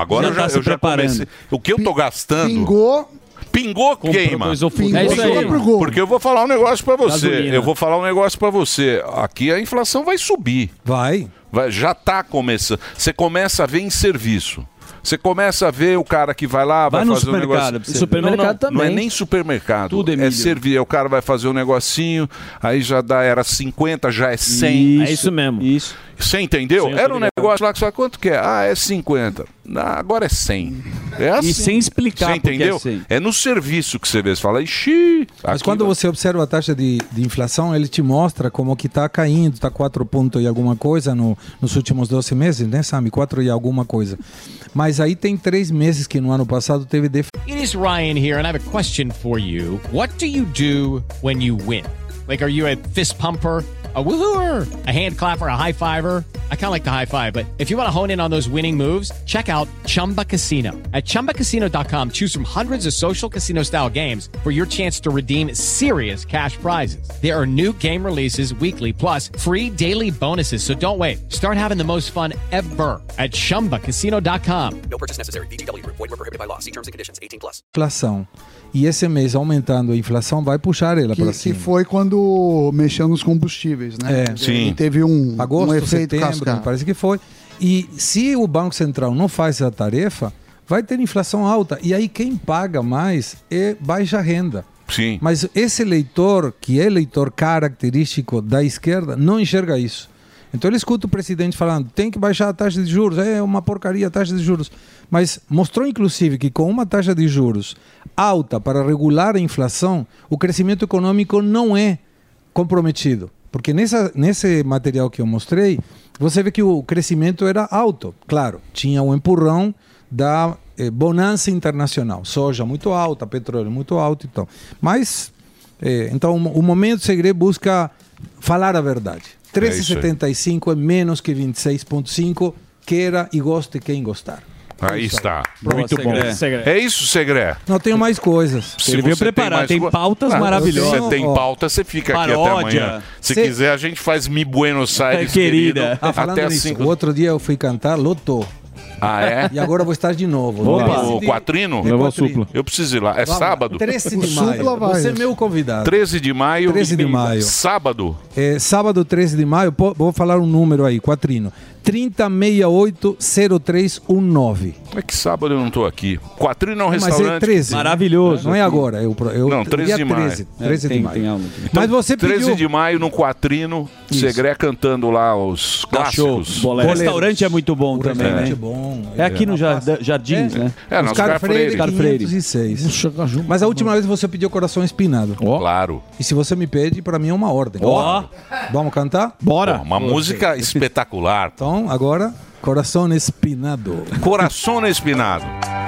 Speaker 8: agora
Speaker 10: Já
Speaker 8: eu já,
Speaker 10: tá se
Speaker 8: eu já
Speaker 10: preparando.
Speaker 8: comecei. O que eu tô gastando...
Speaker 11: Pingou.
Speaker 8: Pingou, queima.
Speaker 10: coisa, pingou, é isso aí.
Speaker 8: Porque eu vou falar um negócio pra você.
Speaker 10: Gasolina.
Speaker 8: Eu vou falar um negócio pra você. Aqui a inflação vai subir.
Speaker 1: Vai.
Speaker 8: Vai, já tá começando. Você começa a ver em serviço. Você começa a ver o cara que vai lá, vai,
Speaker 10: Vai no
Speaker 8: fazer um
Speaker 10: supermercado,
Speaker 8: negócio.
Speaker 10: pra você Supermercado ver.
Speaker 8: não, não,
Speaker 10: também.
Speaker 8: Não é nem supermercado.
Speaker 10: Tudo,
Speaker 8: é
Speaker 10: Emílio.
Speaker 8: servir. O cara vai fazer um negocinho, aí já dá, era cinquenta, já é cem.
Speaker 14: É isso mesmo.
Speaker 10: Isso.
Speaker 8: Você entendeu?
Speaker 14: Sim, eu tô
Speaker 8: Era um
Speaker 14: ligado.
Speaker 8: negócio lá que só quanto que é? Ah, é cinquenta. Ah, agora é cem. É assim.
Speaker 10: E sem explicar
Speaker 8: Você
Speaker 10: por que é
Speaker 8: entendeu?
Speaker 10: cem.
Speaker 8: É no serviço que você vê. Você fala, ixi.
Speaker 1: Mas
Speaker 8: aqui
Speaker 1: quando
Speaker 8: vai-
Speaker 1: você observa a taxa de, de inflação, ele te mostra como que está caindo, está quatro pontos e alguma coisa no, nos últimos doze meses, né, Sami? quatro e alguma coisa. Mas aí tem três meses que no ano passado teve def...
Speaker 3: It is Ryan here, and I have a question for you. What do you do when you win? Like, are you a fist pumper, a woohooer, a hand clapper, a high fiver? I kind of like the high five, but if you want to hone in on those winning moves, check out Chumba Casino. At chumba casino dot com, choose from hundreds of social casino style games for your chance to redeem serious cash prizes. There are new game releases weekly, plus free daily bonuses. So don't wait. Start having the most fun ever at chumba casino dot com.
Speaker 5: No purchase necessary. V G W Group. Void where prohibited by law. See terms and conditions. eighteen plus.
Speaker 1: inflação. E esse mês aumentando a inflação vai puxar ela para
Speaker 11: Que, que
Speaker 1: cima.
Speaker 11: foi quando mexeu nos combustíveis, né?
Speaker 1: É.
Speaker 11: Sim. E teve um,
Speaker 1: Agosto,
Speaker 11: um efeito
Speaker 1: setembro,
Speaker 11: cascata.
Speaker 1: me parece que foi. E se o Banco Central não faz essa tarefa, vai ter inflação alta. E aí quem paga mais é baixa renda.
Speaker 8: Sim.
Speaker 1: Mas esse eleitor, que é eleitor característico da esquerda, não enxerga isso. Então ele escuta o presidente falando, tem que baixar a taxa de juros, é uma porcaria a taxa de juros. Mas mostrou inclusive que com uma taxa de juros alta para regular a inflação, o crescimento econômico não é comprometido. Porque nessa, nesse material que eu mostrei, você vê que o crescimento era alto. Claro, tinha um empurrão da eh, bonança internacional. Soja muito alta, petróleo muito alto. Então. Mas, eh, então o momento segredo busca falar a verdade. treze vírgula setenta e cinco é menos que vinte e seis vírgula cinco, queira e goste quem gostar.
Speaker 8: Aí está.
Speaker 1: Boa,
Speaker 8: Muito bom.
Speaker 1: Segré.
Speaker 8: É isso, Segré?
Speaker 1: Não, tenho mais coisas.
Speaker 8: Se você mais co- Ah, Se você tem pauta, você fica aqui até
Speaker 1: Paródia.
Speaker 8: amanhã. Se
Speaker 1: Cê-
Speaker 8: quiser, a gente faz Mi Buenos Aires,
Speaker 1: Querida.
Speaker 8: querido,
Speaker 1: Ah, falando
Speaker 8: até as
Speaker 1: nisso,
Speaker 8: cinco.
Speaker 1: o outro dia eu fui cantar, lotou.
Speaker 8: Ah, é?
Speaker 1: E agora eu vou estar de novo.
Speaker 8: Opa.
Speaker 1: treze
Speaker 8: O
Speaker 1: de-
Speaker 8: Quatrino?
Speaker 1: É Quatrino.
Speaker 8: Eu preciso ir lá. É
Speaker 1: Vamos lá.
Speaker 8: sábado?
Speaker 1: treze de maio. Você é meu convidado.
Speaker 8: treze de maio.
Speaker 1: treze de maio.
Speaker 8: Sábado.
Speaker 1: É, sábado, treze de maio, pô, vou falar um número aí, Quatrino. trinta sessenta e oito zero três dezenove.
Speaker 8: É que sábado eu não tô aqui. Quatrino é um
Speaker 1: Mas
Speaker 8: restaurante.
Speaker 1: é treze.
Speaker 10: Maravilhoso.
Speaker 1: Não é agora. Eu, eu,
Speaker 8: Não, treze
Speaker 1: dia
Speaker 8: de maio.
Speaker 1: treze, treze de
Speaker 10: tem-
Speaker 1: maio.
Speaker 10: tem algo.
Speaker 1: Mas você pediu...
Speaker 8: treze de maio no Quatrino, Segré cantando lá os
Speaker 10: Dá show.
Speaker 8: clássicos.
Speaker 10: O restaurante é muito bom também,
Speaker 1: restaurante
Speaker 10: né?
Speaker 1: é bom.
Speaker 10: É aqui no Jar- Jardins, né?
Speaker 8: É, no
Speaker 1: Oscar
Speaker 8: Oscar
Speaker 1: Freire,
Speaker 8: Freire.
Speaker 10: Oscar Freire.
Speaker 1: quinhentos e seis. Mas a última vez você pediu Coração Espinado.
Speaker 8: Claro.
Speaker 1: E se você me pede, para mim é uma ordem.
Speaker 8: Ó.
Speaker 1: Vamos cantar?
Speaker 8: Bora. Uma música espetacular.
Speaker 1: Então, agora, Coração Espinado.
Speaker 8: Coração Espinado.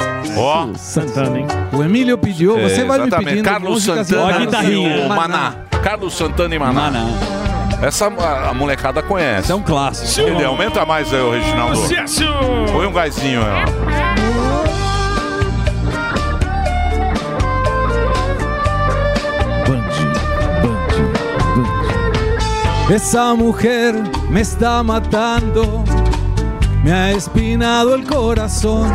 Speaker 8: Ó.
Speaker 14: Santana, hein?
Speaker 1: O Emílio pediu, você vai me
Speaker 8: Exatamente.
Speaker 1: pedindo
Speaker 8: Carlos
Speaker 1: músicas
Speaker 8: Santana
Speaker 1: e
Speaker 8: e o Maná. Carlos Santana e Maná. Essa a, a molecada conhece. É
Speaker 10: um clássico.
Speaker 8: Ele aumenta mais aí, o Reginaldo.
Speaker 10: Sucesso!
Speaker 8: Põe um gásinho aí, ó.
Speaker 1: Esa mujer me está matando, me ha espinado el corazón.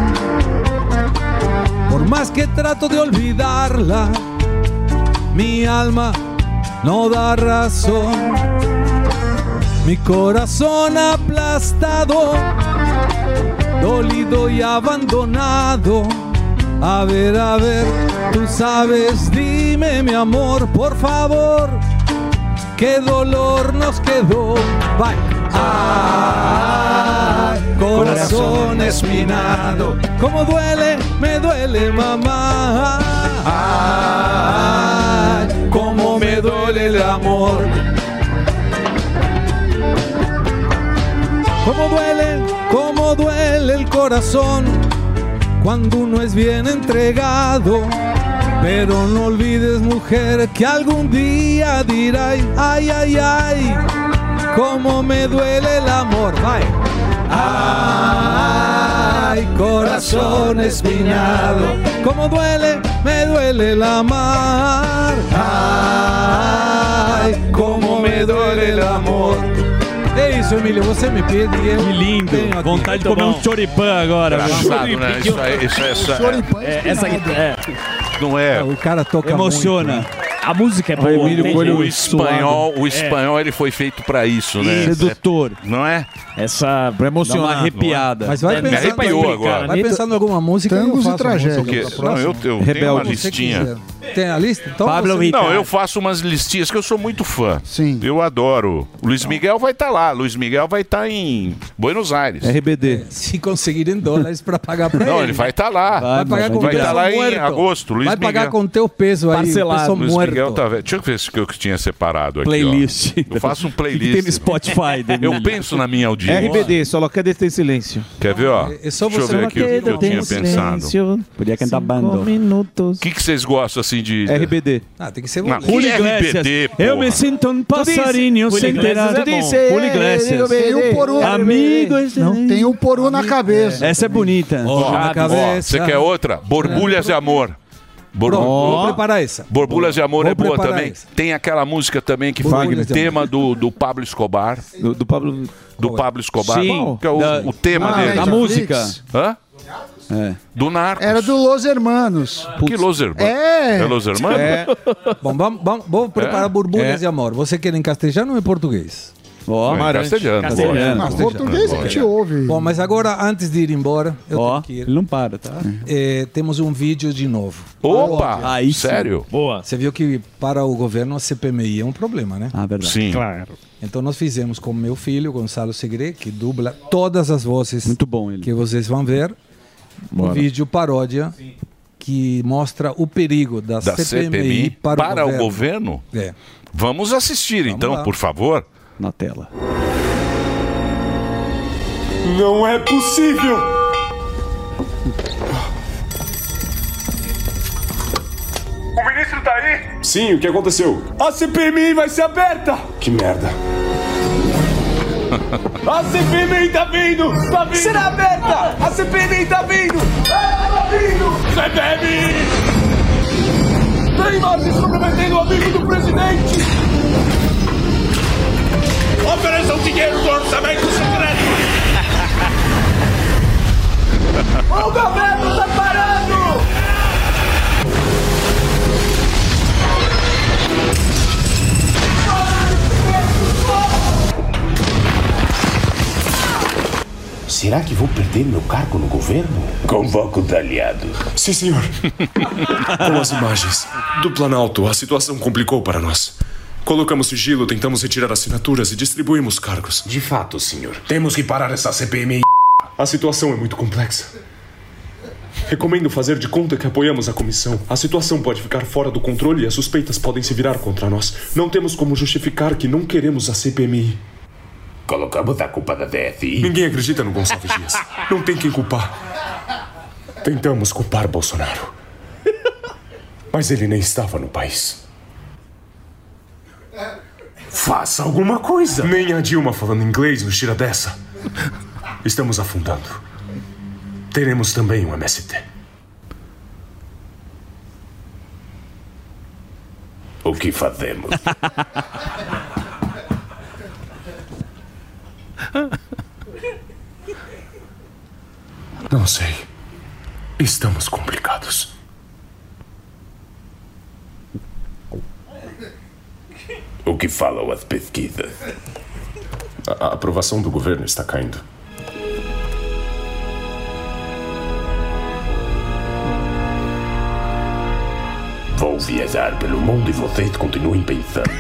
Speaker 1: Por más que trato de olvidarla, mi alma no da razón. Mi corazón aplastado, dolido y abandonado. A ver, a ver, tú sabes, dime mi amor, por favor. Qué dolor nos quedó. Vai. Ay, corazón espinado. Cómo duele, me duele, mamá. Ay, cómo me duele el amor. Cómo duele, cómo duele el corazón cuando uno es bien entregado. Pero no olvides, mujer, que algún día dirá, ay, ay, ay, cómo me duele el amor. Ay, ay, corazón espinado, cómo duele, me duele el amar. Ay, cómo me duele el amor. É isso. isso, Emílio, você me pede e eu.
Speaker 10: Que lindo.
Speaker 1: tenho aqui.
Speaker 10: Vontade de comer um choripan agora.
Speaker 8: Engraçado, né? Isso aí, isso, essa,
Speaker 10: É, essa aqui, é.
Speaker 8: Não é?
Speaker 1: O cara toca
Speaker 10: Emociona.
Speaker 1: muito, né?
Speaker 10: A música é boa.
Speaker 8: O,
Speaker 10: tem
Speaker 8: o,
Speaker 10: jeito.
Speaker 8: espanhol, o
Speaker 10: É.
Speaker 8: espanhol ele foi feito pra isso, né?
Speaker 10: Sedutor.
Speaker 8: Não é?
Speaker 10: Essa pra
Speaker 8: emocionar,
Speaker 10: Dá uma arrepiada.
Speaker 1: Mas vai
Speaker 8: Me
Speaker 1: pensando,
Speaker 8: arrepiou agora.
Speaker 1: vai pensando em alguma música que eu
Speaker 11: Tangos e
Speaker 1: faço
Speaker 11: tragédias.
Speaker 1: música
Speaker 8: Porque,
Speaker 1: pra
Speaker 8: não,
Speaker 1: próxima.
Speaker 8: eu, eu tenho uma
Speaker 1: Rebelde.
Speaker 8: listinha.
Speaker 1: Você quiser. Tem a lista? Então
Speaker 8: Pablo
Speaker 1: você...
Speaker 8: Não, eu faço umas listinhas que eu sou muito fã. Sim. Eu adoro. O Luiz Miguel vai estar lá. Luiz Miguel vai estar em Buenos Aires.
Speaker 1: R B D. Se conseguirem dólares pra pagar pra ele.
Speaker 8: Não, ele vai estar lá.
Speaker 1: Vai pagar com
Speaker 8: vai
Speaker 1: peso
Speaker 8: estar lá
Speaker 1: muerto.
Speaker 8: em agosto. Luiz
Speaker 1: Vai pagar
Speaker 8: Miguel.
Speaker 1: com teu peso aí.
Speaker 8: Parcelado.
Speaker 1: peso
Speaker 8: Luiz
Speaker 1: muerto.
Speaker 8: Miguel tá vendo. Deixa eu ver se que eu tinha separado aqui.
Speaker 10: Playlist.
Speaker 8: Ó. Eu faço um
Speaker 10: Que
Speaker 8: playlist.
Speaker 10: tem no Spotify, Danilo.
Speaker 8: Eu penso na minha audiência.
Speaker 12: R B D, só quer ter silêncio.
Speaker 8: Quer ver, ó?
Speaker 1: É só
Speaker 8: Deixa eu
Speaker 1: você
Speaker 8: ver aqui o que eu tinha pensado.
Speaker 10: Podia cantar bando.
Speaker 12: minutos.
Speaker 8: O que, que vocês gostam assim de.
Speaker 12: R B D.
Speaker 1: Ah, tem que ser
Speaker 8: Não,
Speaker 10: Julio
Speaker 8: que
Speaker 10: Iglesias.
Speaker 8: R B D,
Speaker 10: Eu
Speaker 8: porra.
Speaker 10: me sinto um passarinho
Speaker 11: Julio
Speaker 10: sem ter
Speaker 11: Iglesias
Speaker 10: nada.
Speaker 11: é bom.
Speaker 10: Julio Iglesias.
Speaker 11: Tem um por um.
Speaker 10: Amigos.
Speaker 11: Não, tem um por um na cabeça.
Speaker 10: Essa é bonita.
Speaker 8: Ó,
Speaker 1: na
Speaker 8: ó,
Speaker 1: cabeça.
Speaker 8: você quer outra? Borbulhas de Amor. Bor...
Speaker 1: Pronto,
Speaker 8: Ó.
Speaker 1: vou preparar essa.
Speaker 8: Borbulhas de Amor
Speaker 1: Vou
Speaker 8: é boa
Speaker 1: preparar
Speaker 8: também.
Speaker 1: essa.
Speaker 8: Tem aquela música também que
Speaker 1: Borbulhas
Speaker 8: foi o
Speaker 1: de
Speaker 8: tema do, do Pablo Escobar.
Speaker 12: Do, do Pablo.
Speaker 8: Do Pablo Escobar.
Speaker 10: Sim.
Speaker 8: Que é o,
Speaker 10: Da-
Speaker 8: o tema
Speaker 11: Ah,
Speaker 8: dele.
Speaker 11: é,
Speaker 10: A música.
Speaker 8: Hã?
Speaker 10: É.
Speaker 8: Do Narcos.
Speaker 11: Era do Los Hermanos.
Speaker 8: Que Los Hermanos?
Speaker 11: É.
Speaker 8: É Los Hermanos?
Speaker 11: É.
Speaker 1: Bom, vamos, vamos, vou preparar
Speaker 8: É.
Speaker 1: borbulhas
Speaker 8: É.
Speaker 1: de amor. Você quer em castelhano ou em português?
Speaker 10: Ó,
Speaker 8: Em castelhano.
Speaker 10: Castelhano.
Speaker 11: Mas português a gente ouve.
Speaker 1: Bom, mas agora, antes de ir embora, eu
Speaker 10: Ó,
Speaker 1: tenho que ir.
Speaker 10: ele não para, tá?
Speaker 1: Eh, temos um vídeo de novo.
Speaker 8: Opa!
Speaker 10: Aí sim.
Speaker 8: Sério?
Speaker 10: Boa.
Speaker 1: Você viu que para o governo a C P M I é um problema, né?
Speaker 10: Ah, verdade.
Speaker 8: Sim.
Speaker 15: Claro.
Speaker 1: Então nós fizemos com meu filho, Gonçalo Segre, que dubla todas as vozes
Speaker 10: Muito bom ele.
Speaker 1: que vocês vão ver. Um vídeo paródia que mostra o perigo da,
Speaker 8: Da
Speaker 1: C P M I, para,
Speaker 8: para
Speaker 1: o
Speaker 8: o
Speaker 1: governo.
Speaker 8: governo?
Speaker 1: É.
Speaker 8: Vamos assistir então,
Speaker 1: lá.
Speaker 8: por favor.
Speaker 10: Na tela.
Speaker 13: Não é possível! O ministro tá aí? Sim, o que aconteceu? A C P M I vai ser aberta! Que merda. A C P M I tá vindo! Tá vindo! Será aberta! A C P M I tá vindo! Tá vindo! C P M I! Tem imagens comprometendo o amigo do presidente! Ofereçam dinheiro do orçamento secreto! O governo tá parando!
Speaker 23: Será que vou perder meu cargo no governo? Convoco o aliado.
Speaker 13: Sim, senhor. Com as imagens do Planalto, a situação complicou para nós. Colocamos sigilo, tentamos retirar assinaturas e distribuímos cargos.
Speaker 23: De fato, senhor.
Speaker 13: Temos que parar essa C P M I. A situação é muito complexa. Recomendo fazer de conta que apoiamos a comissão. A situação pode ficar fora do controle e as suspeitas podem se virar contra nós. Não temos como justificar que não queremos a C P M I.
Speaker 23: Colocamos a culpa da D F I.
Speaker 13: Ninguém acredita no Gonçalves Dias. Não tem quem culpar. Tentamos culpar Bolsonaro. Mas ele nem estava no país. Faça alguma coisa. Nem a Dilma falando inglês nos tira dessa. Estamos afundando. Teremos também um M S T.
Speaker 23: O que fazemos?
Speaker 13: Não sei. Estamos complicados.
Speaker 23: O que falam as pesquisas?
Speaker 13: A, a aprovação do governo está caindo.
Speaker 23: Vou viajar pelo mundo e vocês continuem pensando.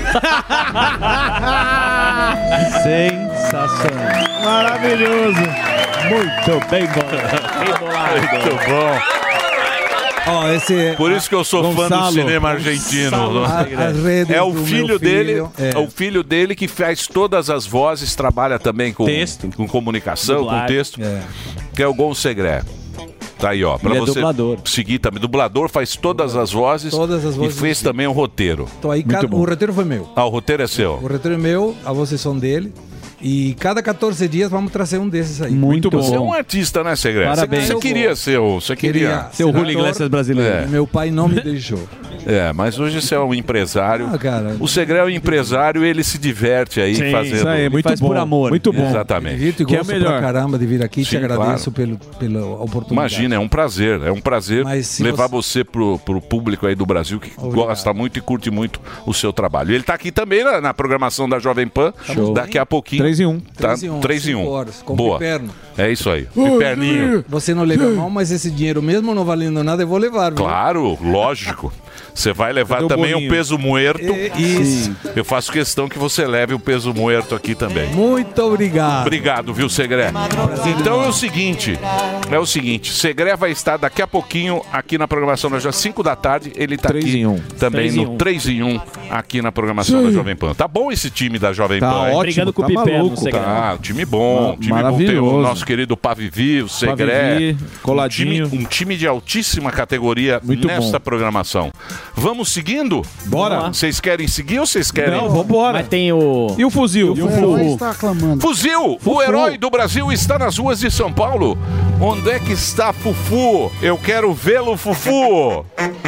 Speaker 10: Sensacional.
Speaker 11: Maravilhoso.
Speaker 10: Muito bem bolado.
Speaker 8: Muito bom.
Speaker 1: Ó, esse,
Speaker 8: Por isso que eu sou fã do
Speaker 10: Gonçalo.
Speaker 8: cinema argentino.
Speaker 1: A- as redes
Speaker 8: É o
Speaker 1: do
Speaker 8: filho
Speaker 1: meu
Speaker 8: dele,
Speaker 1: filho,
Speaker 8: é.
Speaker 1: é.
Speaker 8: o filho dele que faz todas as vozes, trabalha também com
Speaker 10: Texto.
Speaker 8: com comunicação,
Speaker 10: Dublagem.
Speaker 8: com texto,
Speaker 1: É.
Speaker 8: que é o Gon Segré. Tá aí, ó, pra
Speaker 10: Ele é
Speaker 8: você
Speaker 10: dublador.
Speaker 8: seguir também. Dublador faz todas as vozes,
Speaker 1: Todas as vozes
Speaker 8: e fez também o roteiro.
Speaker 1: Então aí cada, o roteiro foi meu.
Speaker 8: Ah, o roteiro é seu.
Speaker 1: O roteiro é meu, a vozes são dele. E cada quatorze dias vamos trazer um desses aí.
Speaker 10: Muito
Speaker 8: Você é
Speaker 10: bom.
Speaker 8: um artista, né, Segré? Você,
Speaker 10: Parabéns.
Speaker 8: você queria ser o... Você queria...
Speaker 10: Seu Julio Iglesias brasileiro.
Speaker 8: É.
Speaker 1: Meu pai não me deixou.
Speaker 8: É, mas hoje você é um empresário.
Speaker 1: Ah, cara.
Speaker 8: O Segré é um empresário, ele se diverte aí
Speaker 1: Sim,
Speaker 8: fazendo.
Speaker 1: isso aí, muito Faz por bom, amor. muito bom.
Speaker 8: Exatamente.
Speaker 1: Divirto e
Speaker 8: Que é
Speaker 1: gosto
Speaker 8: melhor.
Speaker 1: pra caramba de vir aqui.
Speaker 8: Sim,
Speaker 1: Te agradeço
Speaker 8: claro.
Speaker 1: pelo, pela oportunidade.
Speaker 8: Imagina, é um prazer, é um prazer
Speaker 1: se
Speaker 8: levar você, pro, pro público aí do Brasil que gosta muito e curte muito o seu trabalho. Ele tá aqui também na, na programação da Jovem Pan,
Speaker 1: Show.
Speaker 8: daqui a pouquinho.
Speaker 1: Três em um.
Speaker 8: Tá?
Speaker 1: Três em um,
Speaker 8: três em
Speaker 1: cinco
Speaker 8: um.
Speaker 1: horas, com
Speaker 8: Boa.
Speaker 1: piperno.
Speaker 8: É isso aí. Piperninho.
Speaker 1: Você não leva a mão, mas esse dinheiro mesmo não valendo nada, eu vou levar. Viu?
Speaker 8: Claro, lógico. Você vai levar
Speaker 1: Cadê o
Speaker 8: também o
Speaker 1: bolinho?
Speaker 8: peso muerto.
Speaker 1: É, isso.
Speaker 8: Eu faço questão que você leve o peso muerto aqui também.
Speaker 1: Muito obrigado.
Speaker 8: Obrigado, viu, Segré? Então é o seguinte, é o seguinte, Segré vai estar daqui a pouquinho aqui na programação da Jovem Pan, cinco da tarde, ele está aqui também
Speaker 12: Três em
Speaker 8: no
Speaker 12: um.
Speaker 8: três em um aqui na programação
Speaker 12: Sim.
Speaker 8: da Jovem Pan. Tá bom esse time da Jovem
Speaker 12: Tá
Speaker 8: Pan? hein?
Speaker 12: ótimo, Brigando com tá o Piperno, maluco. Segré.
Speaker 8: Tá, time bom,
Speaker 12: Ma-
Speaker 8: time bom. Tem o
Speaker 12: maravilhoso.
Speaker 8: nosso querido Pavivi, o Segré.
Speaker 12: Pavivi,
Speaker 8: coladinho. Um time, um time de altíssima categoria
Speaker 12: Muito
Speaker 8: nesta
Speaker 12: bom.
Speaker 8: programação. Vamos seguindo?
Speaker 12: Bora.
Speaker 8: Vocês querem seguir ou vocês querem?
Speaker 12: Não, vambora.
Speaker 14: Mas tem o...
Speaker 12: E o fuzil?
Speaker 11: O herói está aclamando.
Speaker 8: Fuzil, o herói do Brasil está nas ruas de São Paulo. Onde é que está Fufu? Eu quero vê-lo, Fufu.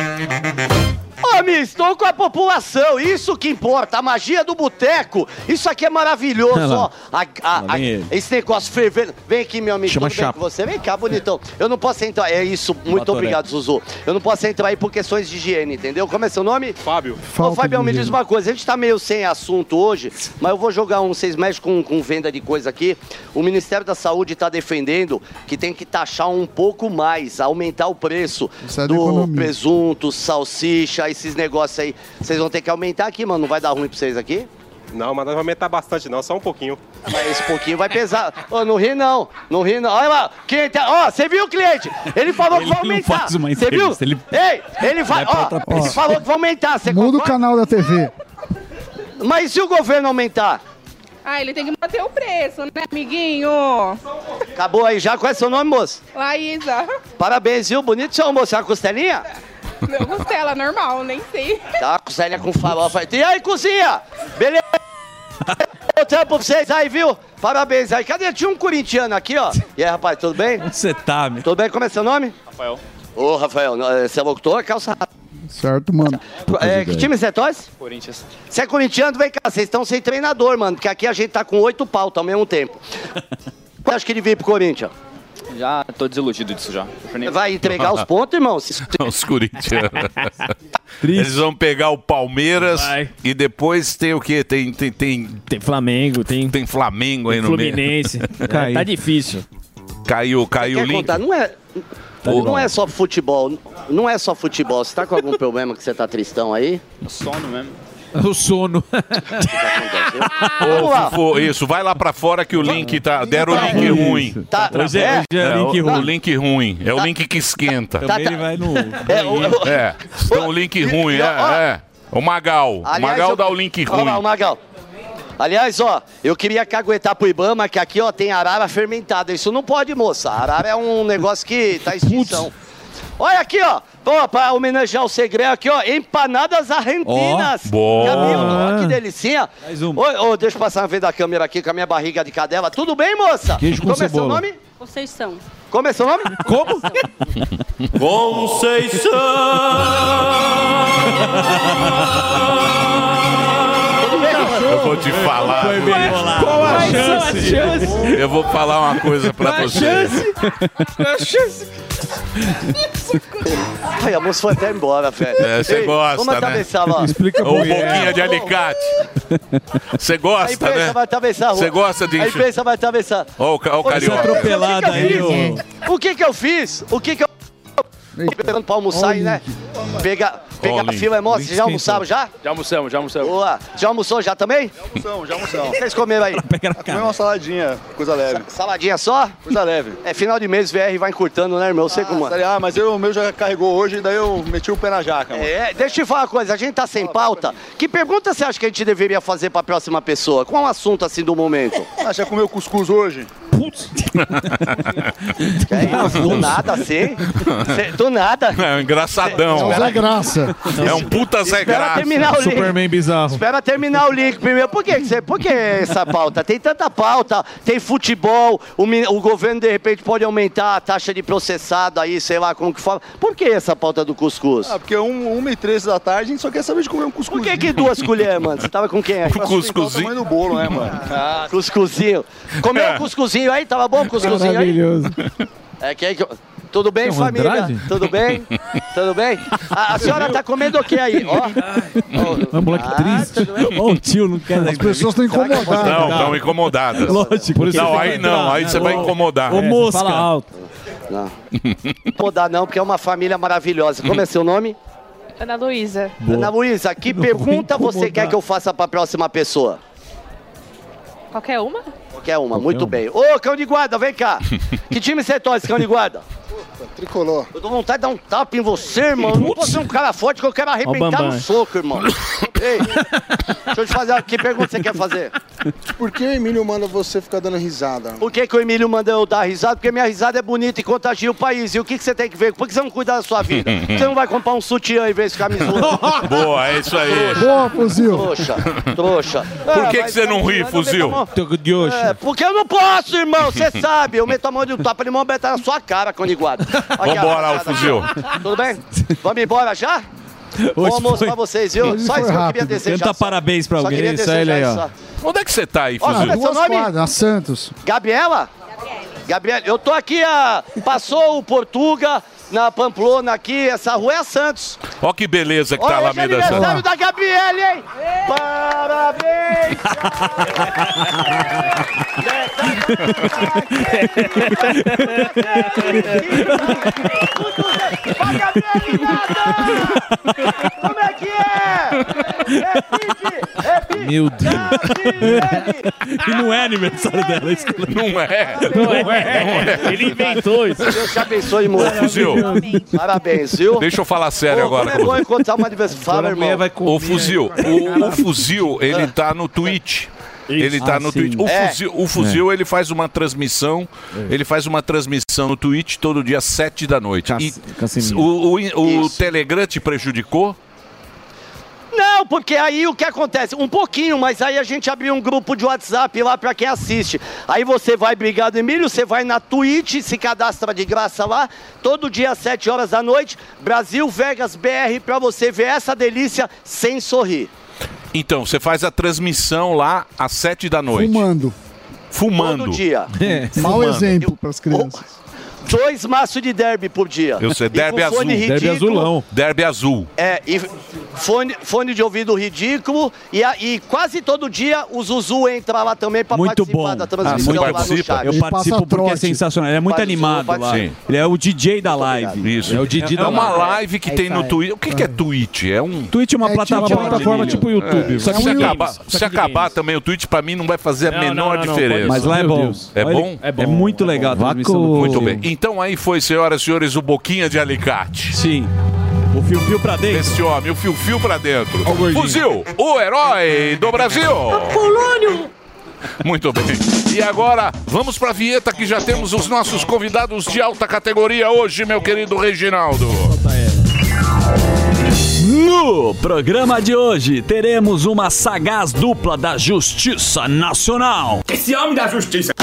Speaker 7: Ô, Mi, estou com a população, isso que importa, a magia do boteco. Isso aqui é maravilhoso,
Speaker 12: Olha lá.
Speaker 7: ó. A- a-
Speaker 12: Lá
Speaker 7: a-
Speaker 12: vem ele.
Speaker 7: esse negócio fervendo. Vem aqui, meu amigo,
Speaker 12: Chama
Speaker 7: tudo bem
Speaker 12: chapa.
Speaker 7: com você? Vem cá, bonitão. Eu não posso entrar, é isso, muito
Speaker 12: Batoré.
Speaker 7: obrigado, Zuzu. Eu não posso entrar aí por questões de higiene, entendeu? Como é seu nome?
Speaker 13: Fábio.
Speaker 7: Ô, Fabião, me diz uma coisa, a gente tá meio sem assunto hoje, mas eu vou jogar um, vocês mexem com, com venda de coisa aqui. O Ministério da Saúde tá defendendo que tem que taxar um pouco mais, aumentar o preço
Speaker 11: Isso é da
Speaker 7: do
Speaker 11: economia.
Speaker 7: presunto, salsicha, esses negócios aí. Vocês vão ter que aumentar aqui, mano, não vai dar ruim pra vocês aqui?
Speaker 13: Não, mas não vai aumentar bastante não, só um pouquinho.
Speaker 7: Mas esse pouquinho vai pesar. Ô, não ri não, não ri não. Olha lá, quem tá... Ó, você viu o cliente? Ele falou que
Speaker 12: Ele
Speaker 7: vai
Speaker 12: não
Speaker 7: aumentar.
Speaker 12: faz uma
Speaker 7: Você viu?
Speaker 12: entrevista, ele-
Speaker 7: Ei, ele vai...
Speaker 12: Vai pra
Speaker 7: Ó,
Speaker 12: outra
Speaker 7: ele
Speaker 12: pista.
Speaker 7: falou que vai aumentar. Você
Speaker 11: Muda o
Speaker 7: concorda?
Speaker 11: canal da T V.
Speaker 7: Mas e se o governo aumentar?
Speaker 9: Ah, ele tem que manter o preço, né, amiguinho?
Speaker 7: Acabou aí já. Qual é seu nome, moço?
Speaker 9: Laísa.
Speaker 7: Parabéns, viu? Bonito seu almoço. É uma costelinha?
Speaker 9: Meu costela normal, nem sei.
Speaker 7: Tá, costelinha com farofa. E aí, cozinha? Beleza? Eu trampo pra vocês aí, viu? Parabéns aí. Cadê? Tinha um corintiano aqui, ó. E aí, rapaz, tudo bem?
Speaker 12: Você tá, meu.
Speaker 7: Tudo bem? Como é seu nome?
Speaker 13: Rafael.
Speaker 7: Ô, Rafael, você é locutor? Calça...
Speaker 11: Certo, mano.
Speaker 7: É, que time você torce?
Speaker 13: Corinthians.
Speaker 7: Você é corintiano? Vem cá, vocês estão sem treinador, mano. Porque aqui a gente tá com oito pautas ao mesmo tempo. Você acha que ele veio pro Corinthians?
Speaker 16: Já tô desiludido disso já.
Speaker 7: Vai entregar os pontos, irmão?
Speaker 8: Os corintianos. Eles vão pegar o Palmeiras
Speaker 14: Vai.
Speaker 8: e depois tem o quê? Tem, tem, tem,
Speaker 14: Tem Flamengo, tem,
Speaker 8: tem Flamengo aí
Speaker 14: tem
Speaker 8: no meio.
Speaker 14: Fluminense.
Speaker 12: Caiu.
Speaker 14: Tá difícil.
Speaker 8: Caiu, caiu o
Speaker 7: Quer
Speaker 8: link.
Speaker 7: contar? Não é, não é só futebol. Não é só futebol. Você tá com algum problema que você tá tristão aí?
Speaker 16: Sono mesmo.
Speaker 12: O sono.
Speaker 8: Ô, Fufu, isso, vai lá pra fora que o link tá. Deram o link ruim.
Speaker 7: Tá,
Speaker 12: Hoje é,
Speaker 7: é?
Speaker 12: hoje é
Speaker 8: É,
Speaker 12: link
Speaker 8: o, o
Speaker 12: ruim.
Speaker 8: link ruim. É o link que esquenta.
Speaker 7: Tá,
Speaker 12: Também
Speaker 7: tá.
Speaker 12: ele vai no...
Speaker 7: É, o- o-
Speaker 8: É, então o link ruim, é, é. O Magal. O
Speaker 7: Aliás,
Speaker 8: Magal
Speaker 7: eu-
Speaker 8: dá o link
Speaker 7: Ó,
Speaker 8: ruim.
Speaker 7: lá, o Magal. Aliás, ó, eu queria caguetar pro Ibama que aqui, ó, tem arara fermentada. Isso não pode, moça. Arara é um negócio que tá em extinção. Olha aqui, ó. Pô, pra homenagear o segredo aqui, ó. Empanadas argentinas.
Speaker 8: Ó, boa.
Speaker 7: Camilo, ó, que delicinha.
Speaker 12: Mais uma.
Speaker 7: Ô, ô, deixa eu passar na frente da câmera aqui com a minha barriga de cadela. Tudo bem, moça?
Speaker 12: Queijo com
Speaker 7: Como é seu
Speaker 12: cebola.
Speaker 7: nome?
Speaker 9: Vocês são.
Speaker 7: Como é seu nome?
Speaker 12: Como?
Speaker 7: Tudo bem, mano?
Speaker 8: Eu vou te falar.
Speaker 12: Foi bem bolado.
Speaker 6: Qual a
Speaker 12: Quais são
Speaker 6: chance?
Speaker 12: as chances?
Speaker 8: Eu vou falar uma coisa pra
Speaker 12: Qual a
Speaker 8: você.
Speaker 12: chance? Qual a chance?
Speaker 7: Ai, a moça foi até embora, velho.
Speaker 8: É, você
Speaker 7: Ei,
Speaker 8: gosta,
Speaker 7: vamos
Speaker 8: né?
Speaker 7: atravessar lá.
Speaker 12: Explica
Speaker 8: Ou
Speaker 12: por quê.
Speaker 8: boquinha de alicate. Você
Speaker 7: A
Speaker 8: gosta,
Speaker 7: imprensa
Speaker 8: né?
Speaker 7: vai atravessar a rua.
Speaker 8: Você gosta de
Speaker 7: A
Speaker 8: encher-
Speaker 7: imprensa vai atravessar.
Speaker 8: Ó, o, ca- ó o
Speaker 7: Ô,
Speaker 8: carioca.
Speaker 12: atropelado
Speaker 7: o que que eu
Speaker 12: aí,
Speaker 7: fiz? O que que eu fiz? O que que eu... Esperando pra almoçar aí, né? Pegar, pegar a
Speaker 8: Link.
Speaker 7: fila é moça. Vocês já almoçaram já?
Speaker 16: Já almoçamos, já almoçamos.
Speaker 7: Boa. Já almoçou já também?
Speaker 24: Almoção, já almoção.
Speaker 7: O que vocês comeram aí?
Speaker 24: Comer uma saladinha, coisa leve.
Speaker 7: Saladinha só?
Speaker 24: Coisa leve.
Speaker 7: É final de mês, V R vai encurtando, né, irmão? Eu sei como é.
Speaker 24: Ah, mas eu, o meu já carregou hoje, daí eu meti o pé na jaca, mano.
Speaker 7: É, deixa eu te falar uma coisa, a gente tá sem pauta. Que pergunta você acha que a gente deveria fazer pra próxima pessoa? Qual é o assunto assim do momento?
Speaker 24: Ah, já comeu cuscuz hoje?
Speaker 6: Putz.
Speaker 7: É isso, do nada assim. Cê- Do nada.
Speaker 8: É um engraçadão.
Speaker 7: É um Zé
Speaker 11: Graça.
Speaker 8: É um puta Zé
Speaker 7: Espera
Speaker 8: Graça.
Speaker 7: terminar o link.
Speaker 6: Superman bizarro.
Speaker 7: Espera terminar o link primeiro. Por que, que você, por que essa pauta? Tem tanta pauta, tem futebol, o, mi- o governo de repente pode aumentar a taxa de processado aí, sei lá como que fala. Por que essa pauta do cuscuz?
Speaker 24: Ah, porque um, uma e três da tarde a gente só quer saber de comer um cuscuz.
Speaker 7: Por que que duas colheres, mano? Você tava com quem aí?
Speaker 24: Pra sustentar o tamanho do bolo, né, mano?
Speaker 7: Ah, cuscuzinho. Comeu um cuscuzinho aí? Tava bom o cuscuzinho aí?
Speaker 15: Maravilhoso.
Speaker 7: É que aí que eu... Tudo bem,
Speaker 15: É o
Speaker 7: família?
Speaker 15: Andrade?
Speaker 7: Tudo bem? Tudo bem? A, a senhora tá comendo o que aí? Ó.
Speaker 15: É um moleque triste.
Speaker 10: Ó, o tio não quer.
Speaker 11: As pessoas estão incomodadas.
Speaker 8: Não, estão incomodadas.
Speaker 10: Lógico.
Speaker 8: Por isso não, aí não, aí você vai incomodar.
Speaker 10: Ô, mosca.
Speaker 14: Fala alto.
Speaker 7: Não. Incomodar não, porque é uma família maravilhosa. Como é seu nome?
Speaker 9: Ana Luísa.
Speaker 7: Ana Luísa, que pergunta você quer que eu faça pra próxima pessoa?
Speaker 9: Qualquer uma?
Speaker 7: Qualquer uma, muito bem. Ô, cão de guarda, vem cá. Que time você torce, cão de guarda?
Speaker 24: Tricolor.
Speaker 7: Eu dou vontade de dar um tapa em você, irmão. Não vou ser um cara forte que eu quero arrebentar no soco, irmão. Ei, deixa eu te fazer. Que pergunta você quer fazer?
Speaker 24: Por que o Emílio manda você ficar dando risada?
Speaker 7: Por que, que o Emílio manda eu dar risada? Porque minha risada é bonita e contagia o país. E o que, que você tem que ver? Por que você não cuida da sua vida? Você não vai comprar um sutiã em vez de ficar me zoando?
Speaker 8: Boa, é isso aí.
Speaker 11: Boa, fuzil.
Speaker 7: Trouxa, trouxa.
Speaker 8: Por
Speaker 7: É,
Speaker 8: que,
Speaker 7: mas
Speaker 8: que você não ri,
Speaker 7: eu meto a
Speaker 8: fuzil?
Speaker 7: mão-
Speaker 6: de hoje.
Speaker 7: É, porque eu não posso, irmão, você sabe. Eu meto a mão de um tapa de mão aberta na sua cara, cão de guarda. Aqui,
Speaker 8: Vambora,
Speaker 7: ó,
Speaker 8: o fuzil.
Speaker 7: Tudo bem? Vamos embora já? Bom
Speaker 10: Hoje
Speaker 7: almoço
Speaker 10: foi-
Speaker 7: pra vocês, viu?
Speaker 11: Hoje
Speaker 7: Só
Speaker 11: foi
Speaker 7: isso que eu queria
Speaker 11: rápido.
Speaker 7: desejar.
Speaker 10: Canta
Speaker 7: só.
Speaker 10: parabéns pra
Speaker 7: Só
Speaker 10: alguém.
Speaker 7: queria
Speaker 10: Isso aí,
Speaker 7: desejar
Speaker 10: aí,
Speaker 7: isso
Speaker 10: ó.
Speaker 7: só.
Speaker 8: Onde é que você tá aí,
Speaker 7: Ó,
Speaker 8: fuzil?
Speaker 7: é seu
Speaker 11: Duas
Speaker 7: nome?
Speaker 11: quadras, Santos.
Speaker 7: Gabriela? Gabriela, eu tô aqui, a... passou o Portuga na Pamplona aqui, essa rua é a Santos.
Speaker 8: Ó que beleza que tá
Speaker 7: Olha,
Speaker 8: lá
Speaker 7: hoje é
Speaker 8: meio dessa.
Speaker 7: aniversário da Gabriela, hein? Parabéns! Vai, Gabriela, como é que é? Repite, repite.
Speaker 6: Meu Deus.
Speaker 10: E não é aniversário dela, isso que
Speaker 8: Não é.
Speaker 14: Não é. Ele inventou isso.
Speaker 7: Deus te abençoe muito.
Speaker 8: Fuzil,
Speaker 7: Parabéns, viu?
Speaker 8: deixa eu falar sério
Speaker 7: Ô, como
Speaker 8: agora.
Speaker 7: é bom encontrar uma adversária. Fala, irmão.
Speaker 8: O fuzil, o, o fuzil, ele tá no Twitch. Ele tá
Speaker 10: Ah,
Speaker 8: no
Speaker 10: sim.
Speaker 8: Twitch. O
Speaker 7: É.
Speaker 8: fuzil, o fuzil ele faz uma transmissão. Ele faz uma transmissão no Twitch todo dia sete da noite. E
Speaker 10: Cassininho.
Speaker 8: o, o, o
Speaker 7: Isso.
Speaker 8: Telegram te prejudicou?
Speaker 7: Não, porque aí o que acontece? Um pouquinho, mas aí a gente abriu um grupo de WhatsApp lá pra quem assiste. Aí você vai, obrigado Emílio, você vai na Twitch, se cadastra de graça lá, todo dia às sete horas da noite, Brasil Vegas B R, pra você ver essa delícia sem sorrir.
Speaker 8: Então, você faz a transmissão lá às sete da noite.
Speaker 11: Fumando.
Speaker 8: Fumando.
Speaker 7: Todo dia.
Speaker 11: Mau
Speaker 8: Fumando.
Speaker 11: exemplo para as crianças.
Speaker 7: Dois maços de derby por dia.
Speaker 8: Eu sei,
Speaker 7: E
Speaker 8: derby
Speaker 7: com
Speaker 8: azul.
Speaker 7: fone
Speaker 6: Derby
Speaker 7: ridículo,
Speaker 6: azulão.
Speaker 8: Derby azul.
Speaker 7: É, e fone, fone de ouvido ridículo e, a- e quase todo dia o Zuzu entra lá também pra
Speaker 10: Muito
Speaker 7: participar
Speaker 10: bom.
Speaker 7: da
Speaker 10: Ah,
Speaker 7: transmissão
Speaker 8: você
Speaker 7: lá no
Speaker 8: participa?
Speaker 7: chat.
Speaker 10: Eu
Speaker 11: Ele
Speaker 10: participo
Speaker 11: passa
Speaker 10: porque é
Speaker 11: trote.
Speaker 10: sensacional. Ele é muito
Speaker 7: Faz
Speaker 10: animado
Speaker 7: zoom,
Speaker 10: lá.
Speaker 7: faz
Speaker 8: sim.
Speaker 10: Ele é o D J da live.
Speaker 8: Isso.
Speaker 6: É o Didi
Speaker 8: É
Speaker 6: da
Speaker 8: uma
Speaker 6: live.
Speaker 8: live que tem no Twitch. O que, que é Twitch? É um.
Speaker 10: Twitch é uma
Speaker 11: É tipo
Speaker 10: plataforma,
Speaker 11: uma
Speaker 6: plataforma
Speaker 10: de
Speaker 6: tipo
Speaker 10: vídeo.
Speaker 6: YouTube.
Speaker 8: Só que
Speaker 11: É
Speaker 8: se
Speaker 11: um
Speaker 8: acabar,
Speaker 14: Só que
Speaker 8: se
Speaker 14: de
Speaker 8: acabar
Speaker 14: games.
Speaker 8: também o Twitch, pra mim não vai fazer a
Speaker 14: Não,
Speaker 8: menor
Speaker 14: não, não,
Speaker 8: diferença.
Speaker 10: Mas lá é
Speaker 6: Meu
Speaker 10: bom.
Speaker 6: Deus.
Speaker 8: É
Speaker 10: Olha,
Speaker 8: bom?
Speaker 10: É, muito legal a transmissão do
Speaker 8: Muito
Speaker 10: Twitch.
Speaker 8: bem. Então aí foi, senhoras e senhores, o Boquinha de Alicate.
Speaker 10: Sim. O fio-fio pra dentro.
Speaker 8: Esse homem, o fio-fio pra dentro.
Speaker 6: Ó o gordinho.
Speaker 8: Fuzil, o herói do Brasil.
Speaker 21: Polônio!
Speaker 8: Muito bem. E agora, vamos pra vinheta que já temos os nossos convidados de alta categoria hoje, meu querido Reginaldo.
Speaker 10: No programa de hoje, teremos uma sagaz dupla da Justiça Nacional.
Speaker 23: Esse homem da justiça.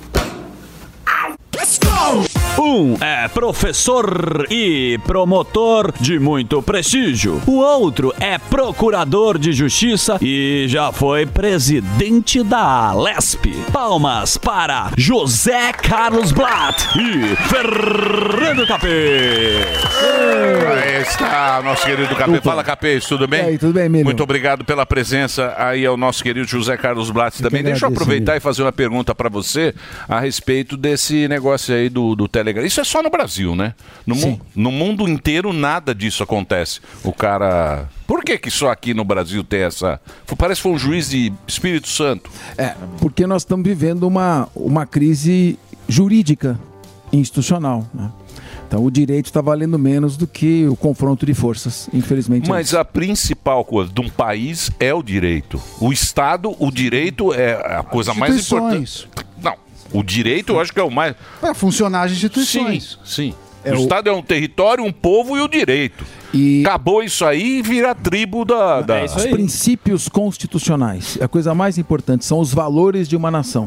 Speaker 10: Um é professor e promotor de muito prestígio. O outro é procurador de justiça e já foi presidente da Alesp. Palmas para José Carlos Blatt e Fernando Capê.
Speaker 8: Aí está, nosso querido Capê. Fala, Capê, tudo bem?
Speaker 11: E aí, tudo bem, Emílio?
Speaker 8: Muito obrigado pela presença aí ao nosso querido José Carlos Blatt também. Deixa eu
Speaker 11: agradeço,
Speaker 8: aproveitar
Speaker 11: Emílio.
Speaker 8: e fazer uma pergunta para você a respeito desse negócio aí do, do Telegram. Isso é só no Brasil, né? No, mu- no mundo inteiro nada disso acontece. O cara... Por que que só aqui no Brasil tem essa... Parece que foi um juiz de Espírito Santo.
Speaker 15: É, porque nós estamos vivendo uma, uma crise jurídica institucional, né? Então o direito está valendo menos do que o confronto de forças, infelizmente. é
Speaker 8: Mas
Speaker 15: isso.
Speaker 8: a principal coisa de um país é o direito. O Estado, o direito é a coisa mais importante.
Speaker 11: Instituições.
Speaker 8: Não. O direito eu acho que é o mais...
Speaker 11: Para funcionar as instituições.
Speaker 8: Sim, sim.
Speaker 11: É
Speaker 8: o,
Speaker 11: o-
Speaker 8: Estado é um território, um povo e o direito. Acabou isso aí e vira a tribo da... da...
Speaker 4: Os princípios constitucionais, a coisa mais importante, são os valores de uma nação.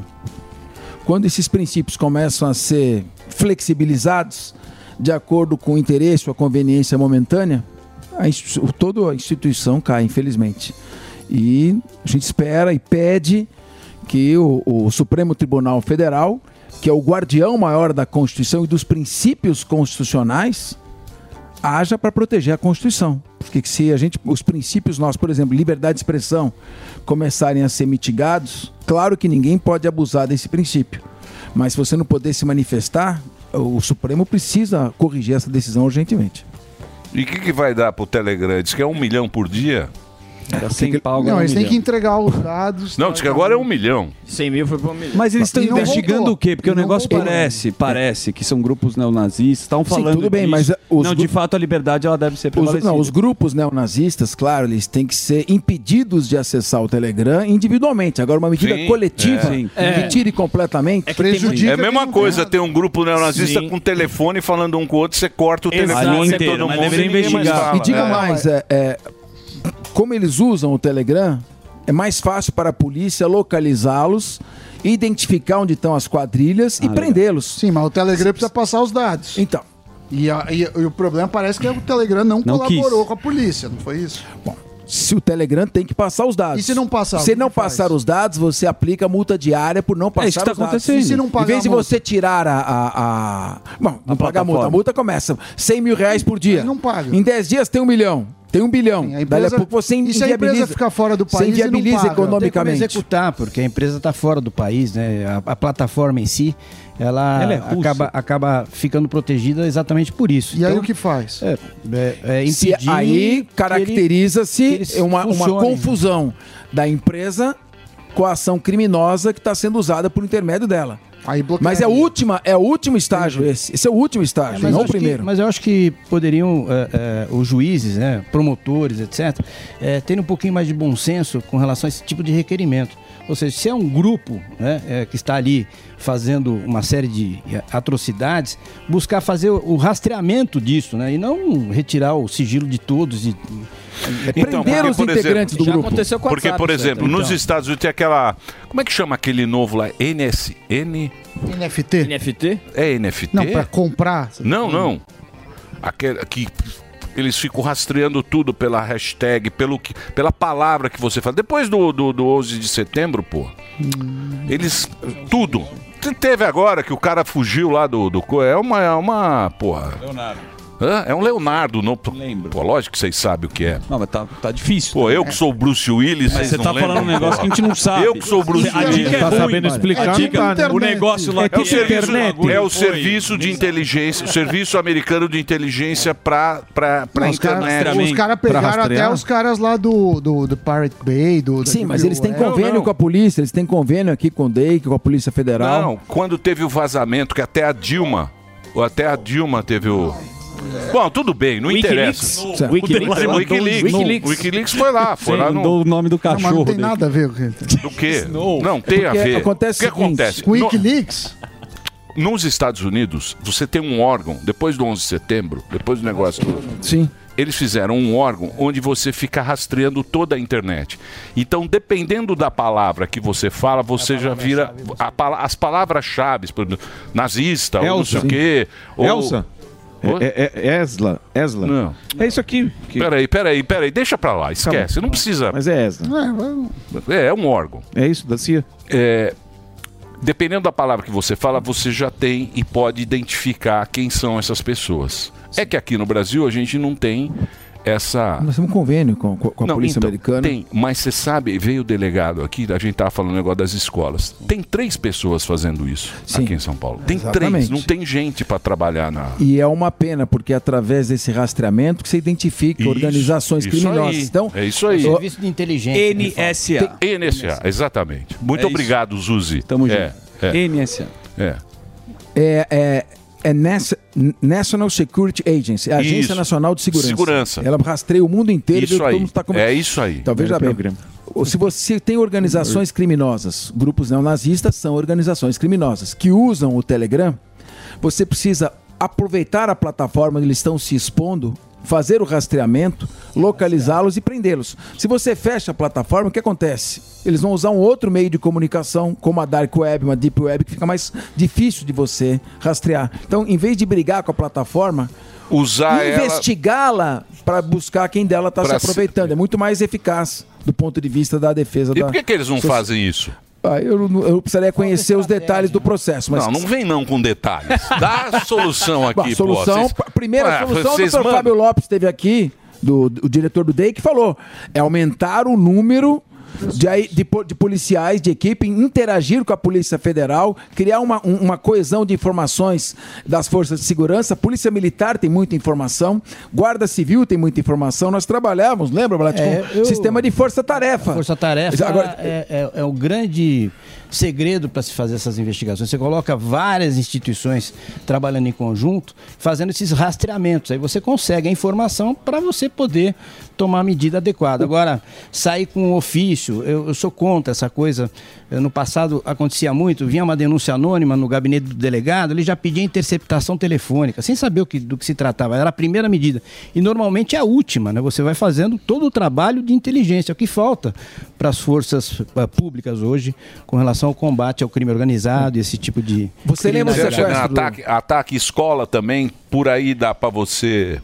Speaker 4: Quando esses princípios começam a ser flexibilizados de acordo com o interesse ou a conveniência momentânea, a institu- toda a instituição cai, infelizmente. E a gente espera e pede que o, o Supremo Tribunal Federal, que é o guardião maior da Constituição e dos princípios constitucionais, haja para proteger a Constituição. Porque se a gente, os princípios nossos, por exemplo, liberdade de expressão, começarem a ser mitigados, claro que ninguém pode abusar desse princípio. Mas se você não poder se manifestar, o Supremo precisa corrigir essa decisão urgentemente.
Speaker 8: E o que, que vai dar pro Telegram? Diz que é um milhão por dia?
Speaker 10: Era cem pau,
Speaker 11: Não, eles têm que entregar os dados.
Speaker 8: Não, diz que agora é um milhão.
Speaker 14: cem mil foi para um milhão.
Speaker 10: Mas eles estão
Speaker 11: E não
Speaker 10: investigando
Speaker 11: voltou.
Speaker 10: o quê? Porque
Speaker 11: E
Speaker 10: o
Speaker 11: não
Speaker 10: negócio
Speaker 11: voltou.
Speaker 10: parece, parece que são grupos neonazistas, estão
Speaker 4: Sim,
Speaker 10: falando
Speaker 4: tudo bem,
Speaker 10: disso.
Speaker 4: mas, uh, os
Speaker 10: Não, de
Speaker 4: gru-
Speaker 10: fato a liberdade ela deve ser
Speaker 4: Os,
Speaker 10: prevalecida.
Speaker 4: não, os grupos neonazistas, claro, eles têm que ser impedidos de acessar o Telegram individualmente. Agora, uma medida
Speaker 8: Sim,
Speaker 4: coletiva
Speaker 8: é. Sim.
Speaker 4: que
Speaker 8: É.
Speaker 4: tire completamente.
Speaker 8: É a mesma coisa ter um grupo neonazista
Speaker 4: Sim.
Speaker 8: com telefone falando um com o outro, você corta o
Speaker 4: Exato.
Speaker 8: telefone
Speaker 4: Inteiro,
Speaker 8: todo
Speaker 4: mas
Speaker 8: mundo
Speaker 4: deveria
Speaker 8: e ninguém mais
Speaker 4: investigar.
Speaker 8: fala.
Speaker 4: E diga
Speaker 8: É.
Speaker 4: mais, é, é, como eles usam o Telegram, é mais fácil para a polícia localizá-los, identificar onde estão as quadrilhas e prendê-los.
Speaker 11: Sim, mas o Telegram precisa passar os dados.
Speaker 4: Então.
Speaker 11: E, a- e- e o problema parece que o Telegram não,
Speaker 4: Não
Speaker 11: colaborou
Speaker 4: quis.
Speaker 11: com a polícia, não foi isso?
Speaker 4: Bom, se o Telegram tem que passar os dados.
Speaker 11: E se não passar,
Speaker 4: Se
Speaker 11: o que
Speaker 4: não
Speaker 11: que faz?
Speaker 4: passar os dados, você aplica multa diária por não passar
Speaker 11: isso que tá
Speaker 4: os dados.
Speaker 11: acontecendo. E se não pagar
Speaker 4: em vez de
Speaker 11: a multa?
Speaker 4: você tirar a... a, a... Bom, não pagar a multa.
Speaker 11: plataforma.
Speaker 4: A multa começa cem mil reais por dia.
Speaker 11: Não paga.
Speaker 4: Em dez dias tem um milhão. Tem um bilhão. Daí a
Speaker 11: empresa-
Speaker 4: pouco você
Speaker 11: e se a empresa
Speaker 4: inviabiliza.
Speaker 11: ficar fora do
Speaker 4: Você
Speaker 11: país e não
Speaker 4: inviabiliza
Speaker 11: paga?
Speaker 4: economicamente.
Speaker 14: Não tem como executar, porque a empresa está fora do país, né? A, a plataforma em si, ela,
Speaker 11: Ela é russa.
Speaker 14: acaba, acaba ficando protegida exatamente por isso.
Speaker 11: E aí
Speaker 14: Então,
Speaker 11: o que faz?
Speaker 14: É, é, é
Speaker 4: Se
Speaker 14: impedir
Speaker 4: aí
Speaker 14: que
Speaker 4: caracteriza-se
Speaker 14: eles
Speaker 4: uma, uma
Speaker 14: funcionem.
Speaker 4: confusão da empresa com a ação criminosa que está sendo usada por intermédio dela. Mas é, a última, é o último estágio esse. Esse é o último estágio,
Speaker 14: mas
Speaker 4: não
Speaker 14: eu
Speaker 4: o
Speaker 14: acho que-
Speaker 4: primeiro.
Speaker 14: mas eu acho que poderiam é, é, os juízes, né, promotores, etcétera, é, terem um pouquinho mais de bom senso com relação a esse tipo de requerimento. Ou seja, se é um grupo, né, é, que está ali fazendo uma série de é, atrocidades, buscar fazer o, o rastreamento disso, né, e não retirar o sigilo de todos. E,
Speaker 8: Então, porque, por exemplo,
Speaker 14: Já aconteceu com o
Speaker 8: Porque,
Speaker 14: WhatsApp,
Speaker 8: por exemplo,
Speaker 14: certo?
Speaker 8: nos
Speaker 14: Então.
Speaker 8: Estados Unidos tem aquela... Como é que chama aquele novo lá? N S... N...
Speaker 11: N F T?
Speaker 14: N F T?
Speaker 8: É N F T?
Speaker 11: Não, pra comprar.
Speaker 8: Não, não. Aquele que eles ficam rastreando tudo pela hashtag, pelo que, pela palavra que você fala. Depois do, do, do onze de setembro, pô, eles... Tudo. Te- Teve agora que o cara fugiu lá do... do co- é uma... É uma porra...
Speaker 10: Leonardo.
Speaker 8: Hã? É um Leonardo, não lembro. Pô, lógico que vocês sabem o que é.
Speaker 10: Não, mas tá, tá difícil.
Speaker 8: Pô, eu que sou o Bruce Willis,
Speaker 10: Mas
Speaker 8: vocês
Speaker 10: você
Speaker 8: não
Speaker 10: tá
Speaker 8: lembram?
Speaker 10: falando um negócio que a gente não sabe.
Speaker 8: Eu que sou o Bruce
Speaker 10: A
Speaker 8: Willis.
Speaker 10: dica é
Speaker 8: Tá
Speaker 10: ruim,
Speaker 8: sabendo
Speaker 10: mano.
Speaker 8: explicar,
Speaker 10: A dica,
Speaker 8: não tá?
Speaker 10: o negócio lá
Speaker 8: É
Speaker 10: que
Speaker 8: o serviço,
Speaker 10: internet.
Speaker 8: é o
Speaker 10: Foi.
Speaker 8: serviço de inteligência, o serviço americano de inteligência pra, pra, pra
Speaker 11: Não, os caras
Speaker 8: internet.
Speaker 11: cara pegaram até os caras lá do, do, do Pirate Bay, do...
Speaker 4: Sim,
Speaker 11: da
Speaker 4: mas eles têm
Speaker 11: W O L.
Speaker 4: convênio com a polícia, eles têm convênio aqui com o D E I C, com a Polícia Federal.
Speaker 8: Não, quando teve o vazamento, que até a Dilma, ou até a Dilma teve o... Bom, tudo bem, não
Speaker 10: Wikileaks.
Speaker 8: interessa.
Speaker 10: Certo.
Speaker 8: O Wikileaks,
Speaker 10: Wikileaks.
Speaker 8: Wikileaks,
Speaker 10: Wikileaks.
Speaker 8: Wikileaks foi lá, foi
Speaker 10: Sim,
Speaker 8: lá no...
Speaker 10: mandou o nome do
Speaker 11: Não, mas
Speaker 10: cachorro
Speaker 11: não tem
Speaker 10: dele.
Speaker 11: nada a ver com isso.
Speaker 8: Do quê? Não, tem a
Speaker 11: porque
Speaker 8: ver.
Speaker 11: acontece
Speaker 8: o que
Speaker 11: o seguinte,
Speaker 8: acontece?
Speaker 11: com o Wikileaks...
Speaker 8: No- nos Estados Unidos, você tem um órgão, depois do onze de setembro, depois do negócio...
Speaker 4: Sim.
Speaker 8: Eles fizeram um órgão onde você fica rastreando toda a internet. Então, dependendo da palavra que você fala, você já vira... a pala- as palavras-chave, por exemplo, nazista, ou não sei o quê... ou-
Speaker 12: Elsa?
Speaker 8: Oi?
Speaker 12: É, é, é Esla. Esla.
Speaker 8: Não.
Speaker 12: É isso aqui. Que...
Speaker 8: Peraí, peraí, peraí, deixa pra lá, esquece, não precisa...
Speaker 12: Mas é Esla.
Speaker 8: É, é um órgão.
Speaker 12: É isso, da C I A?
Speaker 8: É, dependendo da palavra que você fala, você já tem e pode identificar quem são essas pessoas. É que aqui no Brasil a gente não tem essa...
Speaker 4: Nós temos um convênio com, com a
Speaker 8: Não,
Speaker 4: Polícia
Speaker 8: então,
Speaker 4: Americana.
Speaker 8: Tem, mas você sabe, veio o delegado aqui, a gente tava falando o negócio das escolas. Tem três pessoas fazendo isso aqui em São Paulo. Tem
Speaker 4: Exatamente.
Speaker 8: três, não tem gente para trabalhar na...
Speaker 4: E é uma pena, porque é através desse rastreamento que você identifica
Speaker 8: Isso,
Speaker 4: organizações
Speaker 8: isso
Speaker 4: criminosas.
Speaker 8: aí,
Speaker 4: Então,
Speaker 8: é isso aí.
Speaker 14: Serviço de inteligência.
Speaker 10: N S A.
Speaker 8: Tem- N S A, exatamente. Muito
Speaker 10: É isso.
Speaker 8: obrigado, Zuzi.
Speaker 10: Tamo junto.
Speaker 8: É, é.
Speaker 10: N S A.
Speaker 8: É.
Speaker 4: é, é, é Nas- National Security Agency, é a Agência
Speaker 8: Isso.
Speaker 4: Nacional de Segurança.
Speaker 8: Segurança.
Speaker 4: Ela rastreia o mundo inteiro e vê o
Speaker 8: Isso
Speaker 4: que todo
Speaker 8: aí.
Speaker 4: mundo está cometendo.
Speaker 8: É isso aí.
Speaker 4: Então veja bem.
Speaker 8: O
Speaker 4: Se você tem organizações criminosas, grupos neonazistas são organizações criminosas que usam o Telegram, você precisa aproveitar a plataforma onde eles estão se expondo, fazer o rastreamento, localizá-los e prendê-los. Se você fecha a plataforma, o que acontece? Eles vão usar um outro meio de comunicação, como a Dark Web, uma Deep Web, que fica mais difícil de você rastrear. Então, em vez de brigar com a plataforma,
Speaker 8: usar
Speaker 4: investigá-la para buscar quem dela está se
Speaker 8: Pra
Speaker 4: aproveitando. É muito mais eficaz do ponto de vista da defesa
Speaker 8: E
Speaker 4: da...
Speaker 8: por que, que eles não fazem isso?
Speaker 4: Ah, eu, não- eu precisaria conhecer os detalhes do processo. Mas...
Speaker 8: Não, não vem não com detalhes. Dá a solução aqui,
Speaker 4: Bom, a solução,
Speaker 8: pô. Vocês-
Speaker 4: a primeira
Speaker 8: Ué,
Speaker 4: solução, o
Speaker 8: vocês
Speaker 4: doutor
Speaker 8: mandam-
Speaker 4: Fábio Lopes esteve aqui, do, do- o diretor do D E I, que falou, é aumentar o número de, aí- de po- de policiais, de equipe, interagir com a Polícia Federal, criar uma, um- uma coesão de informações das forças de segurança. Polícia Militar tem muita informação, Guarda Civil tem muita informação. Nós trabalhávamos, lembra, Blat,
Speaker 14: É,
Speaker 4: com
Speaker 14: eu-
Speaker 4: sistema de força-tarefa.
Speaker 14: Força-tarefa
Speaker 4: Agora,
Speaker 14: é, é, é o grande segredo para se fazer essas investigações. Você coloca várias instituições trabalhando em conjunto, fazendo esses rastreamentos. Aí você consegue a informação para você poder tomar a medida adequada. Agora, sair com um ofício, eu, eu sou contra essa coisa. Eu, no passado acontecia muito, vinha uma denúncia anônima no gabinete do delegado, ele já pedia interceptação telefônica, sem saber o que, do que se tratava. Era a primeira medida. E normalmente é a última, né? Você vai fazendo todo o trabalho de inteligência, o que falta para as forças uh, públicas hoje com relação ao combate ao crime organizado e esse tipo de.
Speaker 4: Você lembra
Speaker 8: Você acha que ataque, ataque escola também, por aí dá pra você...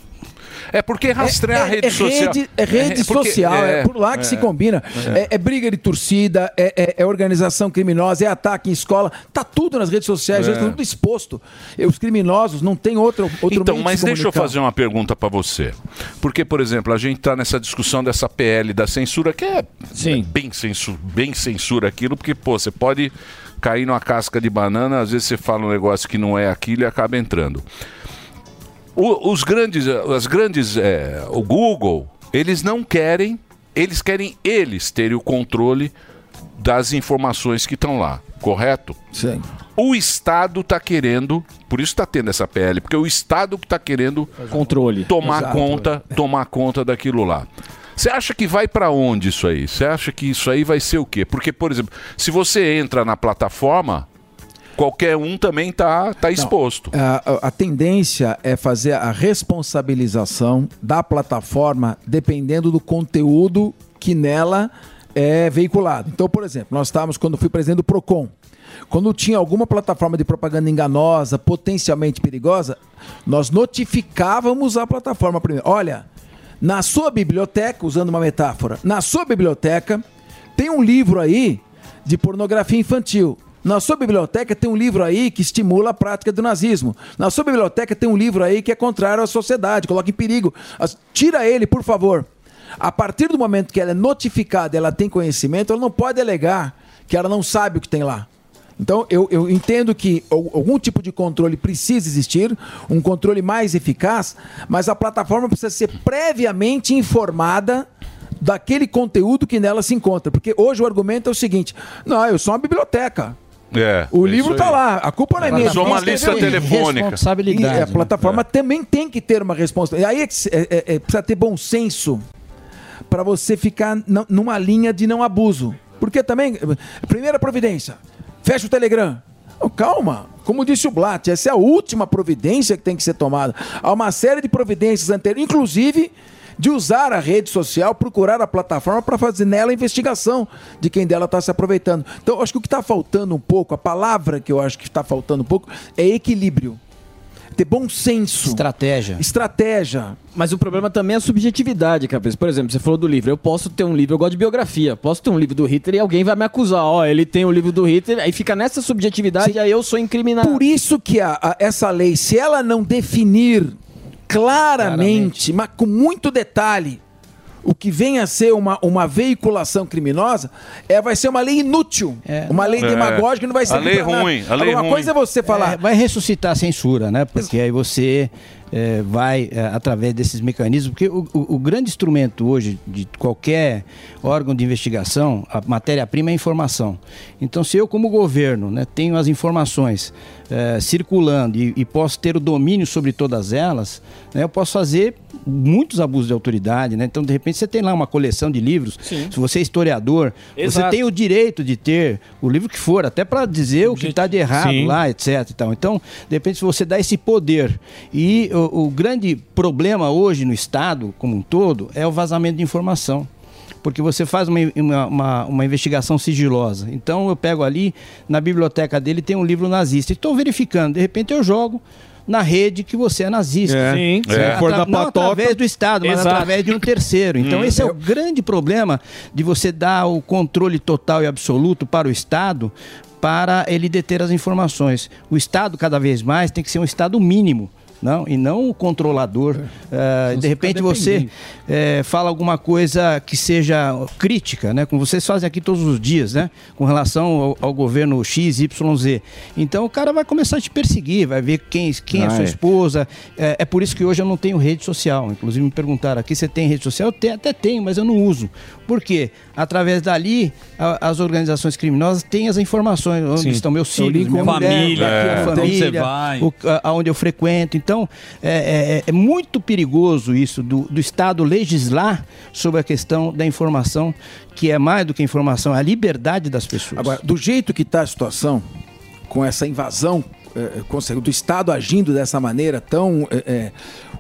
Speaker 8: É porque rastrear a
Speaker 4: É-
Speaker 8: rede
Speaker 4: é
Speaker 8: social...
Speaker 4: Rede, é rede
Speaker 8: É porque-
Speaker 4: social, é, por lá que
Speaker 8: é,
Speaker 4: se combina.
Speaker 8: é.
Speaker 4: É, é briga de torcida, é, é- é organização criminosa, é ataque em escola. Tá tudo nas redes sociais,
Speaker 8: É.
Speaker 4: já tá tudo exposto. E os criminosos não tem outro, outro
Speaker 8: Então,
Speaker 4: meio de
Speaker 8: mas
Speaker 4: se
Speaker 8: deixa eu
Speaker 4: comunicar.
Speaker 8: fazer uma pergunta pra você. Porque, por exemplo, a gente está nessa discussão dessa P L da censura, que é, é bem, censura, bem censura aquilo, porque, pô, você pode cair numa casca de banana, às vezes você fala um negócio que não é aquilo e acaba entrando. O- os grandes, as grandes, é, o Google, eles não querem, eles querem eles terem o controle das informações que estão lá, correto?
Speaker 4: Sim.
Speaker 8: O Estado está querendo, por isso está tendo essa P L, porque o Estado que está querendo
Speaker 2: controle,
Speaker 8: tomar
Speaker 2: Exato.
Speaker 8: conta, tomar conta daquilo lá. Você acha que vai para onde isso aí? Você acha que isso aí vai ser o quê? Porque, por exemplo, se você entra na plataforma, qualquer um também tá, tá exposto.
Speaker 4: A, a- a tendência é fazer a responsabilização da plataforma dependendo do conteúdo que nela é veiculado. Então, por exemplo, nós estávamos, quando eu fui presidente do PROCON, quando tinha alguma plataforma de propaganda enganosa, potencialmente perigosa, nós notificávamos a plataforma primeiro. Olha, na sua biblioteca, usando uma metáfora, na sua biblioteca tem um livro aí de pornografia infantil. Na sua biblioteca tem um livro aí que estimula a prática do nazismo. Na sua biblioteca tem um livro aí que é contrário à sociedade, coloca em perigo. As- Tira ele, por favor. A partir do momento que ela é notificada, ela tem conhecimento, ela não pode alegar que ela não sabe o que tem lá. Então, eu, eu entendo que al- algum tipo de controle precisa existir, um controle mais eficaz, mas a plataforma precisa ser previamente informada daquele conteúdo que nela se encontra. Porque hoje o argumento é o seguinte: não, eu sou uma biblioteca.
Speaker 8: É,
Speaker 4: O
Speaker 8: é
Speaker 4: livro
Speaker 8: isso
Speaker 4: está
Speaker 8: aí.
Speaker 4: lá, a culpa não é minha.
Speaker 8: Eu sou uma
Speaker 4: Quem
Speaker 8: lista
Speaker 4: escreveu isso?
Speaker 8: telefônica.
Speaker 14: Responsabilidade,
Speaker 4: E a
Speaker 14: né?
Speaker 4: plataforma também tem que ter uma responsabilidade. Aí é que se- é- é- é- precisa ter bom senso para você ficar n- numa linha de não abuso. Porque também, primeira providência, fecha o Telegram. Oh, calma, como disse o Blatt, essa é a última providência que tem que ser tomada. Há uma série de providências anteriores, inclusive de usar a rede social, procurar a plataforma para fazer nela a investigação de quem dela está se aproveitando. Então, eu acho que o que está faltando um pouco, a palavra que eu acho que está faltando um pouco, é equilíbrio. Ter bom senso.
Speaker 14: Estratégia.
Speaker 4: Estratégia.
Speaker 2: Mas o problema também é a subjetividade, Cabeça. Por exemplo, você falou do livro. Eu posso ter um livro, eu gosto de biografia. Posso ter um livro do Hitler e alguém vai me acusar. Ó, ele tem o livro do Hitler, aí fica nessa subjetividade e aí eu sou incriminado.
Speaker 4: Por isso que a- a- essa lei, se ela não definir claramente, mas com muito detalhe, o que vem a ser uma, uma veiculação criminosa, é, vai ser uma lei inútil. Uma lei
Speaker 8: É.
Speaker 4: demagógica que não vai
Speaker 8: A
Speaker 4: servir
Speaker 8: lei
Speaker 4: pra nada.
Speaker 8: ruim, a lei
Speaker 4: Agora, uma
Speaker 8: ruim.
Speaker 4: coisa é você falar...
Speaker 14: É, vai ressuscitar a censura, né? Porque aí você é, vai é, através desses mecanismos, porque o, o, o grande instrumento hoje de qualquer órgão de investigação, a matéria-prima é a informação. Então, se eu como governo, né, tenho as informações é, circulando e, e posso ter o domínio sobre todas elas, né, eu posso fazer muitos abusos de autoridade, né? Então, de repente, você tem lá uma coleção de livros. Sim. Se você é historiador,
Speaker 2: Exato.
Speaker 14: você tem o direito de ter o livro que for, até para dizer o que está de errado
Speaker 2: Sim.
Speaker 14: lá, etc. E tal. Então, de repente, se você dá esse poder. E o, o grande problema hoje no Estado, como um todo, é o vazamento de informação. Porque você faz uma, uma, uma, uma investigação sigilosa. Então, eu pego ali, na biblioteca dele tem um livro nazista. Estou verificando, de repente eu jogo na rede que você é nazista.
Speaker 12: É. Sim.
Speaker 14: Certo?
Speaker 12: É. For da
Speaker 14: Não
Speaker 12: patota.
Speaker 14: através do Estado, mas
Speaker 12: Exato.
Speaker 14: através de um terceiro. Então,
Speaker 12: Hum.
Speaker 14: esse é o grande problema de você dar o controle total e absoluto para o Estado, para ele deter as informações. O Estado, cada vez mais, tem que ser um Estado mínimo. Não, e não o controlador. É, de repente você é, fala alguma coisa que seja crítica, né? Como vocês fazem aqui todos os dias, né? Com relação ao, ao governo X, Y, Z. Então o cara vai começar a te perseguir, vai ver quem, quem é
Speaker 12: Ah,
Speaker 14: sua
Speaker 12: é.
Speaker 14: esposa. É, é por isso que hoje eu não tenho rede social. Inclusive me perguntaram aqui, você tem rede social? Eu te- até tenho, mas eu não uso. Por quê? Através dali, a- as organizações criminosas têm as informações, onde
Speaker 2: Sim.
Speaker 14: estão meus
Speaker 2: Eu
Speaker 14: filhos,
Speaker 2: ligo
Speaker 14: minha
Speaker 2: com
Speaker 14: mulher,
Speaker 2: família,
Speaker 14: daqui a
Speaker 2: é, onde
Speaker 14: família,
Speaker 2: você vai.
Speaker 14: o- a- aonde eu frequento. Então, é, é- é muito perigoso isso do, do Estado legislar sobre a questão da informação, que é mais do que informação, é a liberdade das pessoas.
Speaker 4: Agora, do jeito que está a situação, com essa invasão eh, com- do Estado agindo dessa maneira tão eh, eh,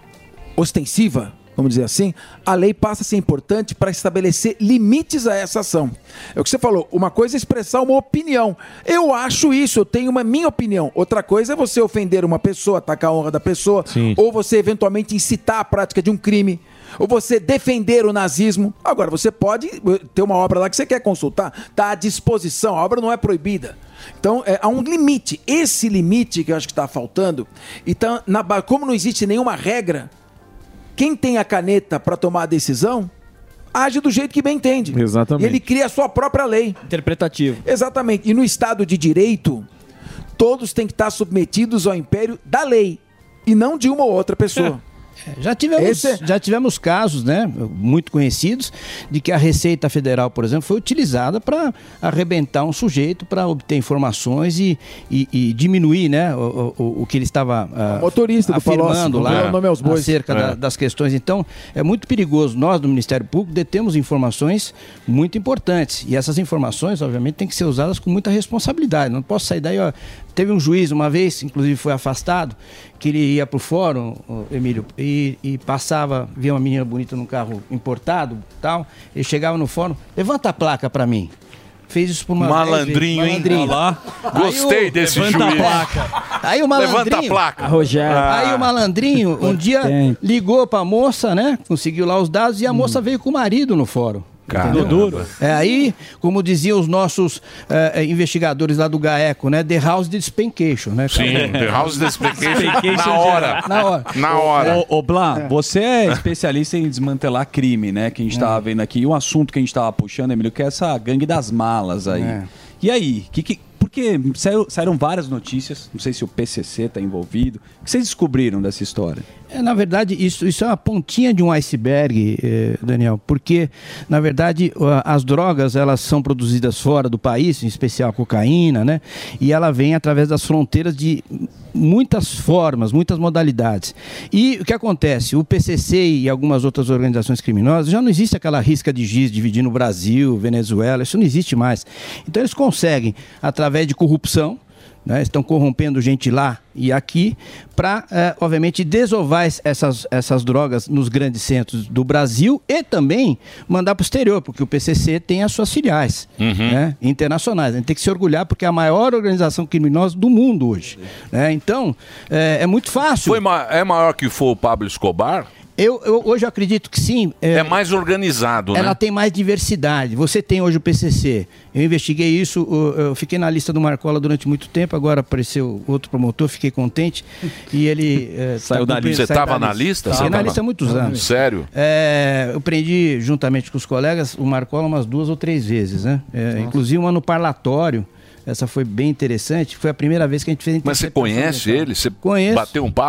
Speaker 4: ostensiva, vamos dizer assim, a lei passa a ser importante para estabelecer limites a essa ação. É o que você falou, uma coisa é expressar uma opinião. Eu acho isso, eu tenho uma minha opinião. Outra coisa é você ofender uma pessoa, atacar a honra da pessoa, ou você eventualmente incitar a prática de um crime, ou você defender o nazismo. Agora, você pode ter uma obra lá que você quer consultar, está à disposição, a obra não é proibida. Então, é, há um limite. Esse limite que eu acho que está faltando, então, na, ba- como não existe nenhuma regra, quem tem a caneta para tomar a decisão, age do jeito que bem entende.
Speaker 12: Exatamente.
Speaker 4: E ele cria a sua própria lei.
Speaker 2: Interpretativo.
Speaker 4: Exatamente. E no Estado de Direito, todos têm que estar submetidos ao império da lei, e não de uma ou outra pessoa.
Speaker 14: Já tivemos,
Speaker 4: Esse é-
Speaker 14: já tivemos casos, né, muito conhecidos, de que a Receita Federal, por exemplo, foi utilizada para arrebentar um sujeito, para obter informações e, e- e diminuir, né, o, o- o que ele estava ah,
Speaker 4: motorista do
Speaker 14: afirmando
Speaker 4: Palocci,
Speaker 14: lá
Speaker 4: deu nome aos bois.
Speaker 14: acerca da-
Speaker 4: É.
Speaker 14: das questões. Então, é muito perigoso. Nós, do Ministério Público, detemos informações muito importantes. E essas informações, obviamente, têm que ser usadas com muita responsabilidade. Não posso sair daí, ó. Teve um juiz uma vez, inclusive foi afastado, que ele ia para o fórum, ô, Emílio, e, e passava, via uma menina bonita num carro importado, tal. Ele chegava no fórum, levanta a placa para mim. Fez isso por uma
Speaker 8: Malandrinho, hein? Olha lá. Gostei desse
Speaker 14: Levanta
Speaker 8: juiz.
Speaker 14: a placa. Aí o malandrinho,
Speaker 8: Levanta a placa.
Speaker 14: Rogério.
Speaker 8: Ah.
Speaker 14: Aí o malandrinho um dia ligou para a moça, né? Conseguiu lá os dados e a moça veio com o marido no fórum.
Speaker 8: Caramba.
Speaker 14: Entendeu? É, aí, como diziam os nossos eh, investigadores lá do GAECO, né? The House Despencation, né?
Speaker 8: Sim, The House Despencation
Speaker 10: Despencation
Speaker 8: na hora.
Speaker 14: Na hora.
Speaker 8: Na hora.
Speaker 10: Ô, ô, Blá, você é especialista em desmantelar crime, né? Que a gente
Speaker 14: É.
Speaker 10: tava vendo aqui. E um assunto que a gente tava puxando, Emílio, que é essa gangue das malas aí.
Speaker 14: É.
Speaker 10: E aí, que, que, porque saiu- saíram várias notícias, não sei se o P C C está envolvido. O que vocês descobriram dessa história?
Speaker 14: É, na verdade, isso, isso é uma pontinha de um iceberg, eh, Daniel, porque, na verdade, a- as drogas, elas são produzidas fora do país, em especial a cocaína, né? E ela vem através das fronteiras de muitas formas, muitas modalidades. E o que acontece? O P C C e algumas outras organizações criminosas, já não existe aquela risca de giz dividindo o Brasil, Venezuela, isso não existe mais. Então eles conseguem, através de corrupção, né, estão corrompendo gente lá e aqui, para, obviamente, desovar es- essas, essas drogas nos grandes centros do Brasil e também mandar para o exterior, porque o P C C tem as suas filiais né, internacionais. A gente tem que se orgulhar, porque é a maior organização criminosa do mundo hoje. Né? Então, é, é muito fácil.
Speaker 8: Foi ma- é maior que foi o Pablo Escobar?
Speaker 14: Eu, eu hoje eu acredito que sim.
Speaker 8: É mais organizado,
Speaker 14: Ela
Speaker 8: né?
Speaker 14: tem mais diversidade. Você tem hoje o P C C. Eu investiguei isso, eu eu fiquei na lista do Marcola durante muito tempo, agora apareceu outro promotor, fiquei contente. E ele. eh,
Speaker 8: Saiu
Speaker 14: tá
Speaker 8: da
Speaker 14: cumprindo-
Speaker 8: lista. Você
Speaker 14: saiu
Speaker 8: estava
Speaker 14: da
Speaker 8: na lista?
Speaker 14: Fiquei
Speaker 8: Você
Speaker 14: na
Speaker 8: tava-
Speaker 14: lista há muitos anos.
Speaker 8: Sério?
Speaker 14: É, eu prendi, juntamente com os colegas, o Marcola umas duas ou três vezes, né? É, inclusive uma no parlatório. Essa foi bem interessante. Foi a primeira vez que a gente fez a
Speaker 8: Mas você
Speaker 14: interceptação
Speaker 8: conhece
Speaker 14: dessa.
Speaker 8: ele? Você
Speaker 14: Conheço.
Speaker 8: bateu um papo?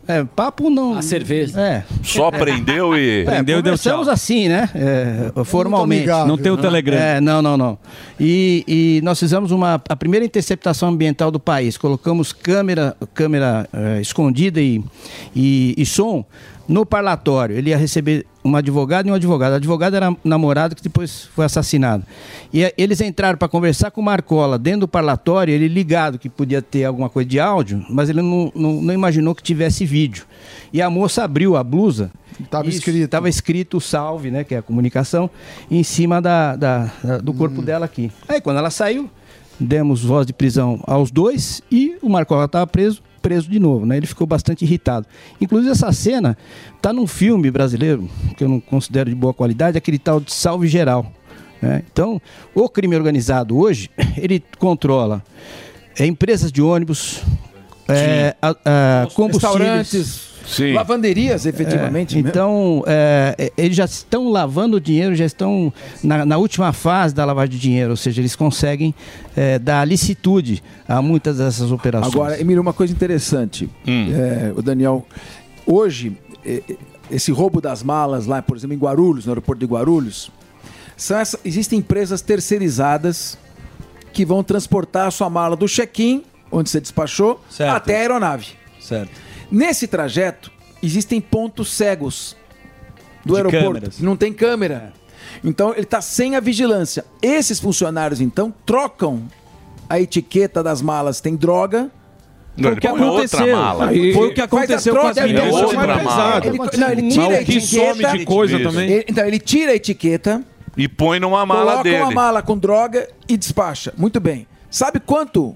Speaker 14: É, papo não.
Speaker 2: A cerveja.
Speaker 14: É.
Speaker 8: Só prendeu e...
Speaker 14: É, conversamos assim, né? É, formalmente.
Speaker 12: amigável, Não tem o né? Telegram.
Speaker 14: É, não, não, não. E, e nós fizemos uma, a primeira interceptação ambiental do país. Colocamos câmera, câmera é, escondida e, e, e som no parlatório. Ele ia receber uma advogada e um advogado. O advogado era namorado que depois foi assassinado. E eh, eles entraram para conversar com o Marcola dentro do parlatório, ele ligado que podia ter alguma coisa de áudio, mas ele não, não, não imaginou que tivesse vídeo. E a moça abriu a blusa.
Speaker 11: Estava escrito.
Speaker 14: Estava escrito o salve, né, que é a comunicação, em cima da, da- da- do corpo
Speaker 11: Hum.
Speaker 14: dela aqui. Aí quando ela saiu, demos voz de prisão aos dois e o Marcola estava preso, preso de novo, né? Ele ficou bastante irritado. Inclusive essa cena tá num filme brasileiro que eu não considero de boa qualidade, aquele tal de Salve Geral, né? Então, o crime organizado hoje, ele controla é, empresas de ônibus, é, a, a, combustíveis,
Speaker 4: Restaurantes, lavanderias, efetivamente.
Speaker 14: é,
Speaker 4: mesmo.
Speaker 14: então, é, é, eles já estão lavando o dinheiro, já estão na, na última fase da lavagem de dinheiro, ou seja, eles conseguem é, dar licitude a muitas dessas operações.
Speaker 4: Agora, Emílio, uma coisa interessante. É, o Daniel, hoje, é, esse roubo das malas lá, por exemplo, em Guarulhos, no aeroporto de Guarulhos, são essa- existem empresas terceirizadas que vão transportar a sua mala do check-in, onde você despachou,
Speaker 12: Certo.
Speaker 4: até a aeronave.
Speaker 12: Certo.
Speaker 4: Nesse trajeto, existem pontos cegos do
Speaker 12: De
Speaker 4: aeroporto.
Speaker 12: câmeras.
Speaker 4: Não tem câmera. Então, ele está sem a vigilância. Esses funcionários, então, trocam a etiqueta das malas. Tem droga.
Speaker 8: Não,
Speaker 4: Foi o que
Speaker 8: ele põe outra
Speaker 4: aconteceu.
Speaker 8: mala.
Speaker 4: Aí,
Speaker 12: Foi o que
Speaker 4: faz a
Speaker 12: aconteceu
Speaker 4: troca,
Speaker 12: com as
Speaker 4: ele
Speaker 12: meninas.
Speaker 4: deixa
Speaker 8: Outra
Speaker 4: mais
Speaker 8: mala.
Speaker 4: pesado. Ele, não, ele
Speaker 12: Mas
Speaker 4: tira a
Speaker 12: o que
Speaker 4: etiqueta.
Speaker 12: some de coisa também.
Speaker 4: Ele- então, ele tira a etiqueta,
Speaker 8: E põe numa mala
Speaker 4: coloca
Speaker 8: dele.
Speaker 4: uma mala com droga e despacha. Muito bem. Sabe quanto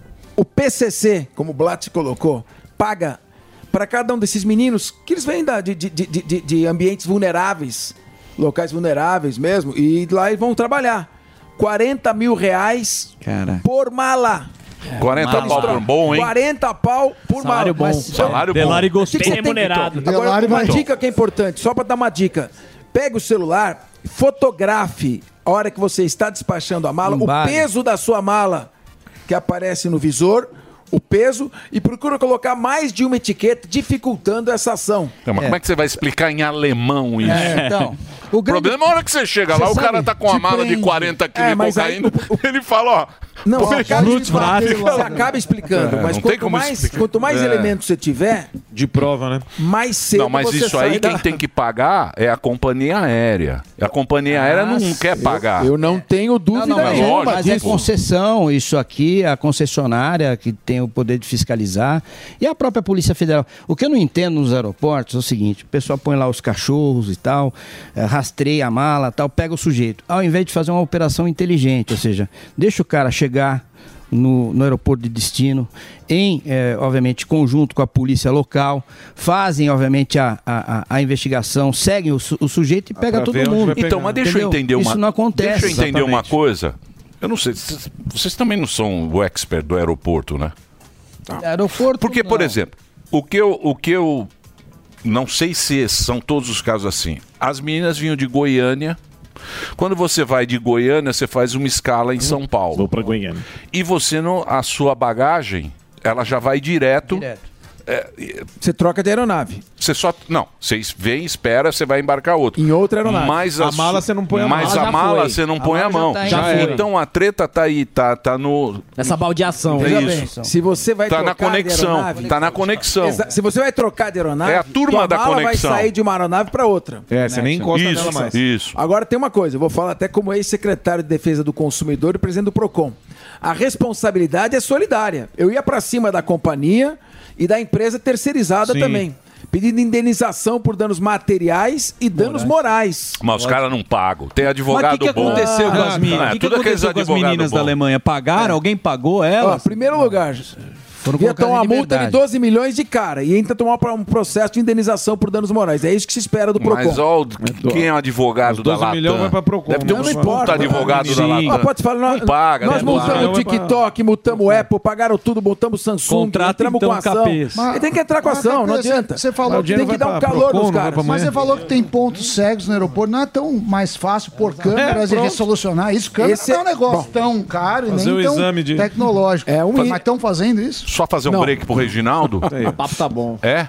Speaker 4: o P C C, como o Blatt colocou, paga para cada um desses meninos que eles vêm da- de, de, de, de- de ambientes vulneráveis, locais vulneráveis mesmo, e lá eles vão trabalhar. quarenta mil reais
Speaker 10: Cara.
Speaker 4: por mala.
Speaker 8: quarenta
Speaker 4: Eles
Speaker 8: pau
Speaker 4: trocam.
Speaker 8: por bom, hein?
Speaker 4: quarenta pau por
Speaker 2: Salário
Speaker 4: mala.
Speaker 2: bom.
Speaker 4: Mas-
Speaker 8: Salário
Speaker 12: Delari
Speaker 8: bom.
Speaker 12: gostou.
Speaker 4: que que
Speaker 2: Bem
Speaker 4: você tem que-
Speaker 2: remunerado.
Speaker 4: Agora,
Speaker 11: Delari
Speaker 4: uma
Speaker 11: vai-
Speaker 4: dica que é importante, só para dar uma dica. Pega o celular, fotografe a hora que você está despachando a mala,
Speaker 14: Embale.
Speaker 4: o peso da sua mala que aparece no visor, o peso, e procura colocar mais de uma etiqueta, dificultando essa ação.
Speaker 8: Não, mas como é que você vai explicar em alemão isso?
Speaker 4: É, então, o
Speaker 8: O
Speaker 4: grande-
Speaker 8: problema é a hora que você chega lá,
Speaker 4: Você
Speaker 8: o cara
Speaker 4: sabe,
Speaker 8: tá com a
Speaker 4: te
Speaker 8: mala de
Speaker 4: prende.
Speaker 8: quarenta quilos
Speaker 4: É,
Speaker 8: de
Speaker 4: mas aí
Speaker 8: cocaína, ele fala, ó...
Speaker 4: Não,
Speaker 8: pô,
Speaker 4: você acaba,
Speaker 12: Frutos
Speaker 4: de bater
Speaker 12: Vráticos.
Speaker 4: lá, você acaba explicando,
Speaker 8: É,
Speaker 4: mas
Speaker 8: não tem
Speaker 4: quanto
Speaker 8: como
Speaker 4: mais,
Speaker 8: explicar.
Speaker 4: quanto mais
Speaker 8: É.
Speaker 4: elementos você tiver,
Speaker 12: De prova, né?
Speaker 4: mais cedo
Speaker 8: Não, mas
Speaker 4: você
Speaker 8: isso
Speaker 4: sai
Speaker 8: aí
Speaker 4: da-
Speaker 8: quem tem que pagar é a companhia aérea. A companhia aérea não quer pagar.
Speaker 4: Eu não tenho dúvida
Speaker 14: Não, não, mas, é,
Speaker 4: nenhuma
Speaker 14: mas é
Speaker 4: disso.
Speaker 14: concessão, isso aqui, a concessionária que tem o poder de fiscalizar e a própria Polícia Federal. O que eu não entendo nos aeroportos é o seguinte: o pessoal põe lá os cachorros e tal, eh, rastreia a mala tal, pega o sujeito. Ao invés de fazer uma operação inteligente, ou seja, deixa o cara chegar no, no aeroporto de destino, em, eh, obviamente, conjunto com a polícia local, fazem, obviamente, a, a, a- a investigação, seguem o, su- o sujeito e pega
Speaker 12: pra
Speaker 14: todo
Speaker 12: ver onde
Speaker 14: mundo.
Speaker 12: vai pegar.
Speaker 8: Então, mas deixa eu
Speaker 14: Entendeu?
Speaker 8: entender uma
Speaker 14: Isso não acontece.
Speaker 8: Deixa eu entender uma
Speaker 12: Exatamente.
Speaker 8: coisa. Eu não sei, vocês, vocês também não são o expert do aeroporto, né?
Speaker 14: Aeroporto,
Speaker 8: Porque, por
Speaker 14: não.
Speaker 8: exemplo, o que eu, o que eu não sei se são todos os casos assim. As meninas vinham de Goiânia. Quando você vai de Goiânia, você faz uma escala em São Paulo.
Speaker 12: Vou pra Goiânia.
Speaker 8: E você não, a sua bagagem, ela já vai direto.
Speaker 14: Direto.
Speaker 8: É,
Speaker 4: Você troca de aeronave.
Speaker 8: você só não, você vem, espera, você vai embarcar outro.
Speaker 4: Em outra aeronave.
Speaker 8: Mas
Speaker 12: A mala você não põe a
Speaker 8: mas
Speaker 12: mão.
Speaker 8: a
Speaker 2: Já
Speaker 8: mala
Speaker 2: foi.
Speaker 8: você não
Speaker 14: A
Speaker 8: põe a
Speaker 14: mala já
Speaker 8: mão.
Speaker 14: tá
Speaker 2: Já foi.
Speaker 8: Então a treta tá aí, tá, tá no
Speaker 2: Nessa baldeação.
Speaker 8: É
Speaker 4: Veja
Speaker 8: isso.
Speaker 4: bem, se você vai
Speaker 8: Tá na
Speaker 4: trocar de
Speaker 8: conexão,
Speaker 4: aeronave,
Speaker 8: tá na conexão.
Speaker 4: Exa- se você vai trocar de aeronave,
Speaker 8: É a turma
Speaker 4: tua
Speaker 8: da
Speaker 4: mala
Speaker 8: conexão.
Speaker 4: vai sair de uma aeronave para outra.
Speaker 12: É, você nem encosta nela
Speaker 8: Isso,
Speaker 12: mais.
Speaker 8: isso.
Speaker 4: Agora tem uma coisa, eu vou falar até como ex-secretário de Defesa do Consumidor e presidente do Procon. A responsabilidade é solidária. Eu ia para cima da companhia e da empresa terceirizada
Speaker 12: Sim.
Speaker 4: também, pedindo indenização por danos materiais e danos morais.
Speaker 8: Mas os caras não pagam. Tem advogado
Speaker 10: Mas o que, que
Speaker 8: bom.
Speaker 10: aconteceu com
Speaker 8: Ah,
Speaker 10: as meninas?
Speaker 8: tá.
Speaker 10: O que, que
Speaker 8: Tudo aqueles
Speaker 10: aconteceu com as
Speaker 8: advogado
Speaker 10: meninas
Speaker 8: bom.
Speaker 10: da Alemanha? Pagaram? Alguém pagou
Speaker 4: Ó,
Speaker 10: elas?
Speaker 4: primeiro lugar,
Speaker 14: Foram
Speaker 4: devia
Speaker 14: colocadas
Speaker 4: tomar uma
Speaker 14: em
Speaker 4: multa de
Speaker 14: liberdade.
Speaker 4: doze milhões de cara e ainda tomar um processo de indenização por danos morais. É isso que se espera do Procon.
Speaker 8: Mas ó, quem é o advogado
Speaker 12: Os
Speaker 8: da
Speaker 12: doze milhões vai
Speaker 8: Latam?
Speaker 12: pra Procon,
Speaker 8: Deve ter
Speaker 12: não
Speaker 8: uns
Speaker 12: vai
Speaker 8: puta
Speaker 4: pra-
Speaker 8: advogado da
Speaker 10: Sim.
Speaker 8: Latam.
Speaker 4: Ah, pode falar, nós,
Speaker 8: Não paga,
Speaker 4: nós
Speaker 8: né?
Speaker 4: multamos
Speaker 12: Não,
Speaker 4: o
Speaker 12: vai pra-
Speaker 4: TikTok, multamos o Apple, pagaram tudo, multamos Samsung,
Speaker 10: Contrata,
Speaker 4: entramos
Speaker 10: então,
Speaker 4: com ação.
Speaker 10: cabeça.
Speaker 4: Mas tem que entrar com
Speaker 11: Mas,
Speaker 4: ação, não
Speaker 11: Capê, você-
Speaker 4: adianta.
Speaker 11: Você falou
Speaker 12: Mas o
Speaker 11: que
Speaker 12: dinheiro
Speaker 4: tem que
Speaker 12: vai
Speaker 4: dar um
Speaker 12: pra
Speaker 4: calor
Speaker 12: Procon,
Speaker 4: nos
Speaker 12: não vai
Speaker 4: caras.
Speaker 12: pra
Speaker 11: Mas
Speaker 12: amanhã.
Speaker 11: você falou que tem pontos cegos no aeroporto. Não é tão mais fácil por câmeras e
Speaker 4: pronto.
Speaker 11: ressolucionar isso. Câmera
Speaker 4: Esse
Speaker 11: não é um
Speaker 4: é-
Speaker 11: negócio
Speaker 4: Bom,
Speaker 11: tão caro e
Speaker 12: fazer
Speaker 11: nem
Speaker 12: o
Speaker 11: tão
Speaker 12: exame de-
Speaker 11: tecnológico.
Speaker 4: É um
Speaker 11: Mas
Speaker 4: i-
Speaker 11: estão fazendo isso?
Speaker 8: Só fazer um
Speaker 4: Não.
Speaker 8: break pro Reginaldo?
Speaker 2: O papo tá bom.
Speaker 8: É?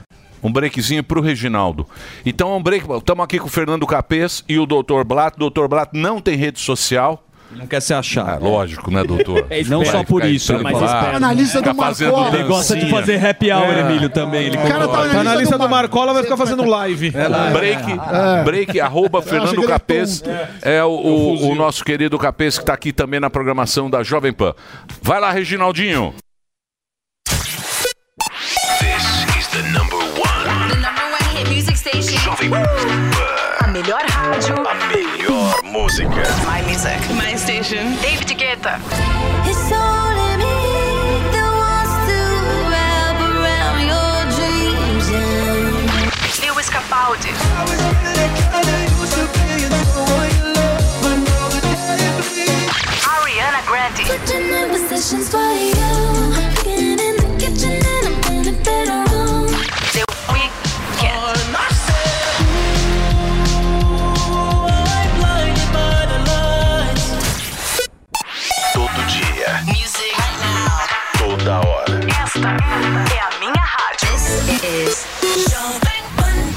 Speaker 8: Um breakzinho pro Reginaldo. Então, um break. Estamos aqui com o Fernando Capês e o doutor Blatt. doutor Blatt não tem rede social.
Speaker 10: Não quer se achar.
Speaker 8: É lógico, né, doutor?
Speaker 10: É, não só por isso, mas
Speaker 11: Tá na lista do Marcola.
Speaker 10: Ele gosta de fazer happy hour, Emílio, também. Ele
Speaker 6: cara tá na, tá na lista do Marcola, vai ficar fazendo live.
Speaker 8: É, break,
Speaker 6: É.
Speaker 8: break, arroba Fernando
Speaker 6: ele é
Speaker 8: Capês.
Speaker 6: tonto.
Speaker 8: É o, o, o nosso querido Capês que está aqui também na programação da Jovem Pan. Vai lá, Reginaldinho.
Speaker 19: This is the number one. The number one hit music station. Jovem Pan. A melhor rádio.
Speaker 23: A melhor música.
Speaker 19: My music. My station. David Guetta.
Speaker 21: It's only me that wants to wrap around your dreams. And
Speaker 19: Lewis Capaldi. Ariana Grande.
Speaker 21: Switching in positions for you. Getting in the kitchen and I'm in a better room.
Speaker 19: The Weeknd.
Speaker 23: Todo dia.
Speaker 19: Music right now.
Speaker 23: Toda hora.
Speaker 19: Esta é a minha rádio. This is Jovem Pan.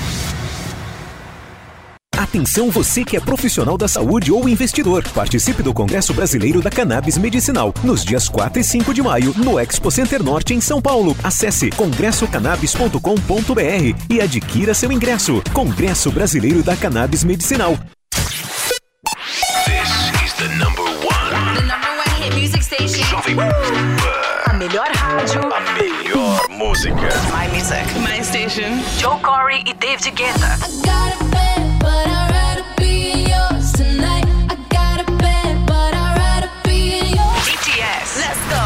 Speaker 17: Atenção você que é profissional da saúde ou investidor. Participe do Congresso Brasileiro da Cannabis Medicinal, nos dias quatro e cinco de maio, no Expo Center Norte, em São Paulo. Acesse congresso cannabis ponto com ponto b r e adquira seu ingresso. Congresso Brasileiro da Cannabis Medicinal.
Speaker 23: This is the number one.
Speaker 19: The number one hit music station.
Speaker 23: Jovem Pan.
Speaker 19: A melhor rádio.
Speaker 23: A melhor música.
Speaker 19: My music. My station. Joe Corey e David Guetta.
Speaker 21: I got a bed, but I'd rather be yours tonight. I got a bed, but I'd rather be yours.
Speaker 19: B T S. Let's go.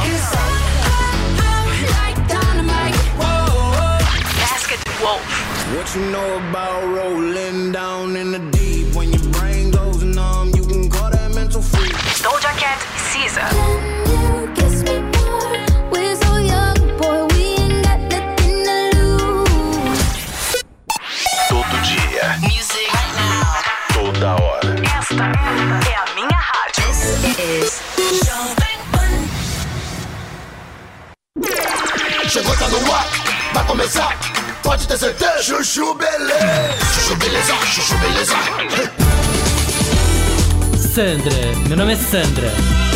Speaker 21: Like dynamite.
Speaker 19: Basket Wolf.
Speaker 18: What you know about rolling down in the deep? When your brain goes numb, you can call that mental freak.
Speaker 19: Doja Cat e Caesar.
Speaker 21: You kiss me more. We're so young, boy, we ain't got nothing to lose.
Speaker 23: Todo dia.
Speaker 19: Music right now.
Speaker 23: Toda hora.
Speaker 19: Esta é a minha rádio. This is Jovem Pan.
Speaker 23: Chegou, tá no ar. Vai começar. Pode ter certeza. Chuchu beleza. Chuchu beleza. Chuchu beleza.
Speaker 20: Sandra, meu nome é Sandra.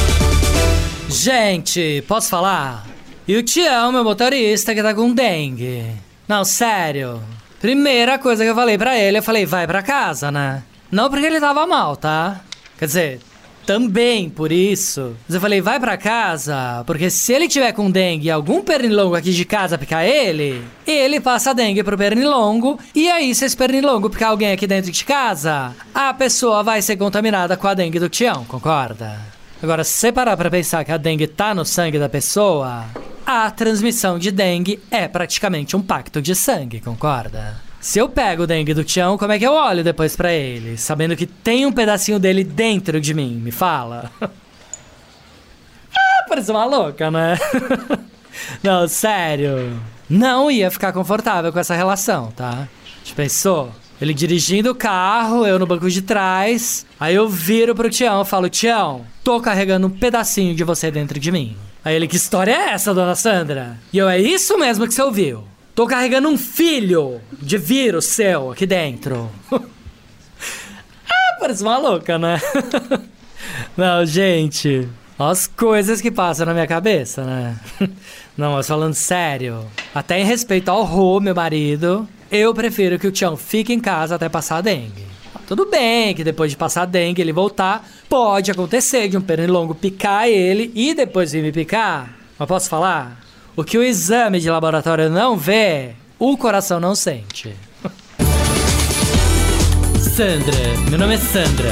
Speaker 20: Gente, posso falar? E o Tião, meu motorista, que tá com dengue. Não, sério. Primeira coisa que eu falei pra ele, eu falei, vai pra casa, né? Não porque ele tava mal, tá? Quer dizer, também por isso. Mas eu falei, vai pra casa, porque se ele tiver com dengue e algum pernilongo aqui de casa picar ele, ele passa a dengue pro pernilongo, e aí se esse pernilongo picar alguém aqui dentro de casa, a pessoa vai ser contaminada com a dengue do Tião, concorda? Agora, se você parar pra pensar que a dengue tá no sangue da pessoa, a transmissão de dengue é praticamente um pacto de sangue, concorda? Se eu pego o dengue do Tião, como é que eu olho depois pra ele, sabendo que tem um pedacinho dele dentro de mim? Me fala. Ah, parece uma louca, né? Não, sério. Não ia ficar confortável com essa relação, tá? Já pensou? Ele dirigindo o carro, eu no banco de trás. Aí eu viro pro Tião e falo, Tião, tô carregando um pedacinho de você dentro de mim. Aí ele, que história é essa, dona Sandra? E eu, é isso mesmo que você ouviu. Tô carregando um filho de vírus seu aqui dentro. Ah, parece uma louca, né? Não, gente, as coisas que passam na minha cabeça, né? Não, mas falando sério, até em respeito ao Rô, meu marido, eu prefiro que o Tião fique em casa até passar a dengue. Tudo bem que depois de passar a dengue ele voltar, pode acontecer de um pernilongo picar ele e depois vir me picar. Mas posso falar? O que o exame de laboratório não vê, o coração não sente. Sandra, meu nome é Sandra.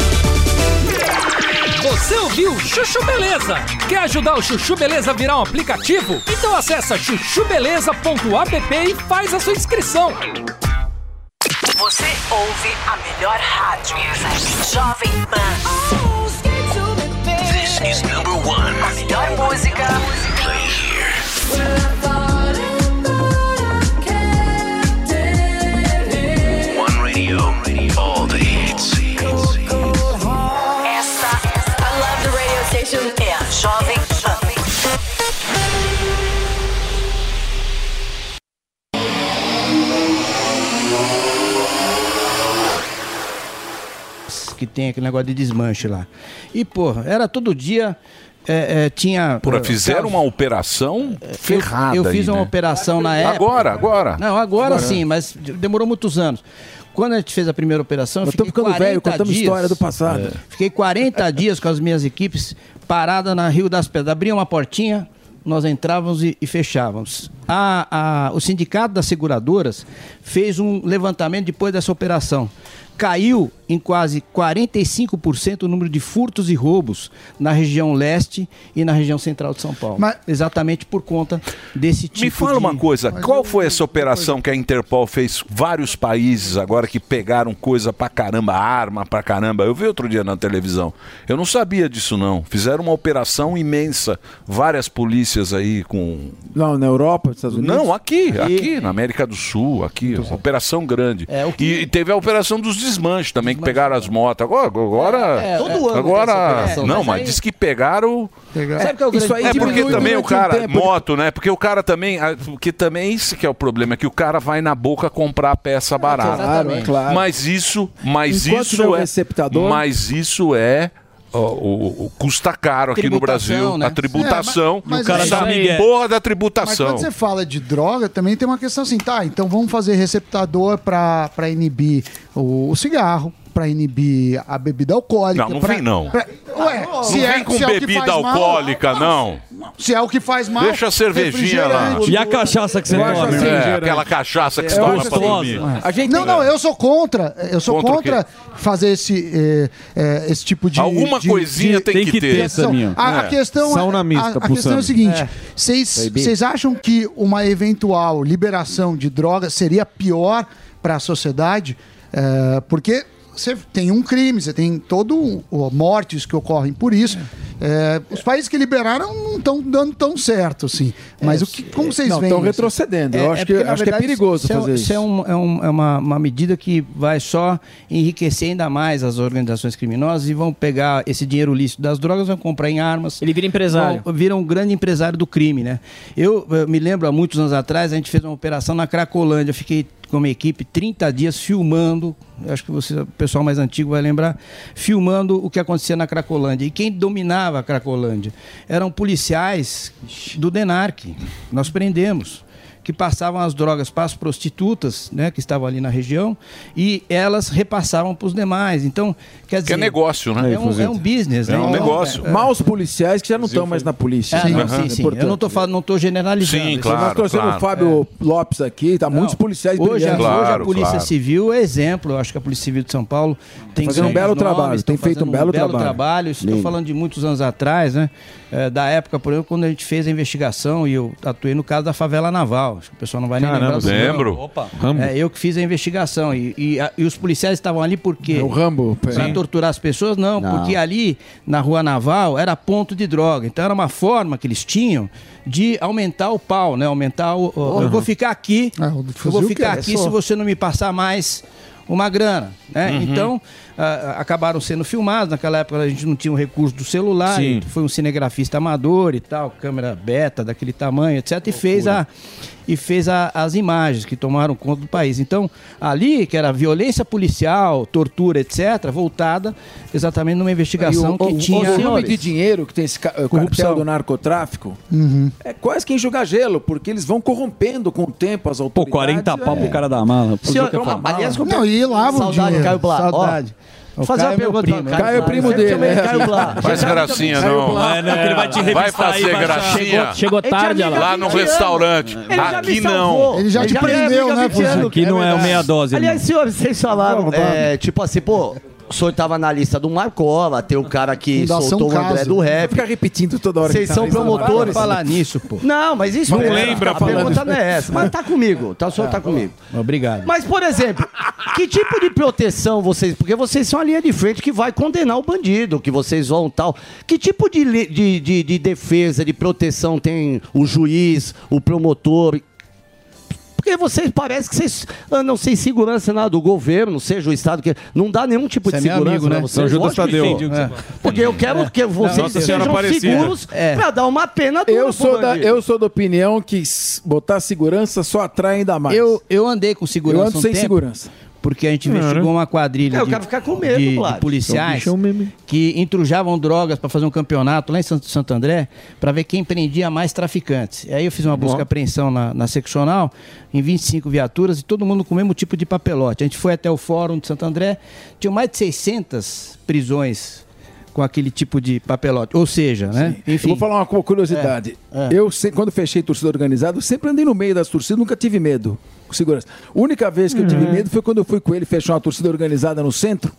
Speaker 22: Você ouviu Chuchu Beleza? Quer ajudar o Chuchu Beleza a virar um aplicativo? Então acessa chuchu beleza ponto app e faz a sua inscrição.
Speaker 19: Você ouve a melhor rádio. Jovem Pan.
Speaker 23: This is number one.
Speaker 19: A melhor música.
Speaker 23: Play here. One radio. All the hits.
Speaker 19: Essa, I love the radio station. É a Jovem Pan.
Speaker 14: que tem aquele negócio de desmanche lá. E, pô, era todo dia... É, é, tinha.
Speaker 8: Porra,
Speaker 14: é,
Speaker 8: fizeram
Speaker 14: casos-
Speaker 8: uma operação ferrada.
Speaker 14: Eu, eu fiz
Speaker 8: aí,
Speaker 14: uma
Speaker 8: né?
Speaker 14: operação na época.
Speaker 8: Agora, agora.
Speaker 14: Não, agora,
Speaker 8: Agora.
Speaker 14: sim, mas demorou muitos anos. Quando a gente fez a primeira operação, eu
Speaker 4: Nós
Speaker 14: fiquei
Speaker 4: estamos ficando velho,
Speaker 14: quarenta
Speaker 4: contamos
Speaker 14: dias,
Speaker 4: história do passado.
Speaker 14: É. Fiquei quarenta dias com as minhas equipes parada na Rio das Pedras. Abria uma portinha, nós entrávamos e, e fechávamos. A, a, o sindicato das seguradoras fez um levantamento depois dessa operação. Caiu em quase quarenta e cinco por cento o número de furtos e roubos na região leste e na região central de São Paulo. Exatamente por conta desse tipo
Speaker 8: Me fala
Speaker 14: de...
Speaker 8: uma coisa, qual foi essa operação que a Interpol fez vários países agora que pegaram coisa pra caramba, arma pra caramba? Eu vi outro dia na televisão. Eu não sabia disso não. Fizeram uma operação imensa, várias polícias aí com...
Speaker 4: Não, na Europa, nos Estados Unidos?
Speaker 8: Não, aqui, aqui na América do Sul, aqui, uma operação grande. E, e teve a operação dos desmanches também, que pegaram as motos. Agora, agora,
Speaker 14: É, é, todo ano tem essa
Speaker 8: agora,
Speaker 14: operação,
Speaker 8: não,
Speaker 14: mas
Speaker 8: mas
Speaker 14: aí-
Speaker 8: diz que pegaram.
Speaker 14: Sabe qual é o
Speaker 8: Isso
Speaker 14: grande
Speaker 8: aí é porque
Speaker 14: diminui
Speaker 8: também o
Speaker 14: durante um
Speaker 8: cara
Speaker 14: tempo.
Speaker 8: moto, né? Porque o cara também, ah, porque também isso que é o problema, é que o cara vai na boca comprar a peça barata.
Speaker 4: exatamente. Claro.
Speaker 8: Mas isso, mas
Speaker 4: Enquanto tiver
Speaker 8: isso
Speaker 4: o
Speaker 8: é,
Speaker 4: receptador-
Speaker 8: mas isso é ó, o, o custa caro aqui no
Speaker 11: Tributação,
Speaker 8: Brasil,
Speaker 11: né?
Speaker 8: a tributação,
Speaker 11: É, mas-
Speaker 8: o cara
Speaker 11: mas
Speaker 8: da
Speaker 11: aí-
Speaker 8: porra da
Speaker 11: Mas
Speaker 8: tributação.
Speaker 11: quando você fala de droga, também tem uma questão assim, tá, então vamos fazer receptador para inibir o, o cigarro, para inibir a bebida alcoólica.
Speaker 8: Não, não
Speaker 11: pra-
Speaker 8: vem não.
Speaker 11: pra- ué,
Speaker 8: Não
Speaker 11: se é,
Speaker 8: vem com
Speaker 11: se é o que
Speaker 8: bebida
Speaker 11: faz mal,
Speaker 8: alcoólica, não.
Speaker 11: se é o que faz mal.
Speaker 8: Deixa a cervejinha lá.
Speaker 11: refrigerante.
Speaker 8: E a cachaça que você
Speaker 11: Eu acho
Speaker 8: toma,
Speaker 11: assim,
Speaker 8: É, aquela cachaça que você
Speaker 11: eu
Speaker 8: toma
Speaker 11: acho
Speaker 8: pra
Speaker 11: assim,
Speaker 8: dormir.
Speaker 11: A gente não, não, eu sou contra. Eu sou
Speaker 8: Contra o
Speaker 11: contra, fazer esse, eh, eh, esse tipo de.
Speaker 8: Alguma
Speaker 11: de-
Speaker 8: coisinha
Speaker 11: de-
Speaker 8: tem que
Speaker 11: de
Speaker 8: ter.
Speaker 11: ação.
Speaker 8: Saminho.
Speaker 11: A, a
Speaker 8: É.
Speaker 11: questão,
Speaker 8: Sauna
Speaker 11: a,
Speaker 8: mista
Speaker 11: a
Speaker 8: pro
Speaker 11: questão é o
Speaker 8: Sami.
Speaker 11: seguinte:
Speaker 8: É.
Speaker 11: vocês
Speaker 8: Baby.
Speaker 11: vocês acham que uma eventual liberação de drogas seria pior para a sociedade? Eh, porque você tem um crime, você tem todo o mortes que ocorrem por isso. É, os países que liberaram não estão dando tão certo, assim. Mas o que, como vocês
Speaker 4: Não,
Speaker 11: veem?
Speaker 4: estão
Speaker 11: isso?
Speaker 4: retrocedendo. Eu acho que-
Speaker 14: porque, na
Speaker 4: acho que é perigoso
Speaker 14: isso é um-
Speaker 4: fazer
Speaker 14: isso. é, um- é um- é uma, uma medida que vai só enriquecer ainda mais as organizações criminosas e vão pegar esse dinheiro lícito das drogas, vão comprar em armas.
Speaker 2: Ele vira empresário.
Speaker 14: Vão, vira um grande empresário do crime, né? Eu, eu me lembro, há muitos anos atrás, a gente fez uma operação na Cracolândia. Eu fiquei com uma equipe trinta dias filmando, eu acho que você, o pessoal mais antigo vai lembrar, filmando o que acontecia na Cracolândia. E quem dominava a Cracolândia eram policiais do DENARC. Nós prendemos. Que passavam as drogas para as prostitutas, né, que estavam ali na região, e elas repassavam para os demais. Então, quer dizer...
Speaker 8: Que é negócio, né?
Speaker 14: É um, é um business,
Speaker 8: É
Speaker 14: né?
Speaker 8: um
Speaker 14: Então,
Speaker 8: negócio.
Speaker 14: é- é-
Speaker 4: Maus policiais que já não estão mais na polícia.
Speaker 14: Ah, não,
Speaker 4: Aham.
Speaker 14: sim, sim.
Speaker 4: Importante.
Speaker 14: Eu não estou falando, não estou generalizando.
Speaker 8: Sim,
Speaker 14: Isso-
Speaker 8: claro,
Speaker 4: Nós torcemos
Speaker 8: claro.
Speaker 4: o Fábio Lopes aqui, tá muitos policiais
Speaker 14: Hoje, a,
Speaker 4: brilhantes.
Speaker 14: hoje a Polícia Civil é exemplo. Eu acho que a Polícia Civil de São Paulo tem
Speaker 4: fazendo um
Speaker 14: grandes
Speaker 4: belo
Speaker 14: nomes,
Speaker 4: trabalho,
Speaker 14: estão
Speaker 4: tem feito um
Speaker 14: fazendo
Speaker 4: belo trabalho.
Speaker 14: Estou
Speaker 4: Lindo.
Speaker 14: falando de muitos anos atrás, né? É, da época, por exemplo, quando a gente fez a investigação e eu atuei no caso da favela naval. Acho que o pessoal não vai nem
Speaker 8: Caramba,
Speaker 14: lembrar. disso, não.
Speaker 8: lembro.
Speaker 14: Opa.
Speaker 8: Rambo.
Speaker 14: É, eu que fiz a investigação. E, e, a- e os policiais estavam ali por quê?
Speaker 4: É o Rambo.
Speaker 14: Para
Speaker 4: Sim.
Speaker 14: torturar as pessoas? Não,
Speaker 4: Não.
Speaker 14: porque ali na Rua Naval era ponto de droga. Então era uma forma que eles tinham de aumentar o pau, né? Aumentar o. o-
Speaker 11: Uhum.
Speaker 14: Eu vou ficar aqui.
Speaker 11: Ah, o
Speaker 14: eu
Speaker 11: fuzil
Speaker 14: vou
Speaker 11: que
Speaker 14: ficar
Speaker 11: é,
Speaker 14: aqui
Speaker 11: só.
Speaker 14: se você não me passar mais uma grana, né?
Speaker 11: Uhum.
Speaker 14: Então ah, acabaram sendo filmados. Naquela época a gente não tinha o recurso do celular.
Speaker 2: Sim.
Speaker 14: e Foi um cinegrafista amador e tal, câmera beta daquele tamanho, etcétera. E fez a e fez a- as imagens que tomaram conta do país. Então ali que era violência policial, tortura, etcétera, voltada exatamente numa investigação
Speaker 4: E o,
Speaker 14: que
Speaker 4: o,
Speaker 14: tinha
Speaker 4: o volume de dinheiro que tem esse ca-
Speaker 14: Corrupção.
Speaker 4: cartel do narcotráfico
Speaker 11: Uhum.
Speaker 4: é quase que enxugar gelo, porque eles vão corrompendo com o tempo as autoridades.
Speaker 10: Pô, quarenta pau
Speaker 4: é.
Speaker 10: pro cara da mala. Pô,
Speaker 4: Senhor,
Speaker 10: que é pra
Speaker 4: uma-
Speaker 10: mala.
Speaker 4: aliás,
Speaker 11: Não, e lava o
Speaker 1: Saudade,
Speaker 11: dinheiro.
Speaker 1: Caio Blá.
Speaker 14: Saudade.
Speaker 1: Ó,
Speaker 14: O
Speaker 1: fazer
Speaker 14: Caio
Speaker 1: uma
Speaker 14: é meu
Speaker 1: pergunta.
Speaker 14: primo,
Speaker 1: pra Caio.
Speaker 4: Caio é primo
Speaker 1: Sempre
Speaker 4: dele,
Speaker 1: chamei
Speaker 4: né?
Speaker 1: Caio Blá.
Speaker 8: Faz gracinha,
Speaker 4: Caio
Speaker 8: não.
Speaker 4: Blá.
Speaker 10: É, não, que ele vai te revistar
Speaker 8: Vai fazer
Speaker 10: aí, vai achar-
Speaker 8: gracinha.
Speaker 10: Chegou, chegou tarde, olha lá.
Speaker 8: Lá no restaurante.
Speaker 1: Ele já me
Speaker 8: Aqui
Speaker 1: salvou.
Speaker 8: não.
Speaker 11: Ele já te prendeu, né, Fuzil?
Speaker 10: Aqui não é o meia dose.
Speaker 1: Aliás, senhores, vocês falaram,
Speaker 11: Vamos,
Speaker 1: é, tipo assim, pô, o senhor tava na lista do Marcola, tem o cara que
Speaker 11: Fundação
Speaker 1: soltou o André
Speaker 11: Caso.
Speaker 1: do rap.
Speaker 4: Fica repetindo toda hora.
Speaker 1: Vocês
Speaker 4: que tá
Speaker 1: são
Speaker 4: na lista.
Speaker 1: promotores.
Speaker 14: Para falar nisso, pô.
Speaker 1: Não, mas isso
Speaker 6: Não
Speaker 1: é,
Speaker 6: lembra
Speaker 1: a
Speaker 6: falando
Speaker 1: pergunta não é essa, mas tá comigo, tá, o senhor tá comigo.
Speaker 14: Obrigado.
Speaker 1: Mas, por exemplo, que tipo de proteção vocês... Porque vocês são a linha de frente que vai condenar o bandido, que vocês vão tal. Que tipo de, le- de, de, de defesa, de proteção tem o juiz, o promotor? Porque vocês parece que vocês andam sem segurança nada do governo, seja o Estado, que não dá nenhum tipo
Speaker 14: Você
Speaker 1: de
Speaker 14: é meu
Speaker 1: segurança
Speaker 14: amigo,
Speaker 1: pra
Speaker 14: né?
Speaker 1: vocês.
Speaker 10: São Judas
Speaker 1: Lógico que
Speaker 10: Tadeu.
Speaker 1: sim.
Speaker 14: É.
Speaker 1: Porque eu quero que vocês
Speaker 6: Nossa Senhora
Speaker 1: sejam
Speaker 6: Aparecida.
Speaker 1: seguros
Speaker 14: É.
Speaker 1: pra dar uma pena dura
Speaker 4: Eu
Speaker 1: pro
Speaker 4: sou, da,
Speaker 1: bandido.
Speaker 4: eu sou da opinião que s- botar segurança só atrai ainda mais.
Speaker 14: Eu, eu andei com segurança
Speaker 4: Eu ando
Speaker 14: um
Speaker 4: sem
Speaker 14: tempo,
Speaker 4: segurança.
Speaker 14: porque a gente
Speaker 1: É,
Speaker 14: investigou
Speaker 1: né?
Speaker 14: uma quadrilha
Speaker 1: É, eu
Speaker 14: de,
Speaker 1: quero ficar com medo,
Speaker 14: de- de
Speaker 1: Vlad.
Speaker 14: policiais
Speaker 1: Então, bicho, é um meme.
Speaker 14: que entrujavam drogas para fazer um campeonato lá em Santo, Santo André para ver quem prendia mais traficantes. E aí eu fiz uma busca e apreensão na, na seccional em vinte e cinco viaturas e todo mundo com o mesmo tipo de papelote. A gente foi até o fórum de Santo André, tinha mais de seiscentas prisões com aquele tipo de papelote. Ou seja, né?
Speaker 4: Eu vou falar uma cu- curiosidade.
Speaker 14: É, é.
Speaker 4: Eu, se- quando fechei torcida organizada, eu sempre andei no meio das torcidas, nunca tive medo com segurança. A única vez que eu tive
Speaker 14: Uhum.
Speaker 4: medo foi quando eu fui com ele fechar uma torcida organizada no centro.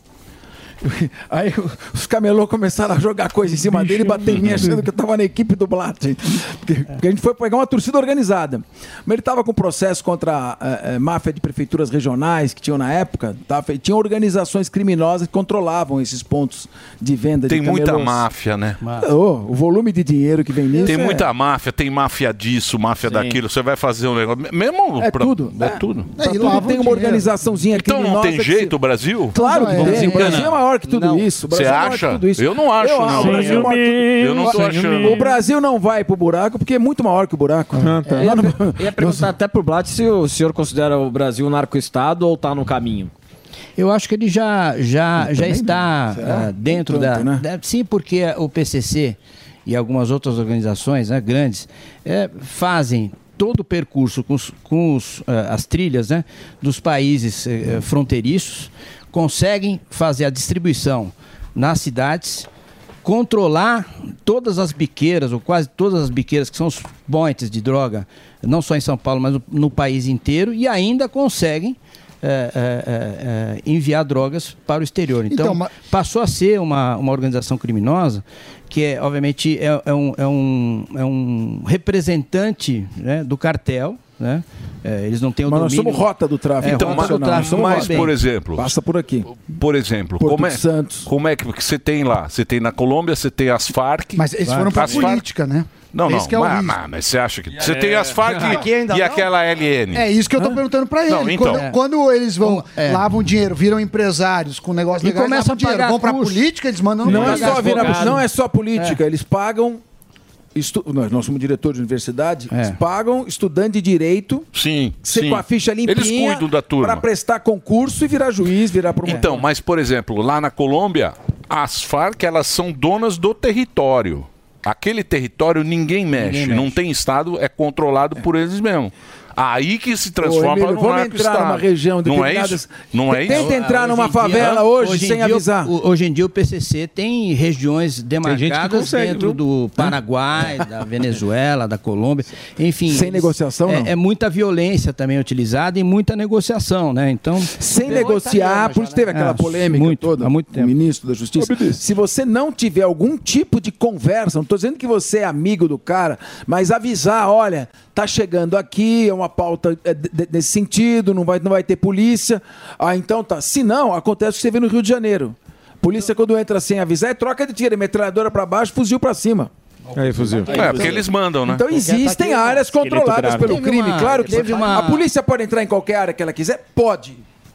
Speaker 4: Aí os camelô começaram a jogar coisa em cima dele e bater em mim achando que eu tava na equipe do Blatt. Porque, porque a gente foi pegar uma torcida organizada. Mas ele tava com processo contra a máfia de prefeituras regionais que tinham na época. Tava, tinha organizações criminosas que controlavam esses pontos de venda
Speaker 8: Tem
Speaker 4: de
Speaker 8: muita
Speaker 4: camelôs.
Speaker 8: máfia, né?
Speaker 4: Ô, o volume de dinheiro que vem nisso.
Speaker 8: Tem
Speaker 4: é-
Speaker 8: muita máfia, tem máfia disso, máfia daquilo. Você vai fazer um negócio. Mesmo
Speaker 4: É
Speaker 8: pra-
Speaker 4: tudo.
Speaker 8: É tudo.
Speaker 4: Pra tudo tem uma organizaçãozinha
Speaker 8: Então não
Speaker 4: criminosa
Speaker 8: tem
Speaker 4: que
Speaker 8: jeito
Speaker 4: se-
Speaker 8: o Brasil?
Speaker 4: Claro que
Speaker 8: Vamos
Speaker 4: tem. O
Speaker 8: desencanar.
Speaker 4: Brasil é maior que tudo
Speaker 8: Não.
Speaker 4: isso. O
Speaker 8: Você
Speaker 4: Brasil é maior que
Speaker 8: acha?
Speaker 4: tudo isso.
Speaker 8: Eu não acho,
Speaker 4: Eu,
Speaker 8: não.
Speaker 4: o Brasil é maior que tudo-
Speaker 8: Eu não tô achando.
Speaker 4: O Brasil não vai pro buraco porque é muito maior que o buraco.
Speaker 2: Eu ia, eu ia perguntar até pro Blatt se o senhor considera o Brasil um narco-estado ou tá no caminho.
Speaker 14: Eu acho que ele já, já, já
Speaker 2: também
Speaker 14: está
Speaker 2: não. Será?
Speaker 14: ah, dentro
Speaker 2: Nem
Speaker 14: da,
Speaker 2: tanto, né?
Speaker 14: da- Sim, porque o P C C e algumas outras organizações, né, grandes eh, fazem todo o percurso com, os, com os, ah, as trilhas, né, dos países eh, eh, fronteiriços, conseguem fazer a distribuição nas cidades, controlar todas as biqueiras, ou quase todas as biqueiras, que são os points de droga, não só em São Paulo, mas no, no país inteiro, e ainda conseguem é, é, é, é, enviar drogas para o exterior. Então,
Speaker 11: Então, ma-
Speaker 14: passou a ser uma, uma organização criminosa que, é, obviamente, é, é um, é, um, é um representante, né, do cartel, né? É, eles não têm o
Speaker 4: Mas nós
Speaker 14: domínio...
Speaker 4: somos rota do tráfico.
Speaker 14: É,
Speaker 8: Então,
Speaker 14: rota
Speaker 8: mas,
Speaker 14: do tráfico.
Speaker 8: mas,
Speaker 14: Bem.
Speaker 8: por exemplo,
Speaker 4: Passa por aqui.
Speaker 8: Por exemplo,
Speaker 4: Porto
Speaker 8: como é,
Speaker 4: de Santos.
Speaker 8: como é que porque você tem lá? Você tem na Colômbia, você tem as Farc.
Speaker 11: Mas eles foram pra
Speaker 8: As Farc-
Speaker 11: política, né?
Speaker 8: Não, não,
Speaker 11: Esse que é o
Speaker 8: mas,
Speaker 11: risco.
Speaker 8: mas- mas você acha que... Você tem as Farc
Speaker 11: Aqui
Speaker 8: e,
Speaker 11: ainda
Speaker 8: e
Speaker 11: não?
Speaker 8: aquela L N.
Speaker 11: É isso que eu tô perguntando pra ele.
Speaker 8: Não, então.
Speaker 11: quando,
Speaker 8: É.
Speaker 11: quando eles vão,
Speaker 14: É.
Speaker 11: lavam dinheiro, viram empresários com negócio
Speaker 14: E
Speaker 11: legal,
Speaker 14: começam
Speaker 11: lavam
Speaker 14: a
Speaker 11: dinheiro,
Speaker 14: pagar
Speaker 11: vão pra
Speaker 14: custo.
Speaker 11: política, eles mandam
Speaker 4: Não é,
Speaker 11: pagar
Speaker 4: só virar,
Speaker 11: advogado.
Speaker 4: não é só política, eles pagam. Estu... Nós, nós somos diretor de universidade, eles pagam estudante de direito.
Speaker 8: Sim,
Speaker 4: Ser
Speaker 8: sim.
Speaker 4: com a ficha limpinha.
Speaker 8: Eles cuidam da turma.
Speaker 4: Para prestar concurso e virar juiz, virar promotor.
Speaker 8: Então, mas por exemplo, lá na Colômbia, as Farc elas são donas do território. Aquele território ninguém mexe,
Speaker 4: Ninguém
Speaker 8: não
Speaker 4: mexe.
Speaker 8: tem estado, é controlado por eles mesmos. Aí que se
Speaker 4: Ô,
Speaker 8: transforma
Speaker 4: Emílio,
Speaker 8: num
Speaker 4: vamos
Speaker 8: narco-estado.
Speaker 4: entrar numa região
Speaker 8: Não é
Speaker 4: determinada-
Speaker 8: isso? Não é isso?
Speaker 4: Tenta entrar numa
Speaker 14: Hoje em dia-
Speaker 4: favela hoje,
Speaker 14: hoje em
Speaker 4: sem
Speaker 14: dia,
Speaker 4: avisar.
Speaker 14: o- Hoje em dia o P C C tem regiões
Speaker 4: gente que
Speaker 14: demarcadas
Speaker 4: consegue,
Speaker 14: dentro
Speaker 4: viu?
Speaker 14: do Paraguai, da Venezuela, da Colômbia, enfim.
Speaker 4: Sem negociação,
Speaker 14: é,
Speaker 4: não?
Speaker 14: é muita violência também utilizada e muita negociação, né? Então
Speaker 4: Sem negociar, por isso teve aquela
Speaker 14: É,
Speaker 4: polêmica
Speaker 14: muito,
Speaker 4: toda
Speaker 14: há muito
Speaker 4: com o ministro da Justiça. Se você não tiver algum tipo de conversa, não estou dizendo que você é amigo do cara, mas avisar, olha, tá chegando aqui, é uma pauta é, de- de- nesse sentido, não vai, não vai ter polícia. Ah, então tá. Se não, acontece o que você vê no Rio de Janeiro. Polícia, quando entra sem avisar, é troca de tiro, é metralhadora para baixo, fuzil para cima.
Speaker 6: Aí, fuzil.
Speaker 8: É, porque eles mandam, né?
Speaker 4: Então existem áreas controladas pelo
Speaker 14: Teve
Speaker 4: crime,
Speaker 14: uma-
Speaker 4: claro que
Speaker 14: teve uma-
Speaker 4: a polícia pode entrar em qualquer área que ela quiser, pode.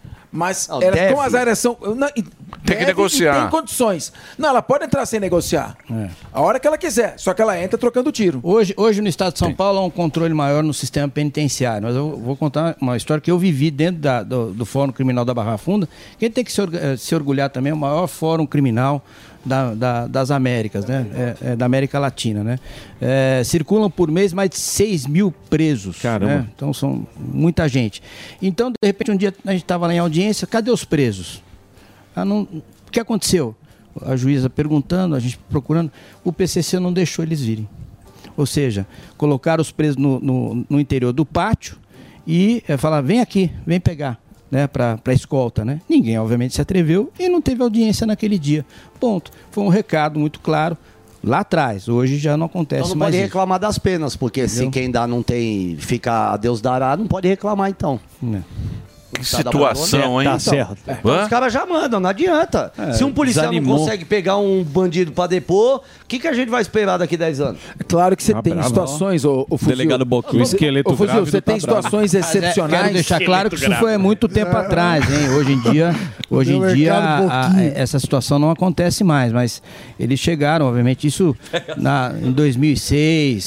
Speaker 4: Mas
Speaker 14: Não,
Speaker 4: elas,
Speaker 14: deve.
Speaker 4: como as áreas são, não, e- deve e
Speaker 8: negociar.
Speaker 4: tem condições. Não, ela pode entrar sem negociar. A hora que ela quiser, só que ela entra trocando tiro.
Speaker 14: Hoje, hoje no estado de São Paulo há um controle maior no sistema penitenciário. Mas eu vou contar uma história que eu vivi dentro da- do, do Fórum Criminal da Barra Funda. Quem tem que se, orga- eh, se orgulhar também é o maior fórum criminal da- da- das Américas, né? É, é da América Latina, né? É, circulam por mês mais de seis mil presos.
Speaker 6: Caramba.
Speaker 14: Né? Então são muita gente. Então, de repente, um dia a gente estava lá em audiência, cadê os presos? Ah, não, o que aconteceu? A juíza perguntando, a gente procurando, o P C C não deixou eles virem. Ou seja, colocaram os presos no, no, no interior do pátio e é, falar, vem aqui, vem pegar, né, para a escolta, né? Ninguém, obviamente, se atreveu e não teve audiência naquele dia. Ponto. Foi um recado muito claro lá atrás. Hoje já não acontece
Speaker 1: Então não
Speaker 14: mais
Speaker 1: pode
Speaker 14: isso.
Speaker 1: reclamar das penas, porque se
Speaker 14: Entendeu?
Speaker 1: quem dá não tem, fica a Deus dará, não pode reclamar então.
Speaker 8: Que situação, hein?
Speaker 1: Tá certo. Então, os caras já mandam, não adianta.
Speaker 8: É,
Speaker 1: Se um policial
Speaker 8: desanimou.
Speaker 1: não consegue pegar um bandido pra depor, o que, que a gente vai esperar daqui a dez anos?
Speaker 4: É claro que você
Speaker 1: Ah,
Speaker 4: tem
Speaker 1: bravo.
Speaker 4: situações, o, o Fuzil.
Speaker 1: Delegado Boquinha.
Speaker 4: O
Speaker 1: O esqueleto
Speaker 4: Fuzil,
Speaker 1: grávido
Speaker 4: você
Speaker 1: tá
Speaker 4: tem
Speaker 1: bravo.
Speaker 4: situações
Speaker 14: Mas é,
Speaker 4: excepcionais.
Speaker 14: quero deixar claro que isso foi há muito tempo atrás, hein? Hoje em dia, hoje em
Speaker 4: Delegado
Speaker 14: dia a- a-
Speaker 4: Boquinha.
Speaker 14: essa situação não acontece mais, mas eles chegaram, obviamente, isso na, em dois mil e seis,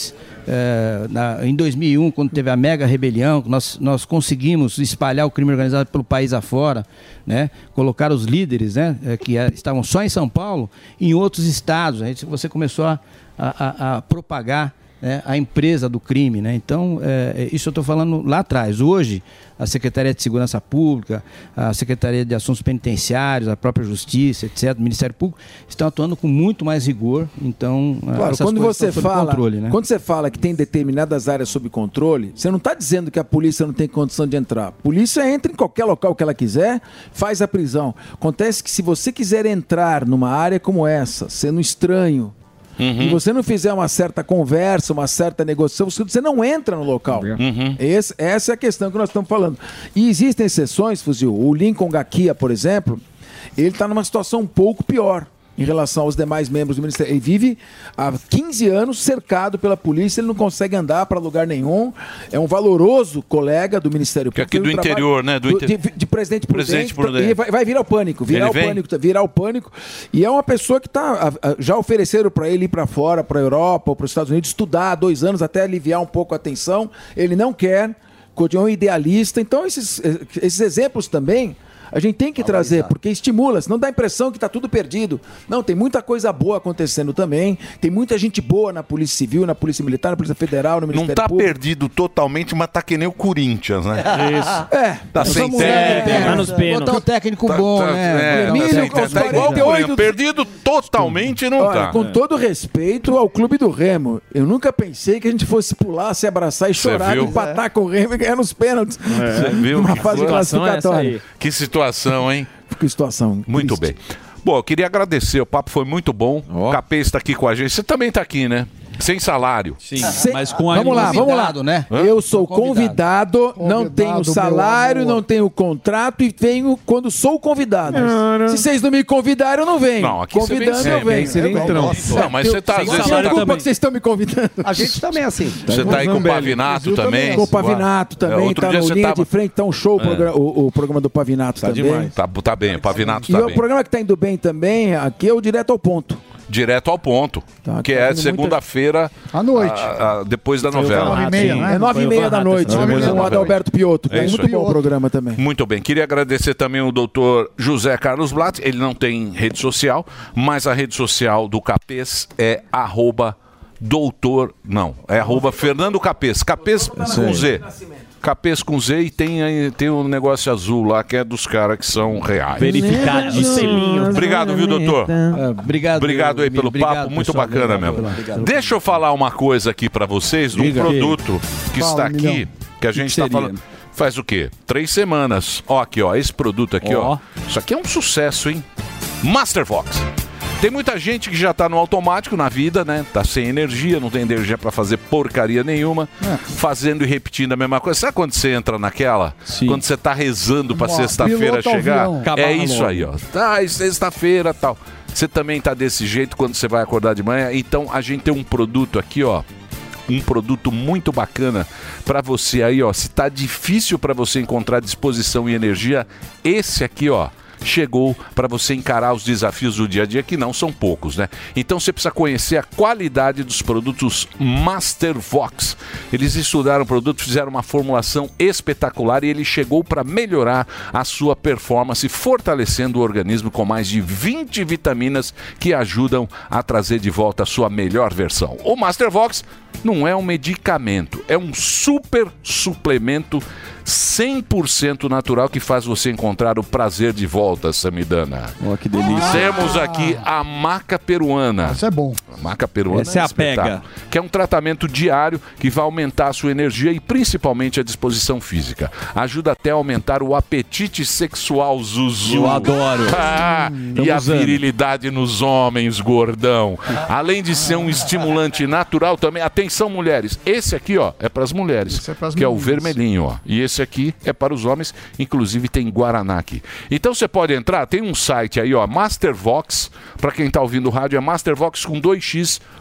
Speaker 14: é, na- em dois mil e um, quando teve a mega rebelião, nós, nós conseguimos espalhar o crime organizado pelo país afora, né? Colocar os líderes, né? é, que é, estavam só em São Paulo, em outros estados. Aí você começou a, a- a- a propagar, né, a empresa do crime, né? Então, é, isso eu estou falando lá atrás. Hoje, a Secretaria de Segurança Pública, a Secretaria de Assuntos Penitenciários, a própria Justiça, etcétera, o Ministério Público, estão atuando com muito mais rigor. Então,
Speaker 4: Claro,
Speaker 14: essas
Speaker 4: quando
Speaker 14: coisas
Speaker 4: você
Speaker 14: estão sob
Speaker 4: fala,
Speaker 14: controle, né?
Speaker 4: quando você fala que tem determinadas áreas sob controle, você não está dizendo que a polícia não tem condição de entrar. A polícia entra em qualquer local que ela quiser, faz a prisão. Acontece que se você quiser entrar numa área como essa, sendo estranho, e você não fizer uma certa conversa, uma certa negociação, você não entra no local. Esse- essa é a questão que nós estamos falando. E existem exceções, Fuzil. O Lincoln Gakia, por exemplo, ele está numa situação um pouco pior em relação aos demais membros do Ministério. Ele vive há quinze anos cercado pela polícia, ele não consegue andar para lugar nenhum. É um valoroso colega do Ministério
Speaker 8: Que
Speaker 4: Público.
Speaker 8: aqui do
Speaker 4: Ele trabalha-
Speaker 8: interior, né? Do
Speaker 4: do-
Speaker 8: inter-
Speaker 4: de, de Presidente Prudente.
Speaker 8: Presidente Prudente.
Speaker 4: E vai, vai virar o pânico. Virar
Speaker 8: Ele
Speaker 4: o
Speaker 8: vem?
Speaker 4: pânico, virar o pânico. E é uma pessoa que está. Já ofereceram para ele ir para fora, para a Europa, para os Estados Unidos, estudar há dois anos, até aliviar um pouco a tensão. Ele não quer, continua um idealista. Então, esses, esses exemplos também. A gente tem que trazer, porque estimula, senão dá a impressão que está tudo perdido. Não, tem muita coisa boa acontecendo também. Tem muita gente boa na Polícia Civil, na Polícia Militar, na Polícia Federal, no
Speaker 3: Não
Speaker 4: Ministério
Speaker 3: tá
Speaker 4: Público.
Speaker 3: perdido totalmente, mas tá que nem o Corinthians, né?
Speaker 4: Isso. É.
Speaker 3: Tá sem
Speaker 4: Vamos-
Speaker 3: técnico.
Speaker 4: é, é,
Speaker 14: Botar um técnico
Speaker 3: Tá-
Speaker 14: bom,
Speaker 3: tá-
Speaker 14: né?
Speaker 3: é,
Speaker 4: Emílio,
Speaker 3: tá sem-
Speaker 4: com os
Speaker 3: tá igual o
Speaker 4: quarenta e oito
Speaker 3: Corinthians. Perdido totalmente não
Speaker 4: Olha,
Speaker 3: tá.
Speaker 4: com todo respeito ao Clube do Remo, eu nunca pensei que a gente fosse pular, se abraçar e
Speaker 8: Cê
Speaker 4: chorar,
Speaker 8: viu?
Speaker 4: empatar com o Remo e ganhar nos pênaltis.
Speaker 8: Você viu?
Speaker 4: Numa
Speaker 8: Que
Speaker 4: fase
Speaker 8: situação é essa
Speaker 4: classificatória.
Speaker 8: aí? Que situação, hein?
Speaker 4: Que situação.
Speaker 8: Muito bem. Bom, eu queria agradecer, o papo foi muito bom. O Capê está aqui com a gente. Você também está aqui, né? Sem salário.
Speaker 10: Sim,
Speaker 4: Sem- Vamos lá, vamos lá.
Speaker 14: né?
Speaker 4: Eu sou convidado, não
Speaker 11: Convidado,
Speaker 4: tenho
Speaker 11: meu
Speaker 4: salário,
Speaker 11: amor.
Speaker 4: não tenho contrato e venho quando sou convidado. Se vocês não me convidaram, eu não venho.
Speaker 8: Não, aqui você vem
Speaker 4: Convidando, eu
Speaker 8: sempre.
Speaker 4: venho.
Speaker 8: Vem sempre,
Speaker 4: Eu venho.
Speaker 8: então.
Speaker 4: Nossa.
Speaker 8: Não, mas você tá-
Speaker 4: Eu-
Speaker 8: às vezes
Speaker 4: Quem
Speaker 8: você
Speaker 4: é
Speaker 8: tá
Speaker 4: culpa
Speaker 8: também.
Speaker 4: que vocês estão me convidando?
Speaker 1: A gente também é assim.
Speaker 8: Você tá aí com o Pavinato também.
Speaker 4: Com o Pavinato
Speaker 8: É,
Speaker 4: também,
Speaker 8: outro
Speaker 4: tá
Speaker 8: dia
Speaker 4: no
Speaker 8: você
Speaker 4: Linha
Speaker 8: tava-
Speaker 4: de Frente, tá um show o
Speaker 8: É.
Speaker 4: programa- o, o programa do Pavinato
Speaker 8: Tá
Speaker 4: também.
Speaker 8: demais. Tá, tá bem, o Pavinato
Speaker 4: E
Speaker 8: tá
Speaker 4: o
Speaker 8: bem.
Speaker 4: programa que tá indo bem também, aqui é o Direto ao Ponto.
Speaker 8: Direto ao ponto. que
Speaker 4: tá
Speaker 8: é
Speaker 4: indo
Speaker 8: segunda-feira.
Speaker 11: À noite.
Speaker 8: a- a- depois da
Speaker 4: Foi o
Speaker 8: novela.
Speaker 4: Nove e meia, né? É nove e meia da noite,
Speaker 8: Nove e meia
Speaker 4: com
Speaker 8: da
Speaker 4: o
Speaker 8: novela.
Speaker 4: Adalberto Piotto.
Speaker 8: É
Speaker 4: É
Speaker 8: isso
Speaker 4: muito
Speaker 8: aí.
Speaker 4: bom o programa também.
Speaker 8: Muito bem. Queria agradecer também o doutor José Carlos Blatt. Ele não tem rede social, mas a rede social do Capês é arroba doutor... Não, é arroba Fernando Capês. Capês com Z. Capês com Z e tem, aí- tem um negócio azul lá que é dos caras que são reais.
Speaker 14: Verificadíssimo.
Speaker 8: Obrigado, viu, doutor?
Speaker 14: obrigado.
Speaker 8: Obrigado aí pelo
Speaker 14: Obrigado,
Speaker 8: papo, muito
Speaker 14: pessoal.
Speaker 8: bacana
Speaker 14: Obrigado,
Speaker 8: mesmo.
Speaker 14: obrigado.
Speaker 8: Deixa eu falar uma coisa aqui pra vocês de um
Speaker 14: Diga.
Speaker 8: produto que
Speaker 14: Fala,
Speaker 8: está aqui,
Speaker 14: Milhão.
Speaker 8: que a
Speaker 14: Que
Speaker 8: gente
Speaker 14: que
Speaker 8: está
Speaker 14: seria?
Speaker 8: falando. Faz o quê? Três semanas. Ó, aqui, ó, esse produto aqui, ó.
Speaker 10: Ó.
Speaker 8: Isso aqui é um sucesso, hein? Mastervox. Tem muita gente que já tá no automático na vida, né? Tá sem energia, não tem energia pra fazer porcaria nenhuma, fazendo e repetindo a mesma coisa. Sabe quando você entra naquela? Quando você tá rezando pra
Speaker 10: Ó,
Speaker 8: sexta-feira
Speaker 10: piloto
Speaker 8: chegar?
Speaker 10: avião.
Speaker 8: É
Speaker 10: Acabar
Speaker 8: isso
Speaker 10: logo.
Speaker 8: aí, ó. Tá, é sexta-feira, tal. Você também tá desse jeito quando você vai acordar de manhã. Então a gente tem um produto aqui, ó. Um produto muito bacana para você aí, ó. Se tá difícil para você encontrar disposição e energia, esse aqui, ó, chegou para você encarar os desafios do dia a dia, que não são poucos, né? Então você precisa conhecer a qualidade dos produtos Mastervox. Eles estudaram o produto, fizeram uma formulação espetacular e ele chegou para melhorar a sua performance, fortalecendo o organismo com mais de vinte vitaminas que ajudam a trazer de volta a sua melhor versão. O Mastervox não é um medicamento, é um super suplemento cem por cento natural que faz você encontrar o prazer de volta, Samidana.
Speaker 10: Ó, que delícia.
Speaker 8: Temos aqui a maca peruana.
Speaker 11: Isso é bom.
Speaker 8: A maca peruana
Speaker 10: Essa é a
Speaker 8: espetáculo,
Speaker 10: pega.
Speaker 8: que é um tratamento diário que vai aumentar a sua energia e principalmente a disposição física. Ajuda até a aumentar o apetite sexual, Zuzu.
Speaker 10: Eu adoro.
Speaker 8: Ah,
Speaker 10: Tamo
Speaker 8: e a
Speaker 10: usando.
Speaker 8: virilidade nos homens, gordão. Além de ser um estimulante natural também. Atenção, mulheres. Esse aqui, ó, é para as mulheres,
Speaker 11: pras
Speaker 8: que é o
Speaker 11: meninas.
Speaker 8: vermelhinho, ó. E esse aqui é para os homens, inclusive tem Guaraná aqui. Então você pode entrar, tem um site aí, ó, Mastervox, para quem tá ouvindo o rádio, é mastervox com dois x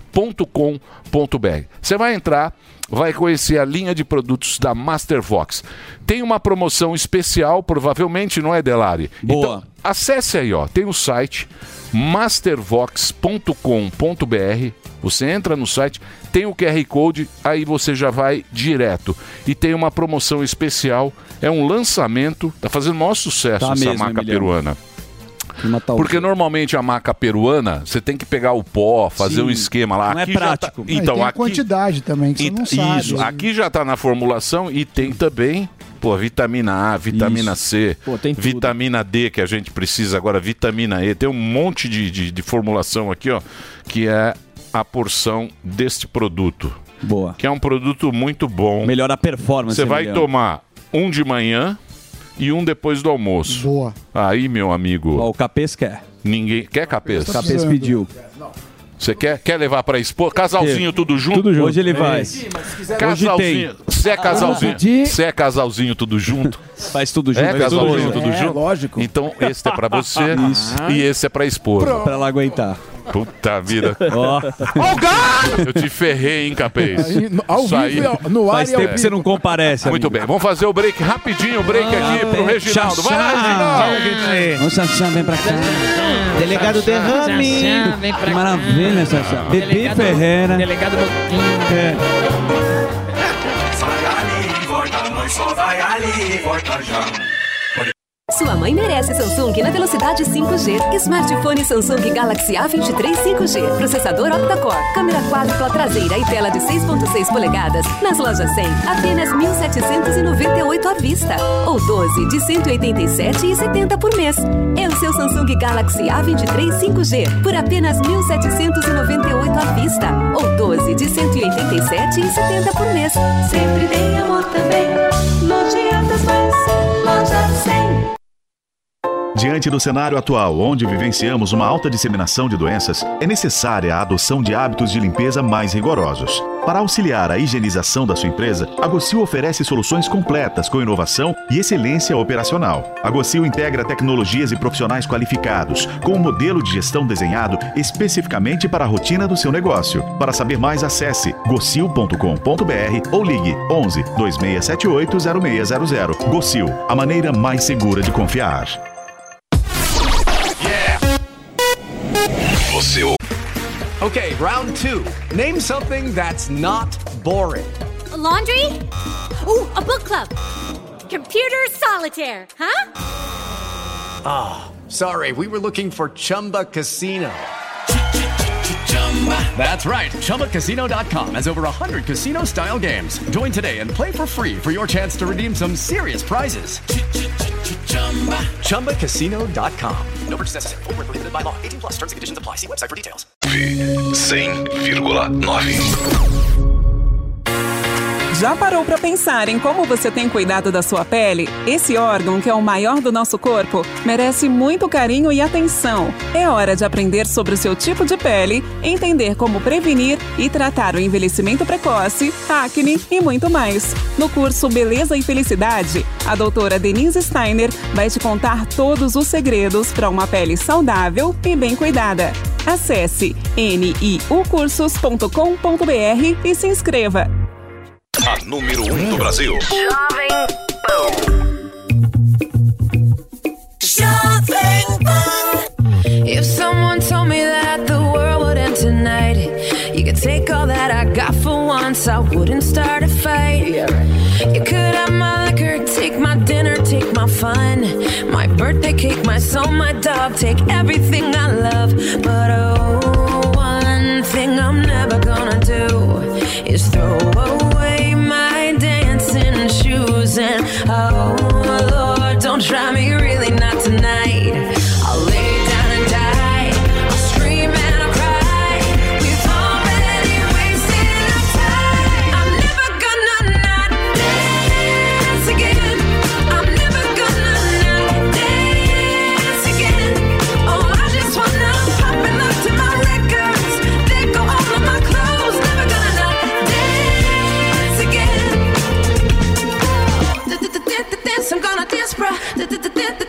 Speaker 8: ponto com ponto b r. Você vai entrar, vai conhecer a linha de produtos da Mastervox. Tem uma promoção especial, provavelmente, não é, Delari?
Speaker 10: Boa.
Speaker 8: Então, acesse aí, ó, tem o site mastervox ponto com ponto b r. Você entra no site, tem o Q R Code, aí você já vai direto. E tem uma promoção especial, é um lançamento, tá fazendo o maior sucesso
Speaker 10: Tá
Speaker 8: essa
Speaker 10: mesmo,
Speaker 8: maca
Speaker 10: Emiliano.
Speaker 8: peruana.
Speaker 10: Matar o
Speaker 8: Porque normalmente a maca peruana, você tem que pegar o pó, fazer
Speaker 11: Sim.
Speaker 8: um esquema lá.
Speaker 11: Não é
Speaker 8: Aqui já tá-
Speaker 11: prático. Não, e
Speaker 8: Então,
Speaker 11: tem a
Speaker 8: aqui...
Speaker 11: quantidade também, que você não sabe.
Speaker 8: Isso, aqui já tá na formulação e tem também, pô, vitamina A, vitamina C, vitamina D que a gente precisa agora, vitamina E. Tem um monte de, de, de formulação aqui, ó, que é a porção deste produto.
Speaker 10: Boa.
Speaker 8: Que é um produto muito bom.
Speaker 10: Melhora a performance.
Speaker 8: Você vai
Speaker 10: Emiliano.
Speaker 8: tomar um de manhã e um depois do almoço.
Speaker 11: Boa.
Speaker 8: Aí, meu amigo.
Speaker 10: Ó, o Capês quer.
Speaker 8: Ninguém quer Capês?
Speaker 10: O Capês pediu.
Speaker 8: Você quer, quer levar pra esposa? Casalzinho tudo junto?
Speaker 10: Tudo junto. Hoje ele vai.
Speaker 8: Sim, mas
Speaker 10: se quiser-
Speaker 8: Casalzinho.
Speaker 10: Hoje tem.
Speaker 8: Se é casalzinho,
Speaker 10: Ah,
Speaker 8: se é casalzinho tudo junto.
Speaker 10: Faz tudo junto.
Speaker 8: É
Speaker 10: Faz tudo
Speaker 8: casalzinho
Speaker 10: junto.
Speaker 8: tudo
Speaker 10: É,
Speaker 8: junto?
Speaker 10: lógico.
Speaker 8: Então esse é pra você
Speaker 10: Isso.
Speaker 8: e esse é pra esposa.
Speaker 10: Pra ela aguentar.
Speaker 8: Puta vida.
Speaker 10: Ó.
Speaker 8: Eu te ferrei, hein, Capês?
Speaker 4: Aí, no- ao
Speaker 8: Isso
Speaker 4: vivo e ao- no ar
Speaker 10: Faz
Speaker 4: e ao
Speaker 10: tempo que você não comparece.
Speaker 8: Muito bem, vamos fazer o break rapidinho, o break aqui pro Reginaldo. Vai lá, Reginaldo.
Speaker 2: Ô, Xaxá, vem pra cá.
Speaker 1: Delegado Derrame.
Speaker 2: Que maravilha, Xaxá. Bebi Ferreira.
Speaker 20: Delegado Boquinha.
Speaker 2: É.
Speaker 5: Vai ali, volta já.
Speaker 9: Sua mãe merece Samsung na velocidade cinco G. Smartphone Samsung Galaxy A vinte e três cinco G. Processador octa-core. Câmera quádrupla traseira e tela de seis ponto seis polegadas. Nas lojas cem, apenas mil setecentos e noventa e oito à vista. Ou doze de cento e oitenta e sete reais e setenta centavos por mês. É o seu Samsung Galaxy A vinte e três cinco G por apenas mil setecentos e noventa e oito à vista. Ou doze de cento e oitenta e sete reais e setenta centavos por mês. Sempre tem amor também. Lojas mais. Loja cem.
Speaker 13: Diante do cenário atual, onde vivenciamos uma alta disseminação de doenças, é necessária a adoção de hábitos de limpeza mais rigorosos. Para auxiliar a higienização da sua empresa, a Gocil oferece soluções completas com inovação e excelência operacional. A Gocil integra tecnologias e profissionais qualificados, com um modelo de gestão desenhado especificamente para a rotina do seu negócio. Para saber mais, acesse gocil ponto com ponto b r ou ligue onze, dois seis sete oito, zero seis zero zero. Gocil, a maneira mais segura de confiar.
Speaker 16: Você ouve. Okay, round two. Name something that's not boring.
Speaker 25: A laundry? Ooh, a book club. Computer solitaire, huh?
Speaker 16: Ah, sorry, we were looking for Chumba Casino. That's right. Chumba Casino dot com has over one hundred casino-style games. Join today and play for free for your chance to redeem some serious prizes. Chumba Casino dot com. No purchase necessary. Void where prohibited by law. eighteen plus. Terms and conditions apply. See website for details. cem vírgula nove.
Speaker 26: Já parou para pensar em como você tem cuidado da sua pele? Esse órgão, que é o maior do nosso corpo, merece muito carinho e atenção. É hora de aprender sobre o seu tipo de pele, entender como prevenir e tratar o envelhecimento precoce, acne e muito mais. No curso Beleza e Felicidade, a doutora Denise Steiner vai te contar todos os segredos para uma pele saudável e bem cuidada. Acesse n i u cursos ponto com ponto b r e se inscreva.
Speaker 16: A número um do Brasil.
Speaker 19: Jovem Pan. If someone told me that the world would end tonight, you could take all that I got for once, I wouldn't start a fight. You could have my liquor, take my dinner, take my fun, my birthday cake, my soul, my dog, take everything I love. But oh, one thing I'm never gonna do is throw away my dancing shoes. And oh Lord, don't try me, really not tonight. I'll lay down and die, I'll scream and I'll cry. We've already wasted our time. I'm never gonna not dance again. I'm never gonna not dance again. Oh, I just wanna pop and look to my records, then go all of my clothes. Never gonna not dance again. Dance, I'm gonna dance, bruh.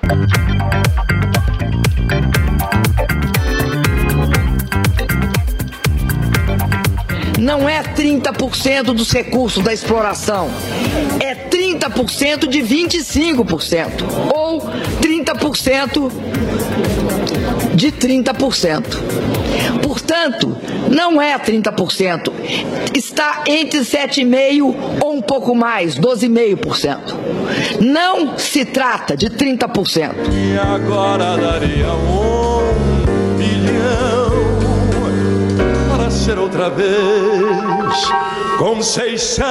Speaker 7: Não é trinta por cento dos recursos da exploração, é trinta por cento de vinte e cinco por cento, ou trinta por cento de trinta por cento. Portanto, não é trinta por cento, está entre sete vírgula cinco por cento ou um pouco mais, doze vírgula cinco por cento. Não se trata de trinta por cento.
Speaker 12: E agora daria um bilhão para ser outra vez Conceição,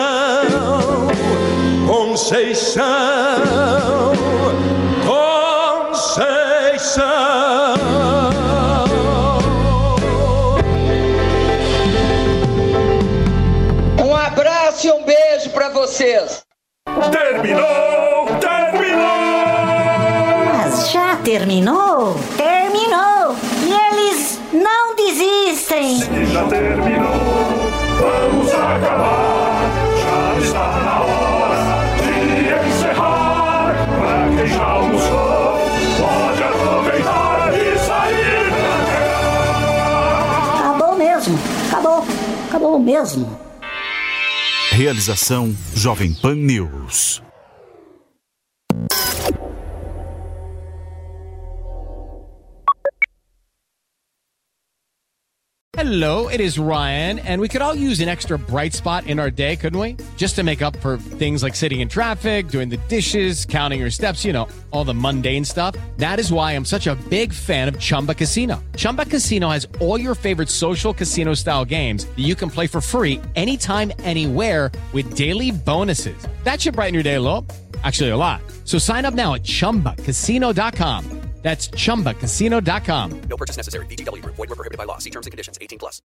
Speaker 12: Conceição, Conceição.
Speaker 7: Um abraço e um beijo para vocês.
Speaker 5: Terminou, terminou!
Speaker 15: Mas já terminou? Terminou! E eles não desistem!
Speaker 5: Se já terminou, vamos acabar. Já está na hora de encerrar. Pra quem já almoçou, pode aproveitar e sair pra cá.
Speaker 15: Acabou mesmo! Acabou! Acabou mesmo!
Speaker 13: Realização Jovem Pan News.
Speaker 17: Hello, it is Ryan, and we could all use an extra bright spot in our day, couldn't we? Just to make up for things like sitting in traffic, doing the dishes, counting your steps, you know, all the mundane stuff. That is why I'm such a big fan of Chumba Casino. Chumba Casino has all your favorite social casino style games that you can play for free anytime, anywhere with daily bonuses. That should brighten your day a little. Actually, a lot. So sign up now at chumba casino dot com. That's chumba casino dot com.
Speaker 18: No purchase necessary. V G W Group. Void where prohibited by law. See terms and conditions. eighteen plus.